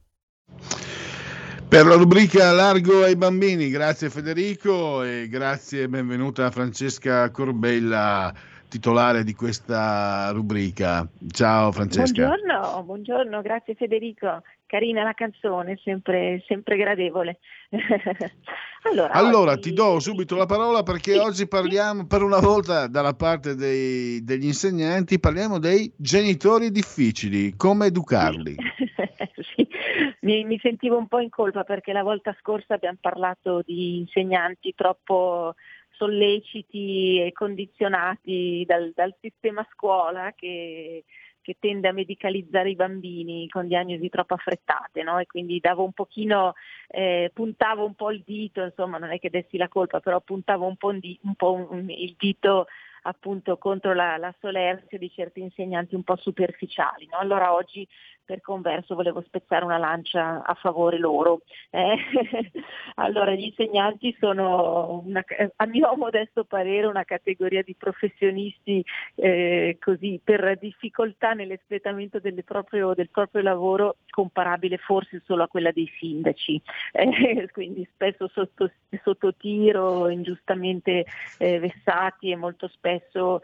Per la rubrica Largo ai bambini, grazie Federico e grazie e benvenuta Francesca Corbella, titolare di questa rubrica. Ciao Francesca. Buongiorno, buongiorno, grazie Federico. Carina la canzone, sempre, sempre gradevole. allora, allora oggi... ti do subito la parola perché sì, oggi parliamo, sì. per una volta dalla parte dei, degli insegnanti, parliamo dei genitori difficili, come educarli. sì, mi, mi sentivo un po' in colpa perché la volta scorsa abbiamo parlato di insegnanti troppo solleciti e condizionati dal, dal sistema scuola che, che tende a medicalizzare i bambini con diagnosi troppo affrettate, no? E quindi davo un pochino, eh, puntavo un po' il dito, insomma non è che dessi la colpa, però puntavo un po', un di, un po' un, il dito appunto contro la, la solerzia di certi insegnanti un po' superficiali, no? Allora oggi per converso volevo spezzare una lancia a favore loro. Eh? Allora gli insegnanti sono, una, a mio modesto parere, una categoria di professionisti eh, così per difficoltà nell'espletamento delle proprio, del proprio lavoro comparabile forse solo a quella dei sindaci, eh, quindi spesso sotto, sotto tiro, ingiustamente eh, vessati e molto spesso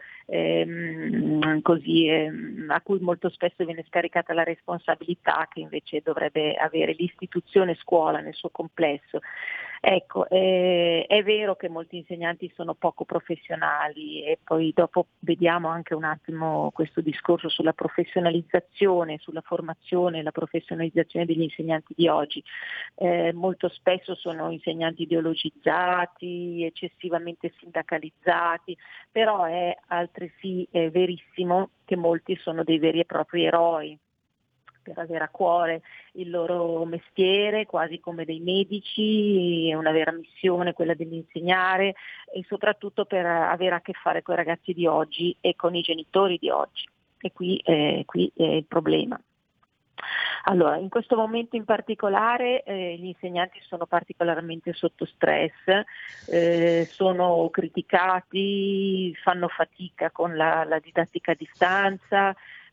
ehm, così ehm, a cui molto spesso viene scaricata la responsabilità che invece dovrebbe avere l'istituzione scuola nel suo complesso. Ecco, eh, è vero che molti insegnanti sono poco professionali e poi dopo vediamo anche un attimo questo discorso sulla professionalizzazione, sulla formazione e la professionalizzazione degli insegnanti di oggi. Eh, molto spesso sono insegnanti ideologizzati, eccessivamente sindacalizzati, però è altresì è verissimo che molti sono dei veri e propri eroi per avere a cuore il loro mestiere, quasi come dei medici, è una vera missione quella dell'insegnare e soprattutto per avere a che fare con i ragazzi di oggi e con i genitori di oggi. E qui, eh, qui è il problema. Allora, in questo momento in particolare eh, gli insegnanti sono particolarmente sotto stress, eh, sono criticati, fanno fatica con la, la didattica a distanza,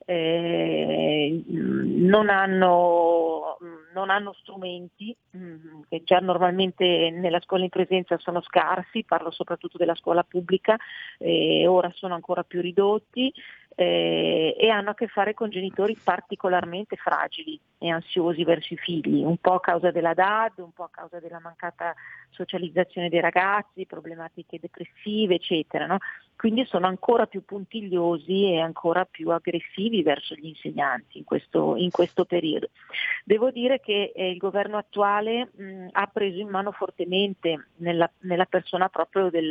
Eh, non hanno, non hanno strumenti mh, che già normalmente nella scuola in presenza sono scarsi, parlo soprattutto della scuola pubblica, eh, ora sono ancora più ridotti eh, e hanno a che fare con genitori particolarmente fragili e ansiosi verso i figli, un po' a causa della D A D, un po' a causa della mancata socializzazione dei ragazzi, problematiche depressive, eccetera, no? Quindi sono ancora più puntigliosi e ancora più aggressivi verso gli insegnanti in questo, in questo periodo. Devo dire che eh, il governo attuale mh, ha preso in mano fortemente nella, nella persona proprio del,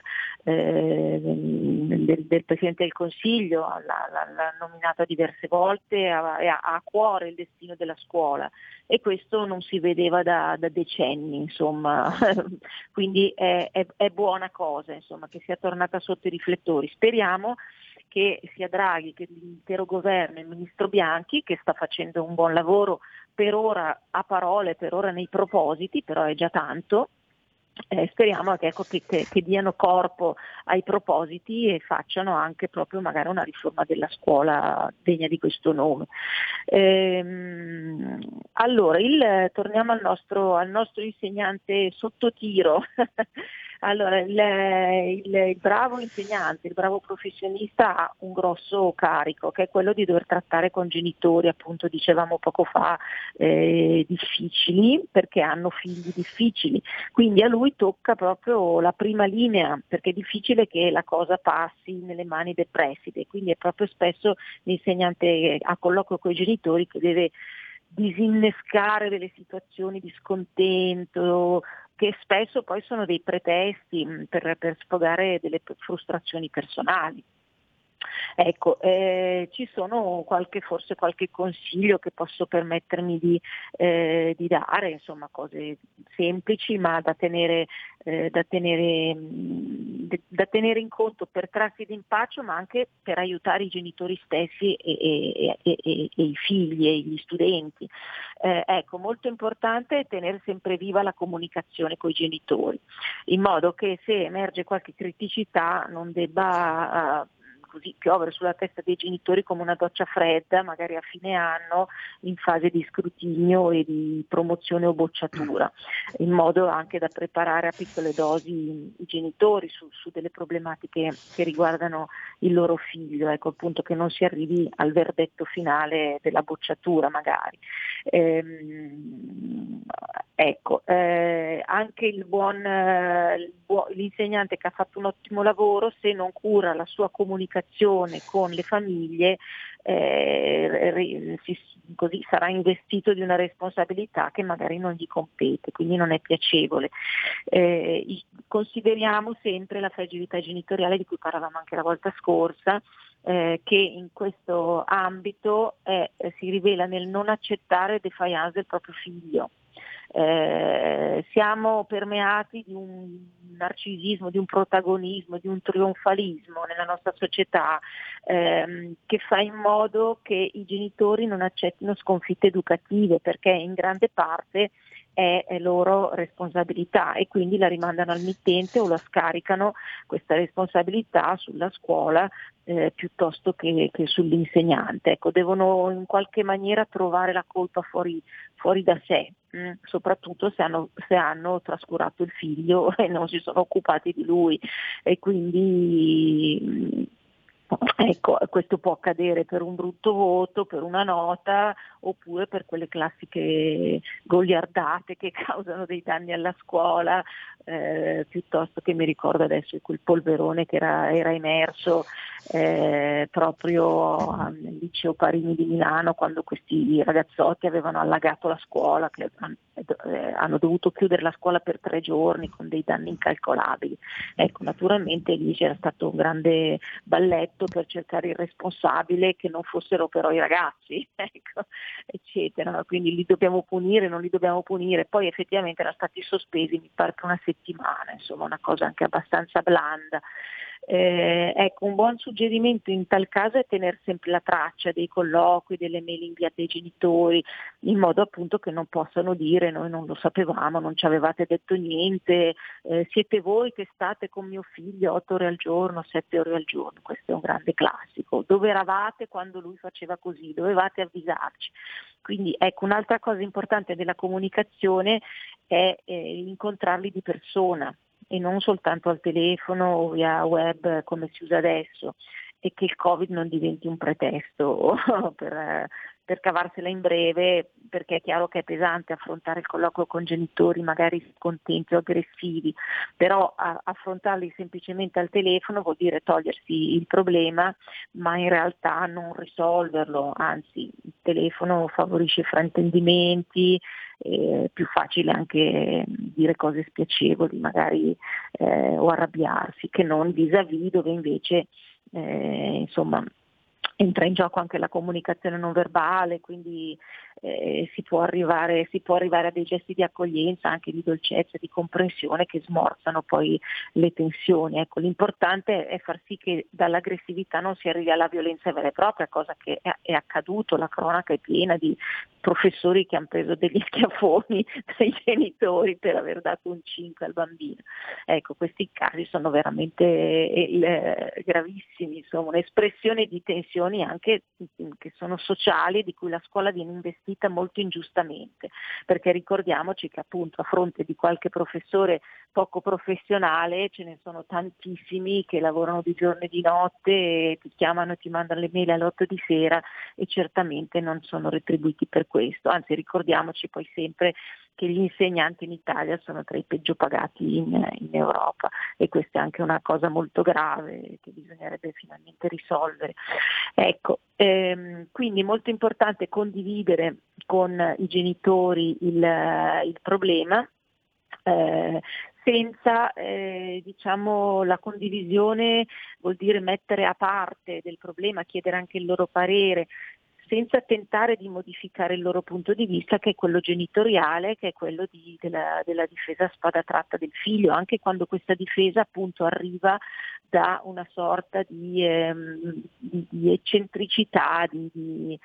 eh, del, del Presidente del Consiglio, l'ha, l'ha, l'ha nominato diverse volte, ha, ha a cuore il destino della scuola e questo non si vedeva da, da decenni, insomma, quindi è, è, è buona cosa, insomma, che sia tornata sotto i riflettori. Speriamo che sia Draghi, che l'intero governo, il ministro Bianchi, che sta facendo un buon lavoro per ora a parole, per ora nei propositi, però è già tanto, Eh, speriamo che, ecco, che, che, che diano corpo ai propositi e facciano anche proprio magari una riforma della scuola degna di questo nome. Ehm, allora, il, torniamo al nostro, al nostro insegnante sotto tiro. Allora, il, il, il bravo insegnante, il bravo professionista ha un grosso carico, che è quello di dover trattare con genitori, appunto dicevamo poco fa, eh, difficili, perché hanno figli difficili. Quindi a lui tocca proprio la prima linea, perché è difficile che la cosa passi nelle mani del preside, quindi è proprio spesso l'insegnante a colloquio con i genitori che deve disinnescare delle situazioni di scontento, che spesso poi sono dei pretesti per, per sfogare delle frustrazioni personali. Ecco, eh, ci sono qualche, forse qualche consiglio che posso permettermi di, eh, di dare, insomma cose semplici ma da tenere, eh, da, tenere, mh, da tenere in conto per trarsi d'impaccio, ma anche per aiutare i genitori stessi e, e, e, e, e i figli e gli studenti. Eh, ecco, molto importante è tenere sempre viva la comunicazione con i genitori, in modo che se emerge qualche criticità non debba uh, così piovere sulla testa dei genitori come una doccia fredda, magari a fine anno in fase di scrutinio e di promozione o bocciatura, in modo anche da preparare a piccole dosi i genitori su, su delle problematiche che riguardano il loro figlio, ecco, appunto che non si arrivi al verdetto finale della bocciatura magari. Ehm, ecco, eh, anche il buon, eh, il buon, l'insegnante che ha fatto un ottimo lavoro, se non cura la sua comunicazione con le famiglie, eh, si, così sarà investito di una responsabilità che magari non gli compete, quindi non è piacevole. Eh, consideriamo sempre la fragilità genitoriale di cui parlavamo anche la volta scorsa, eh, che in questo ambito eh, si rivela nel non accettare defiance del proprio figlio. Eh, siamo permeati di un narcisismo, di un protagonismo, di un trionfalismo nella nostra società ehm, che fa in modo che i genitori non accettino sconfitte educative, perché in grande parte è, è loro responsabilità e quindi la rimandano al mittente o la scaricano questa responsabilità sulla scuola eh, piuttosto che, che sull'insegnante. Ecco, devono in qualche maniera trovare la colpa fuori, fuori da sé, mh, soprattutto se hanno, se hanno trascurato il figlio e non si sono occupati di lui, e quindi mh, ecco, questo può accadere per un brutto voto, per una nota, oppure per quelle classiche goliardate che causano dei danni alla scuola, eh, piuttosto che mi ricordo adesso quel polverone che era, era emerso eh, proprio nel liceo Parini di Milano, quando questi ragazzotti avevano allagato la scuola, che eh, hanno dovuto chiudere la scuola per tre giorni con dei danni incalcolabili. Ecco, naturalmente lì c'era stato un grande balletto per cercare il responsabile, che non fossero però i ragazzi, ecco, eccetera. Quindi li dobbiamo punire, non li dobbiamo punire. Poi effettivamente erano stati sospesi, mi pare, per una settimana, insomma una cosa anche abbastanza blanda. Eh, ecco, un buon suggerimento in tal caso è tenere sempre la traccia dei colloqui, delle mail inviate ai genitori, in modo appunto che non possano dire noi non lo sapevamo, non ci avevate detto niente, eh, siete voi che state con mio figlio otto ore al giorno, sette ore al giorno. Questo è un grande classico. Dove eravate quando lui faceva così? Dovevate avvisarci. Quindi ecco, un'altra cosa importante della comunicazione è eh, incontrarli di persona e non soltanto al telefono o via web come si usa adesso, e che il Covid non diventi un pretesto per, per cavarsela in breve, perché è chiaro che è pesante affrontare il colloquio con genitori magari scontenti o aggressivi, però a, affrontarli semplicemente al telefono vuol dire togliersi il problema, ma in realtà non risolverlo, anzi il telefono favorisce fraintendimenti, è più facile anche dire cose spiacevoli magari eh, o arrabbiarsi, che non vis-à-vis, dove invece eh, insomma entra in gioco anche la comunicazione non verbale, quindi eh, si può arrivare, si può arrivare a dei gesti di accoglienza, anche di dolcezza, di comprensione, che smorzano poi le tensioni. Ecco, l'importante è far sì che dall'aggressività non si arrivi alla violenza vera e propria, cosa che è, è accaduto. La cronaca è piena di professori che hanno preso degli schiaffoni dai genitori per aver dato un cinque al bambino. Ecco, questi casi sono veramente eh, gravissimi, insomma, un'espressione di tensioni anche che sono sociali, di cui la scuola viene investita molto ingiustamente, perché ricordiamoci che appunto a fronte di qualche professore poco professionale ce ne sono tantissimi che lavorano di giorno e di notte e ti chiamano e ti mandano le mail alle otto di sera e certamente non sono retribuiti per questo, anzi ricordiamoci poi sempre che gli insegnanti in Italia sono tra i peggio pagati in, in Europa, e questa è anche una cosa molto grave che bisognerebbe finalmente risolvere. Ecco, ehm, quindi molto importante condividere con i genitori il, il problema, eh, senza eh, diciamo la condivisione vuol dire mettere a parte del problema, chiedere anche il loro parere, senza tentare di modificare il loro punto di vista, che è quello genitoriale, che è quello di, della, della difesa a spada tratta del figlio, anche quando questa difesa appunto arriva da una sorta di, ehm, di, di eccentricità, di, di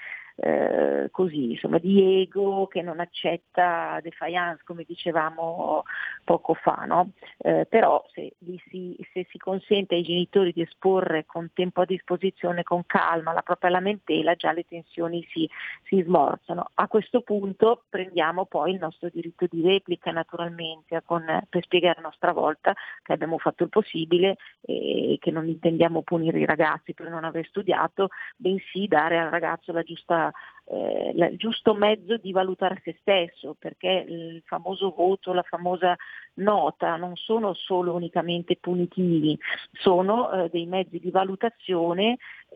eh, così, insomma, di ego che non accetta defiance, come dicevamo poco fa, no? Eh, però se, si, se si consente ai genitori di esporre con tempo a disposizione, con calma, la propria lamentela, già le tensioni si, si smorzano. A questo punto prendiamo poi il nostro diritto di replica, naturalmente, con, per spiegare a nostra volta che abbiamo fatto il possibile e che non intendiamo punire i ragazzi per non aver studiato, bensì dare al ragazzo la giusta Eh, il giusto mezzo di valutare se stesso, perché il famoso voto, la famosa nota non sono solo unicamente punitivi, sono eh, dei mezzi di valutazione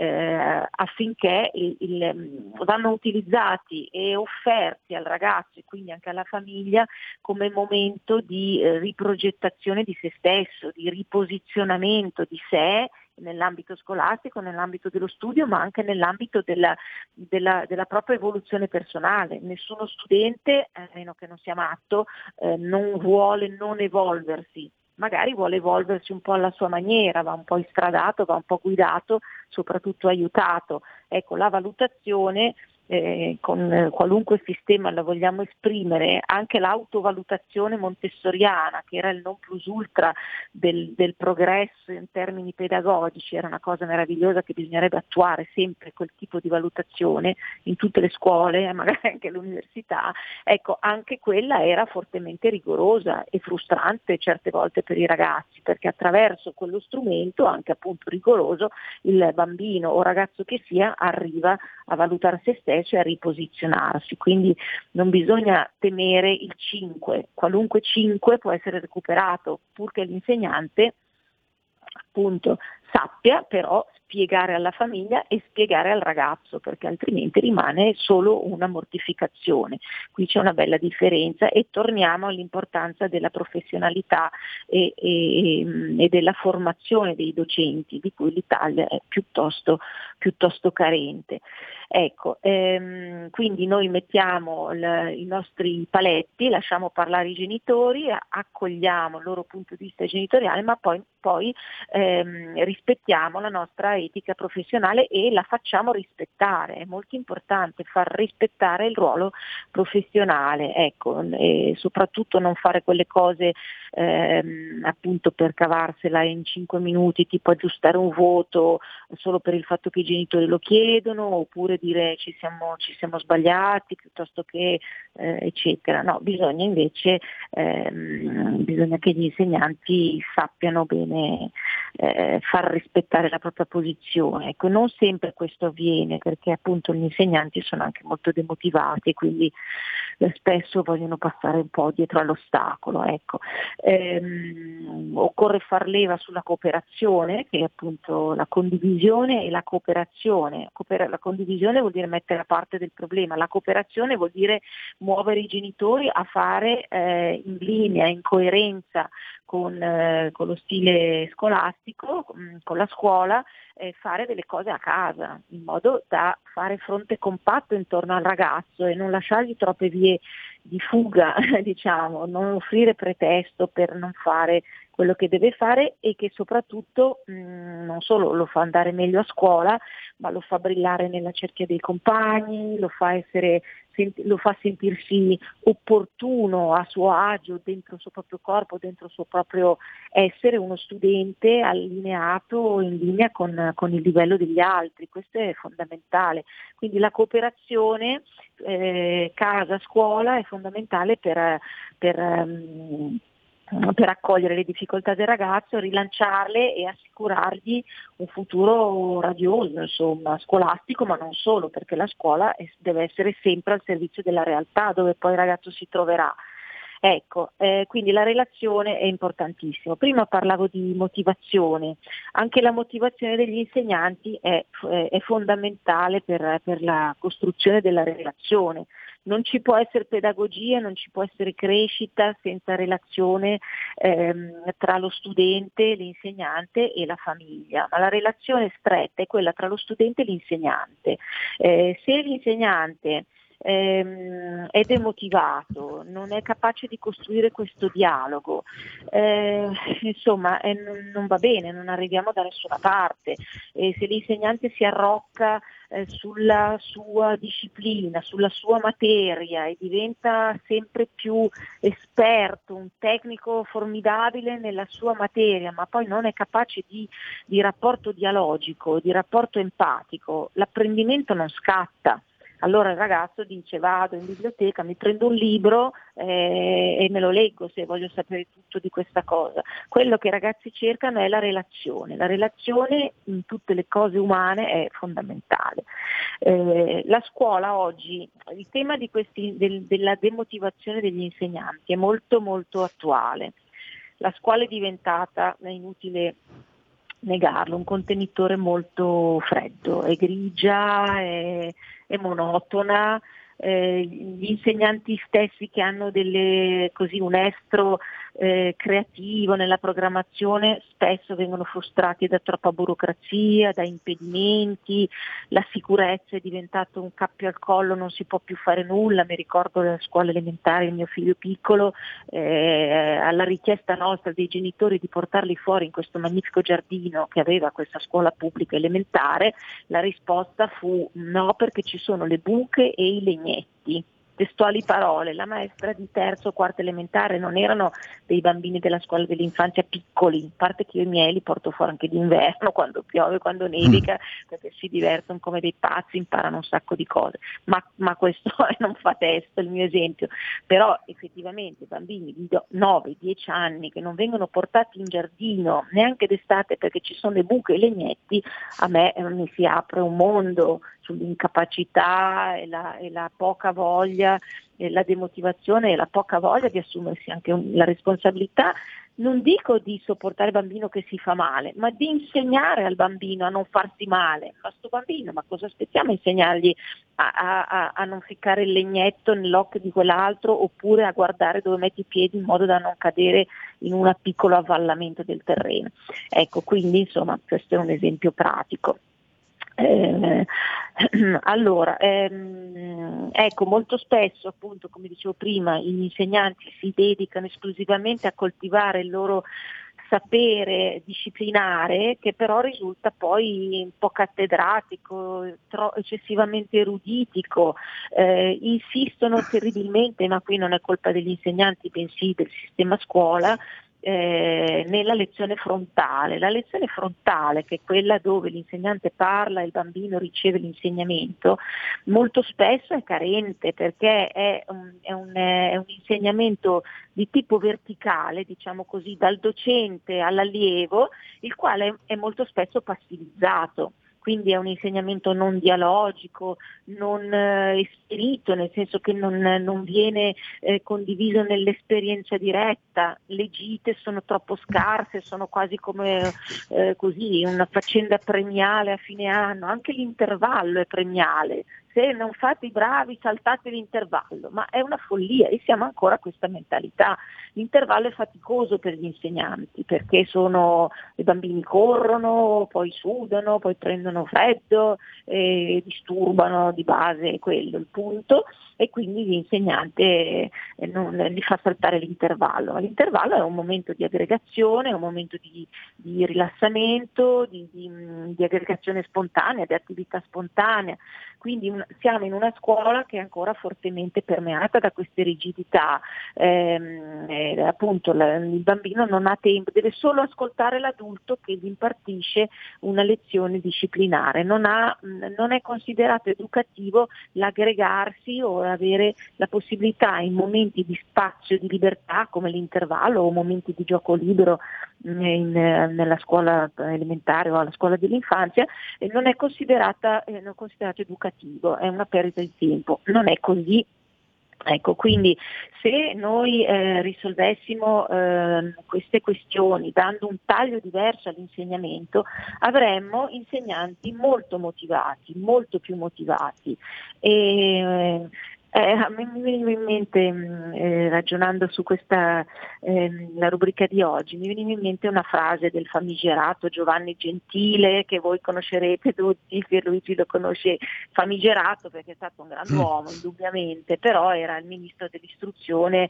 eh, affinché il, il, vanno utilizzati e offerti al ragazzo e quindi anche alla famiglia come momento di eh, riprogettazione di se stesso, di riposizionamento di sé nell'ambito scolastico, nell'ambito dello studio, ma anche nell'ambito della, della, della propria evoluzione personale. Nessuno studente, a meno che non sia matto, eh, non vuole non evolversi. Magari vuole evolversi un po' alla sua maniera, va un po' istradato, va un po' guidato, soprattutto aiutato. Ecco, la valutazione Eh, con eh, qualunque sistema la vogliamo esprimere, anche l'autovalutazione montessoriana, che era il non plus ultra del, del progresso in termini pedagogici, era una cosa meravigliosa che bisognerebbe attuare sempre, quel tipo di valutazione in tutte le scuole, magari anche all'università. Ecco, anche quella era fortemente rigorosa e frustrante certe volte per i ragazzi, perché attraverso quello strumento, anche appunto rigoroso, il bambino o ragazzo che sia arriva a valutare se stesso e a riposizionarsi, quindi non bisogna temere il cinque, qualunque cinque può essere recuperato, purché l'insegnante appunto sappia però spiegare alla famiglia e spiegare al ragazzo, perché altrimenti rimane solo una mortificazione. Qui c'è una bella differenza e torniamo all'importanza della professionalità e, e, e della formazione dei docenti, di cui l'Italia è piuttosto, piuttosto carente. Ecco, ehm, quindi noi mettiamo l- i nostri paletti, lasciamo parlare i genitori, accogliamo il loro punto di vista genitoriale, ma poi, poi ehm, rispettiamo la nostra etica professionale e la facciamo rispettare. È molto importante far rispettare il ruolo professionale, ecco, e soprattutto non fare quelle cose ehm, appunto per cavarsela in cinque minuti, tipo aggiustare un voto solo per il fatto che i genitori lo chiedono, oppure dire ci siamo, ci siamo sbagliati piuttosto che eh, eccetera. No, bisogna invece ehm, bisogna che gli insegnanti sappiano bene eh, far rispettare la propria posizione. Ecco, non sempre questo avviene, perché appunto gli insegnanti sono anche molto demotivati, quindi eh, spesso vogliono passare un po' dietro all'ostacolo. Ecco. Ehm, occorre far leva sulla cooperazione, che è appunto la condivisione e la cooperazione. Cooper- la condivisione vuol dire mettere a parte del problema, la cooperazione vuol dire muovere i genitori a fare eh, in linea, in coerenza con, eh, con lo stile scolastico, mh, con la scuola, eh, fare delle cose a casa, in modo da fare fronte compatto intorno al ragazzo e non lasciargli troppe vie di fuga, diciamo, non offrire pretesto per non fare quello che deve fare e che soprattutto mh, non solo lo fa andare meglio a scuola, ma lo fa brillare nella cerchia dei compagni, lo fa essere lo fa sentirsi opportuno, a suo agio dentro il suo proprio corpo, dentro il suo proprio essere uno studente allineato in linea con, con il livello degli altri. Questo è fondamentale. Quindi la cooperazione eh, casa-scuola è fondamentale per, per um, per accogliere le difficoltà del ragazzo, rilanciarle e assicurargli un futuro radioso, insomma, scolastico, ma non solo, perché la scuola è, deve essere sempre al servizio della realtà dove poi il ragazzo si troverà. Ecco, eh, quindi la relazione è importantissima. Prima parlavo di motivazione, anche la motivazione degli insegnanti è, è fondamentale per, per la costruzione della relazione. Non ci può essere pedagogia, non ci può essere crescita senza relazione ehm, tra lo studente, l'insegnante e la famiglia, ma la relazione stretta è quella tra lo studente e l'insegnante. Eh, se l'insegnante ehm, è demotivato, non è capace di costruire questo dialogo, eh, insomma eh, non, non va bene, non arriviamo da nessuna parte. E se l'insegnante si arrocca Eh, sulla sua disciplina, sulla sua materia e diventa sempre più esperto, un tecnico formidabile nella sua materia, ma poi non è capace di, di rapporto dialogico, di rapporto empatico, l'apprendimento non scatta. Allora il ragazzo dice: vado in biblioteca, mi prendo un libro eh, e me lo leggo se voglio sapere tutto di questa cosa. Quello che i ragazzi cercano è la relazione. La relazione in tutte le cose umane è fondamentale. Eh, la scuola oggi, il tema di questi, del, della demotivazione degli insegnanti è molto molto attuale. La scuola è diventata, è inutile negarlo, un contenitore molto freddo, è grigia, è, è monotona, eh, gli insegnanti stessi che hanno delle, così, un estro eh, creativo nella programmazione spesso vengono frustrati da troppa burocrazia, da impedimenti, la sicurezza è diventato un cappio al collo, non si può più fare nulla. Mi ricordo della scuola elementare, il mio figlio piccolo, eh, alla richiesta nostra dei genitori di portarli fuori in questo magnifico giardino che aveva questa scuola pubblica elementare, la risposta fu no, perché ci sono le buche e i legnetti. Testuali parole, la maestra di terzo o quarto elementare, non erano dei bambini della scuola dell'infanzia piccoli, a parte che io i miei li porto fuori anche d'inverno, quando piove, quando nevica, perché si divertono come dei pazzi, imparano un sacco di cose, ma, ma questo non fa testo il mio esempio, però effettivamente bambini di nove dieci anni che non vengono portati in giardino neanche d'estate perché ci sono le buche e i legnetti, a me eh, mi si apre un mondo sull'incapacità e la, e la poca voglia, e la demotivazione e la poca voglia di assumersi anche un, la responsabilità, non dico di sopportare il bambino che si fa male, ma di insegnare al bambino a non farsi male. Ma sto bambino, ma cosa aspettiamo? Insegnargli a, a, a non ficcare il legnetto nell'occhio di quell'altro, oppure a guardare dove metti i piedi in modo da non cadere in un piccolo avvallamento del terreno. Ecco, quindi insomma questo è un esempio pratico. Eh, allora, ehm, ecco, molto spesso, appunto, come dicevo prima, gli insegnanti si dedicano esclusivamente a coltivare il loro sapere disciplinare, che però risulta poi un po' cattedratico, tro- eccessivamente eruditico, eh, insistono terribilmente, ma qui non è colpa degli insegnanti, bensì del sistema scuola, Eh, nella lezione frontale. La lezione frontale, che è quella dove l'insegnante parla e il bambino riceve l'insegnamento, molto spesso è carente, perché è un, è un, è un insegnamento di tipo verticale, diciamo così, dal docente all'allievo, il quale è molto spesso passivizzato. Quindi è un insegnamento non dialogico, non eh, esperito, nel senso che non, non viene eh, condiviso nell'esperienza diretta, le gite sono troppo scarse, sono quasi come eh, così una faccenda premiale a fine anno, anche l'intervallo è premiale, se non fate i bravi saltate l'intervallo, ma è una follia e siamo ancora a questa mentalità. L'intervallo è faticoso per gli insegnanti perché sono, i bambini corrono, poi sudano, poi prendono freddo, e disturbano di base, è quello il punto, e quindi l'insegnante non li fa saltare l'intervallo. L'intervallo è un momento di aggregazione, è un momento di, di rilassamento, di, di, di aggregazione spontanea, di attività spontanea, quindi un, siamo in una scuola che è ancora fortemente permeata da queste rigidità, ehm, eh, appunto la, il bambino non ha tempo, deve solo ascoltare l'adulto che gli impartisce una lezione disciplinare, non, ha, non è considerato educativo l'aggregarsi o avere la possibilità in momenti di spazio, di libertà come l'intervallo o momenti di gioco libero in, nella scuola elementare o alla scuola dell'infanzia, eh, non è considerata eh, non è considerato educativo, è una perdita di tempo, non è così. Ecco, quindi se noi eh, risolvessimo eh, queste questioni dando un taglio diverso all'insegnamento, avremmo insegnanti molto motivati, molto più motivati. E, Eh, a me mi veniva in mente, eh, ragionando su questa eh, la rubrica di oggi, mi veniva in mente una frase del famigerato Giovanni Gentile, che voi conoscerete tutti, Pierluigi lo conosce, famigerato perché è stato un grand'uomo, indubbiamente, però era il ministro dell'istruzione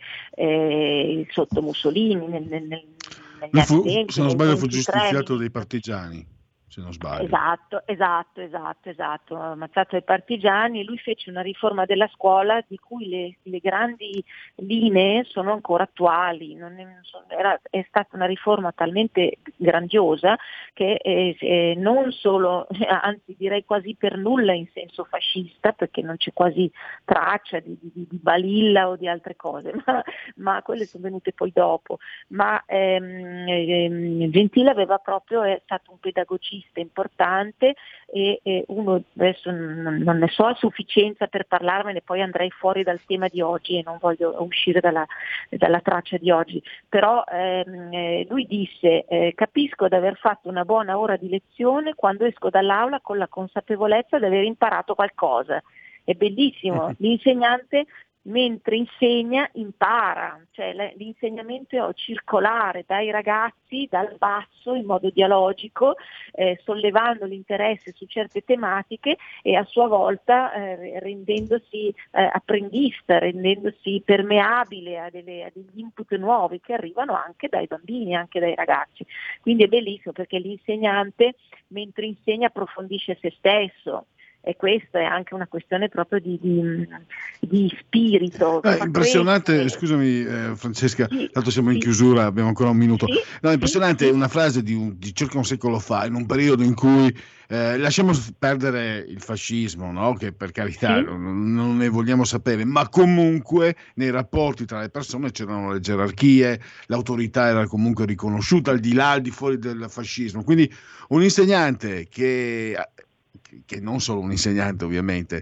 eh, sotto Mussolini nel, nel, negli fu, anni venti, se non sbaglio fu ventitré, giustiziato dai partigiani. Se non sbaglio. Esatto, esatto, esatto, esatto, ammazzato ai partigiani. Lui fece una riforma della scuola di cui le, le grandi linee sono ancora attuali. Non è, era, è stata una riforma talmente grandiosa che eh, eh, non solo, anzi direi quasi per nulla in senso fascista, perché non c'è quasi traccia di, di, di Balilla o di altre cose, ma, ma quelle sono venute poi dopo. Ma ehm, ehm, Gentile aveva proprio, è stato un pedagogista importante e, e uno adesso non, non ne so a sufficienza per parlarmene, poi andrei fuori dal tema di oggi e non voglio uscire dalla, dalla traccia di oggi, però ehm, eh, lui disse eh, capisco di aver fatto una buona ora di lezione quando esco dall'aula con la consapevolezza di aver imparato qualcosa. È bellissimo, l'insegnante mentre insegna impara, cioè l'insegnamento circolare dai ragazzi dal basso in modo dialogico, eh, sollevando l'interesse su certe tematiche e a sua volta eh, rendendosi eh, apprendista, rendendosi permeabile a, delle, a degli input nuovi che arrivano anche dai bambini, anche dai ragazzi. Quindi è bellissimo perché l'insegnante mentre insegna approfondisce se stesso. E questa è anche una questione proprio di, di, di spirito. Eh, impressionante, crescere. Scusami eh, Francesca, sì, tanto siamo sì. in chiusura, abbiamo ancora un minuto. Sì, no, impressionante sì, una frase di, un, di circa un secolo fa, in un periodo in cui eh, lasciamo perdere il fascismo, no? Che per carità sì. non, non ne vogliamo sapere, ma comunque nei rapporti tra le persone c'erano le gerarchie, l'autorità era comunque riconosciuta al di là, al di fuori del fascismo. Quindi un insegnante che... che non solo un insegnante ovviamente,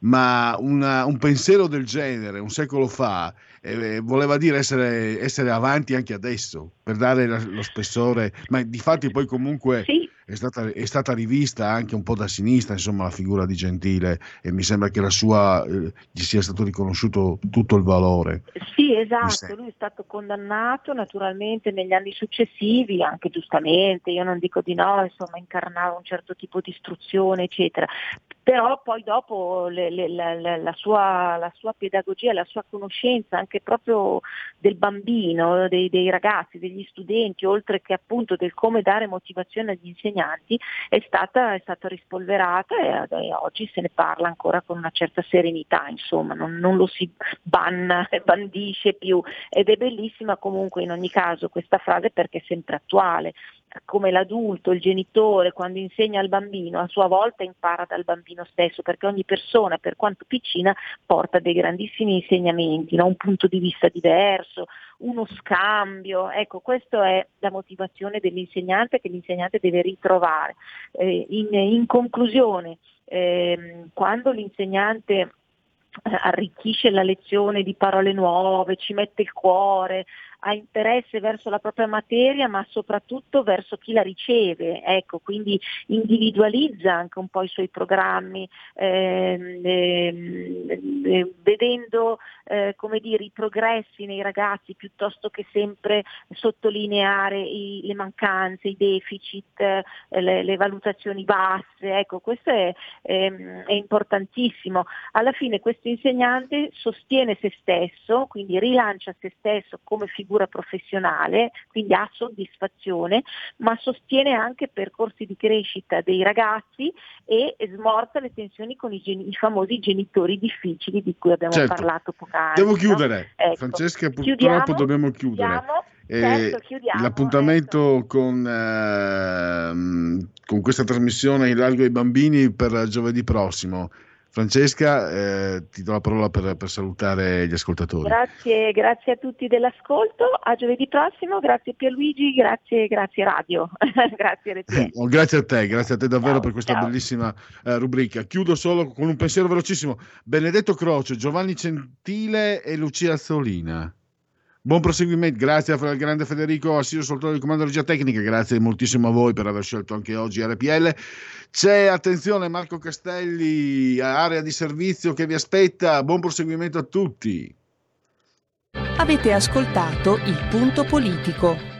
ma una, un pensiero del genere un secolo fa eh, voleva dire essere, essere avanti anche adesso, per dare la, lo spessore, ma difatti poi comunque sì. è, stata, è stata rivista anche un po' da sinistra, insomma, la figura di Gentile, e mi sembra che la sua eh, gli sia stato riconosciuto tutto il valore. Sì, esatto, lui è stato condannato naturalmente negli anni successivi, anche giustamente, io non dico di no, insomma incarnava un certo tipo di istruzione eccetera, però poi dopo le, le, la, la, sua, la sua pedagogia, la sua conoscenza anche proprio del bambino, dei, dei ragazzi, degli studenti, oltre che appunto del come dare motivazione agli insegnanti, è stata, è stata rispolverata e, e oggi se ne parla ancora con una certa serenità, insomma, non, non lo si banna, bandisce più, ed è bellissima comunque in ogni caso questa frase perché è sempre attuale. Come l'adulto, il genitore, quando insegna al bambino, a sua volta impara dal bambino stesso, perché ogni persona, per quanto piccina, porta dei grandissimi insegnamenti, no? Un punto di vista diverso, uno scambio. Ecco, questa è la motivazione dell'insegnante che l'insegnante deve ritrovare. Eh, in, in conclusione, ehm, quando l'insegnante arricchisce la lezione di parole nuove, ci mette il cuore, ha interesse verso la propria materia, ma soprattutto verso chi la riceve, ecco, quindi individualizza anche un po' i suoi programmi, ehm, ehm, eh, vedendo eh, come dire, i progressi nei ragazzi piuttosto che sempre sottolineare i, le mancanze, i deficit, eh, le, le valutazioni basse, ecco, questo è, ehm, è importantissimo. Alla fine questo insegnante sostiene se stesso, quindi rilancia se stesso come figura professionale, quindi ha soddisfazione, ma sostiene anche percorsi di crescita dei ragazzi e smorza le tensioni con i, gen- i famosi genitori difficili di cui abbiamo certo. parlato poc'anzi. Devo chiudere, no? Ecco. Francesca, purtroppo Chiudiamo, dobbiamo chiudere. Chiudiamo. Eh, Certo, chiudiamo, l'appuntamento ecco. con, ehm, con questa trasmissione in largo ai bambini per giovedì prossimo. Francesca, eh, ti do la parola per, per salutare gli ascoltatori. Grazie, grazie a tutti dell'ascolto, a giovedì prossimo, grazie Pierluigi, grazie, grazie Radio, grazie R T L. Oh, grazie a te, grazie a te davvero Ciao, per questa ciao. bellissima eh, rubrica. Chiudo solo con un pensiero velocissimo. Benedetto Croce, Giovanni Gentile e Lucia Azzolina. Buon proseguimento, grazie al grande Federico Assiro, soltanto di comando regia tecnica, grazie moltissimo a voi per aver scelto anche oggi R P L. C'è, attenzione, Marco Castelli, area di servizio che vi aspetta, buon proseguimento a tutti. Avete ascoltato Il Punto Politico.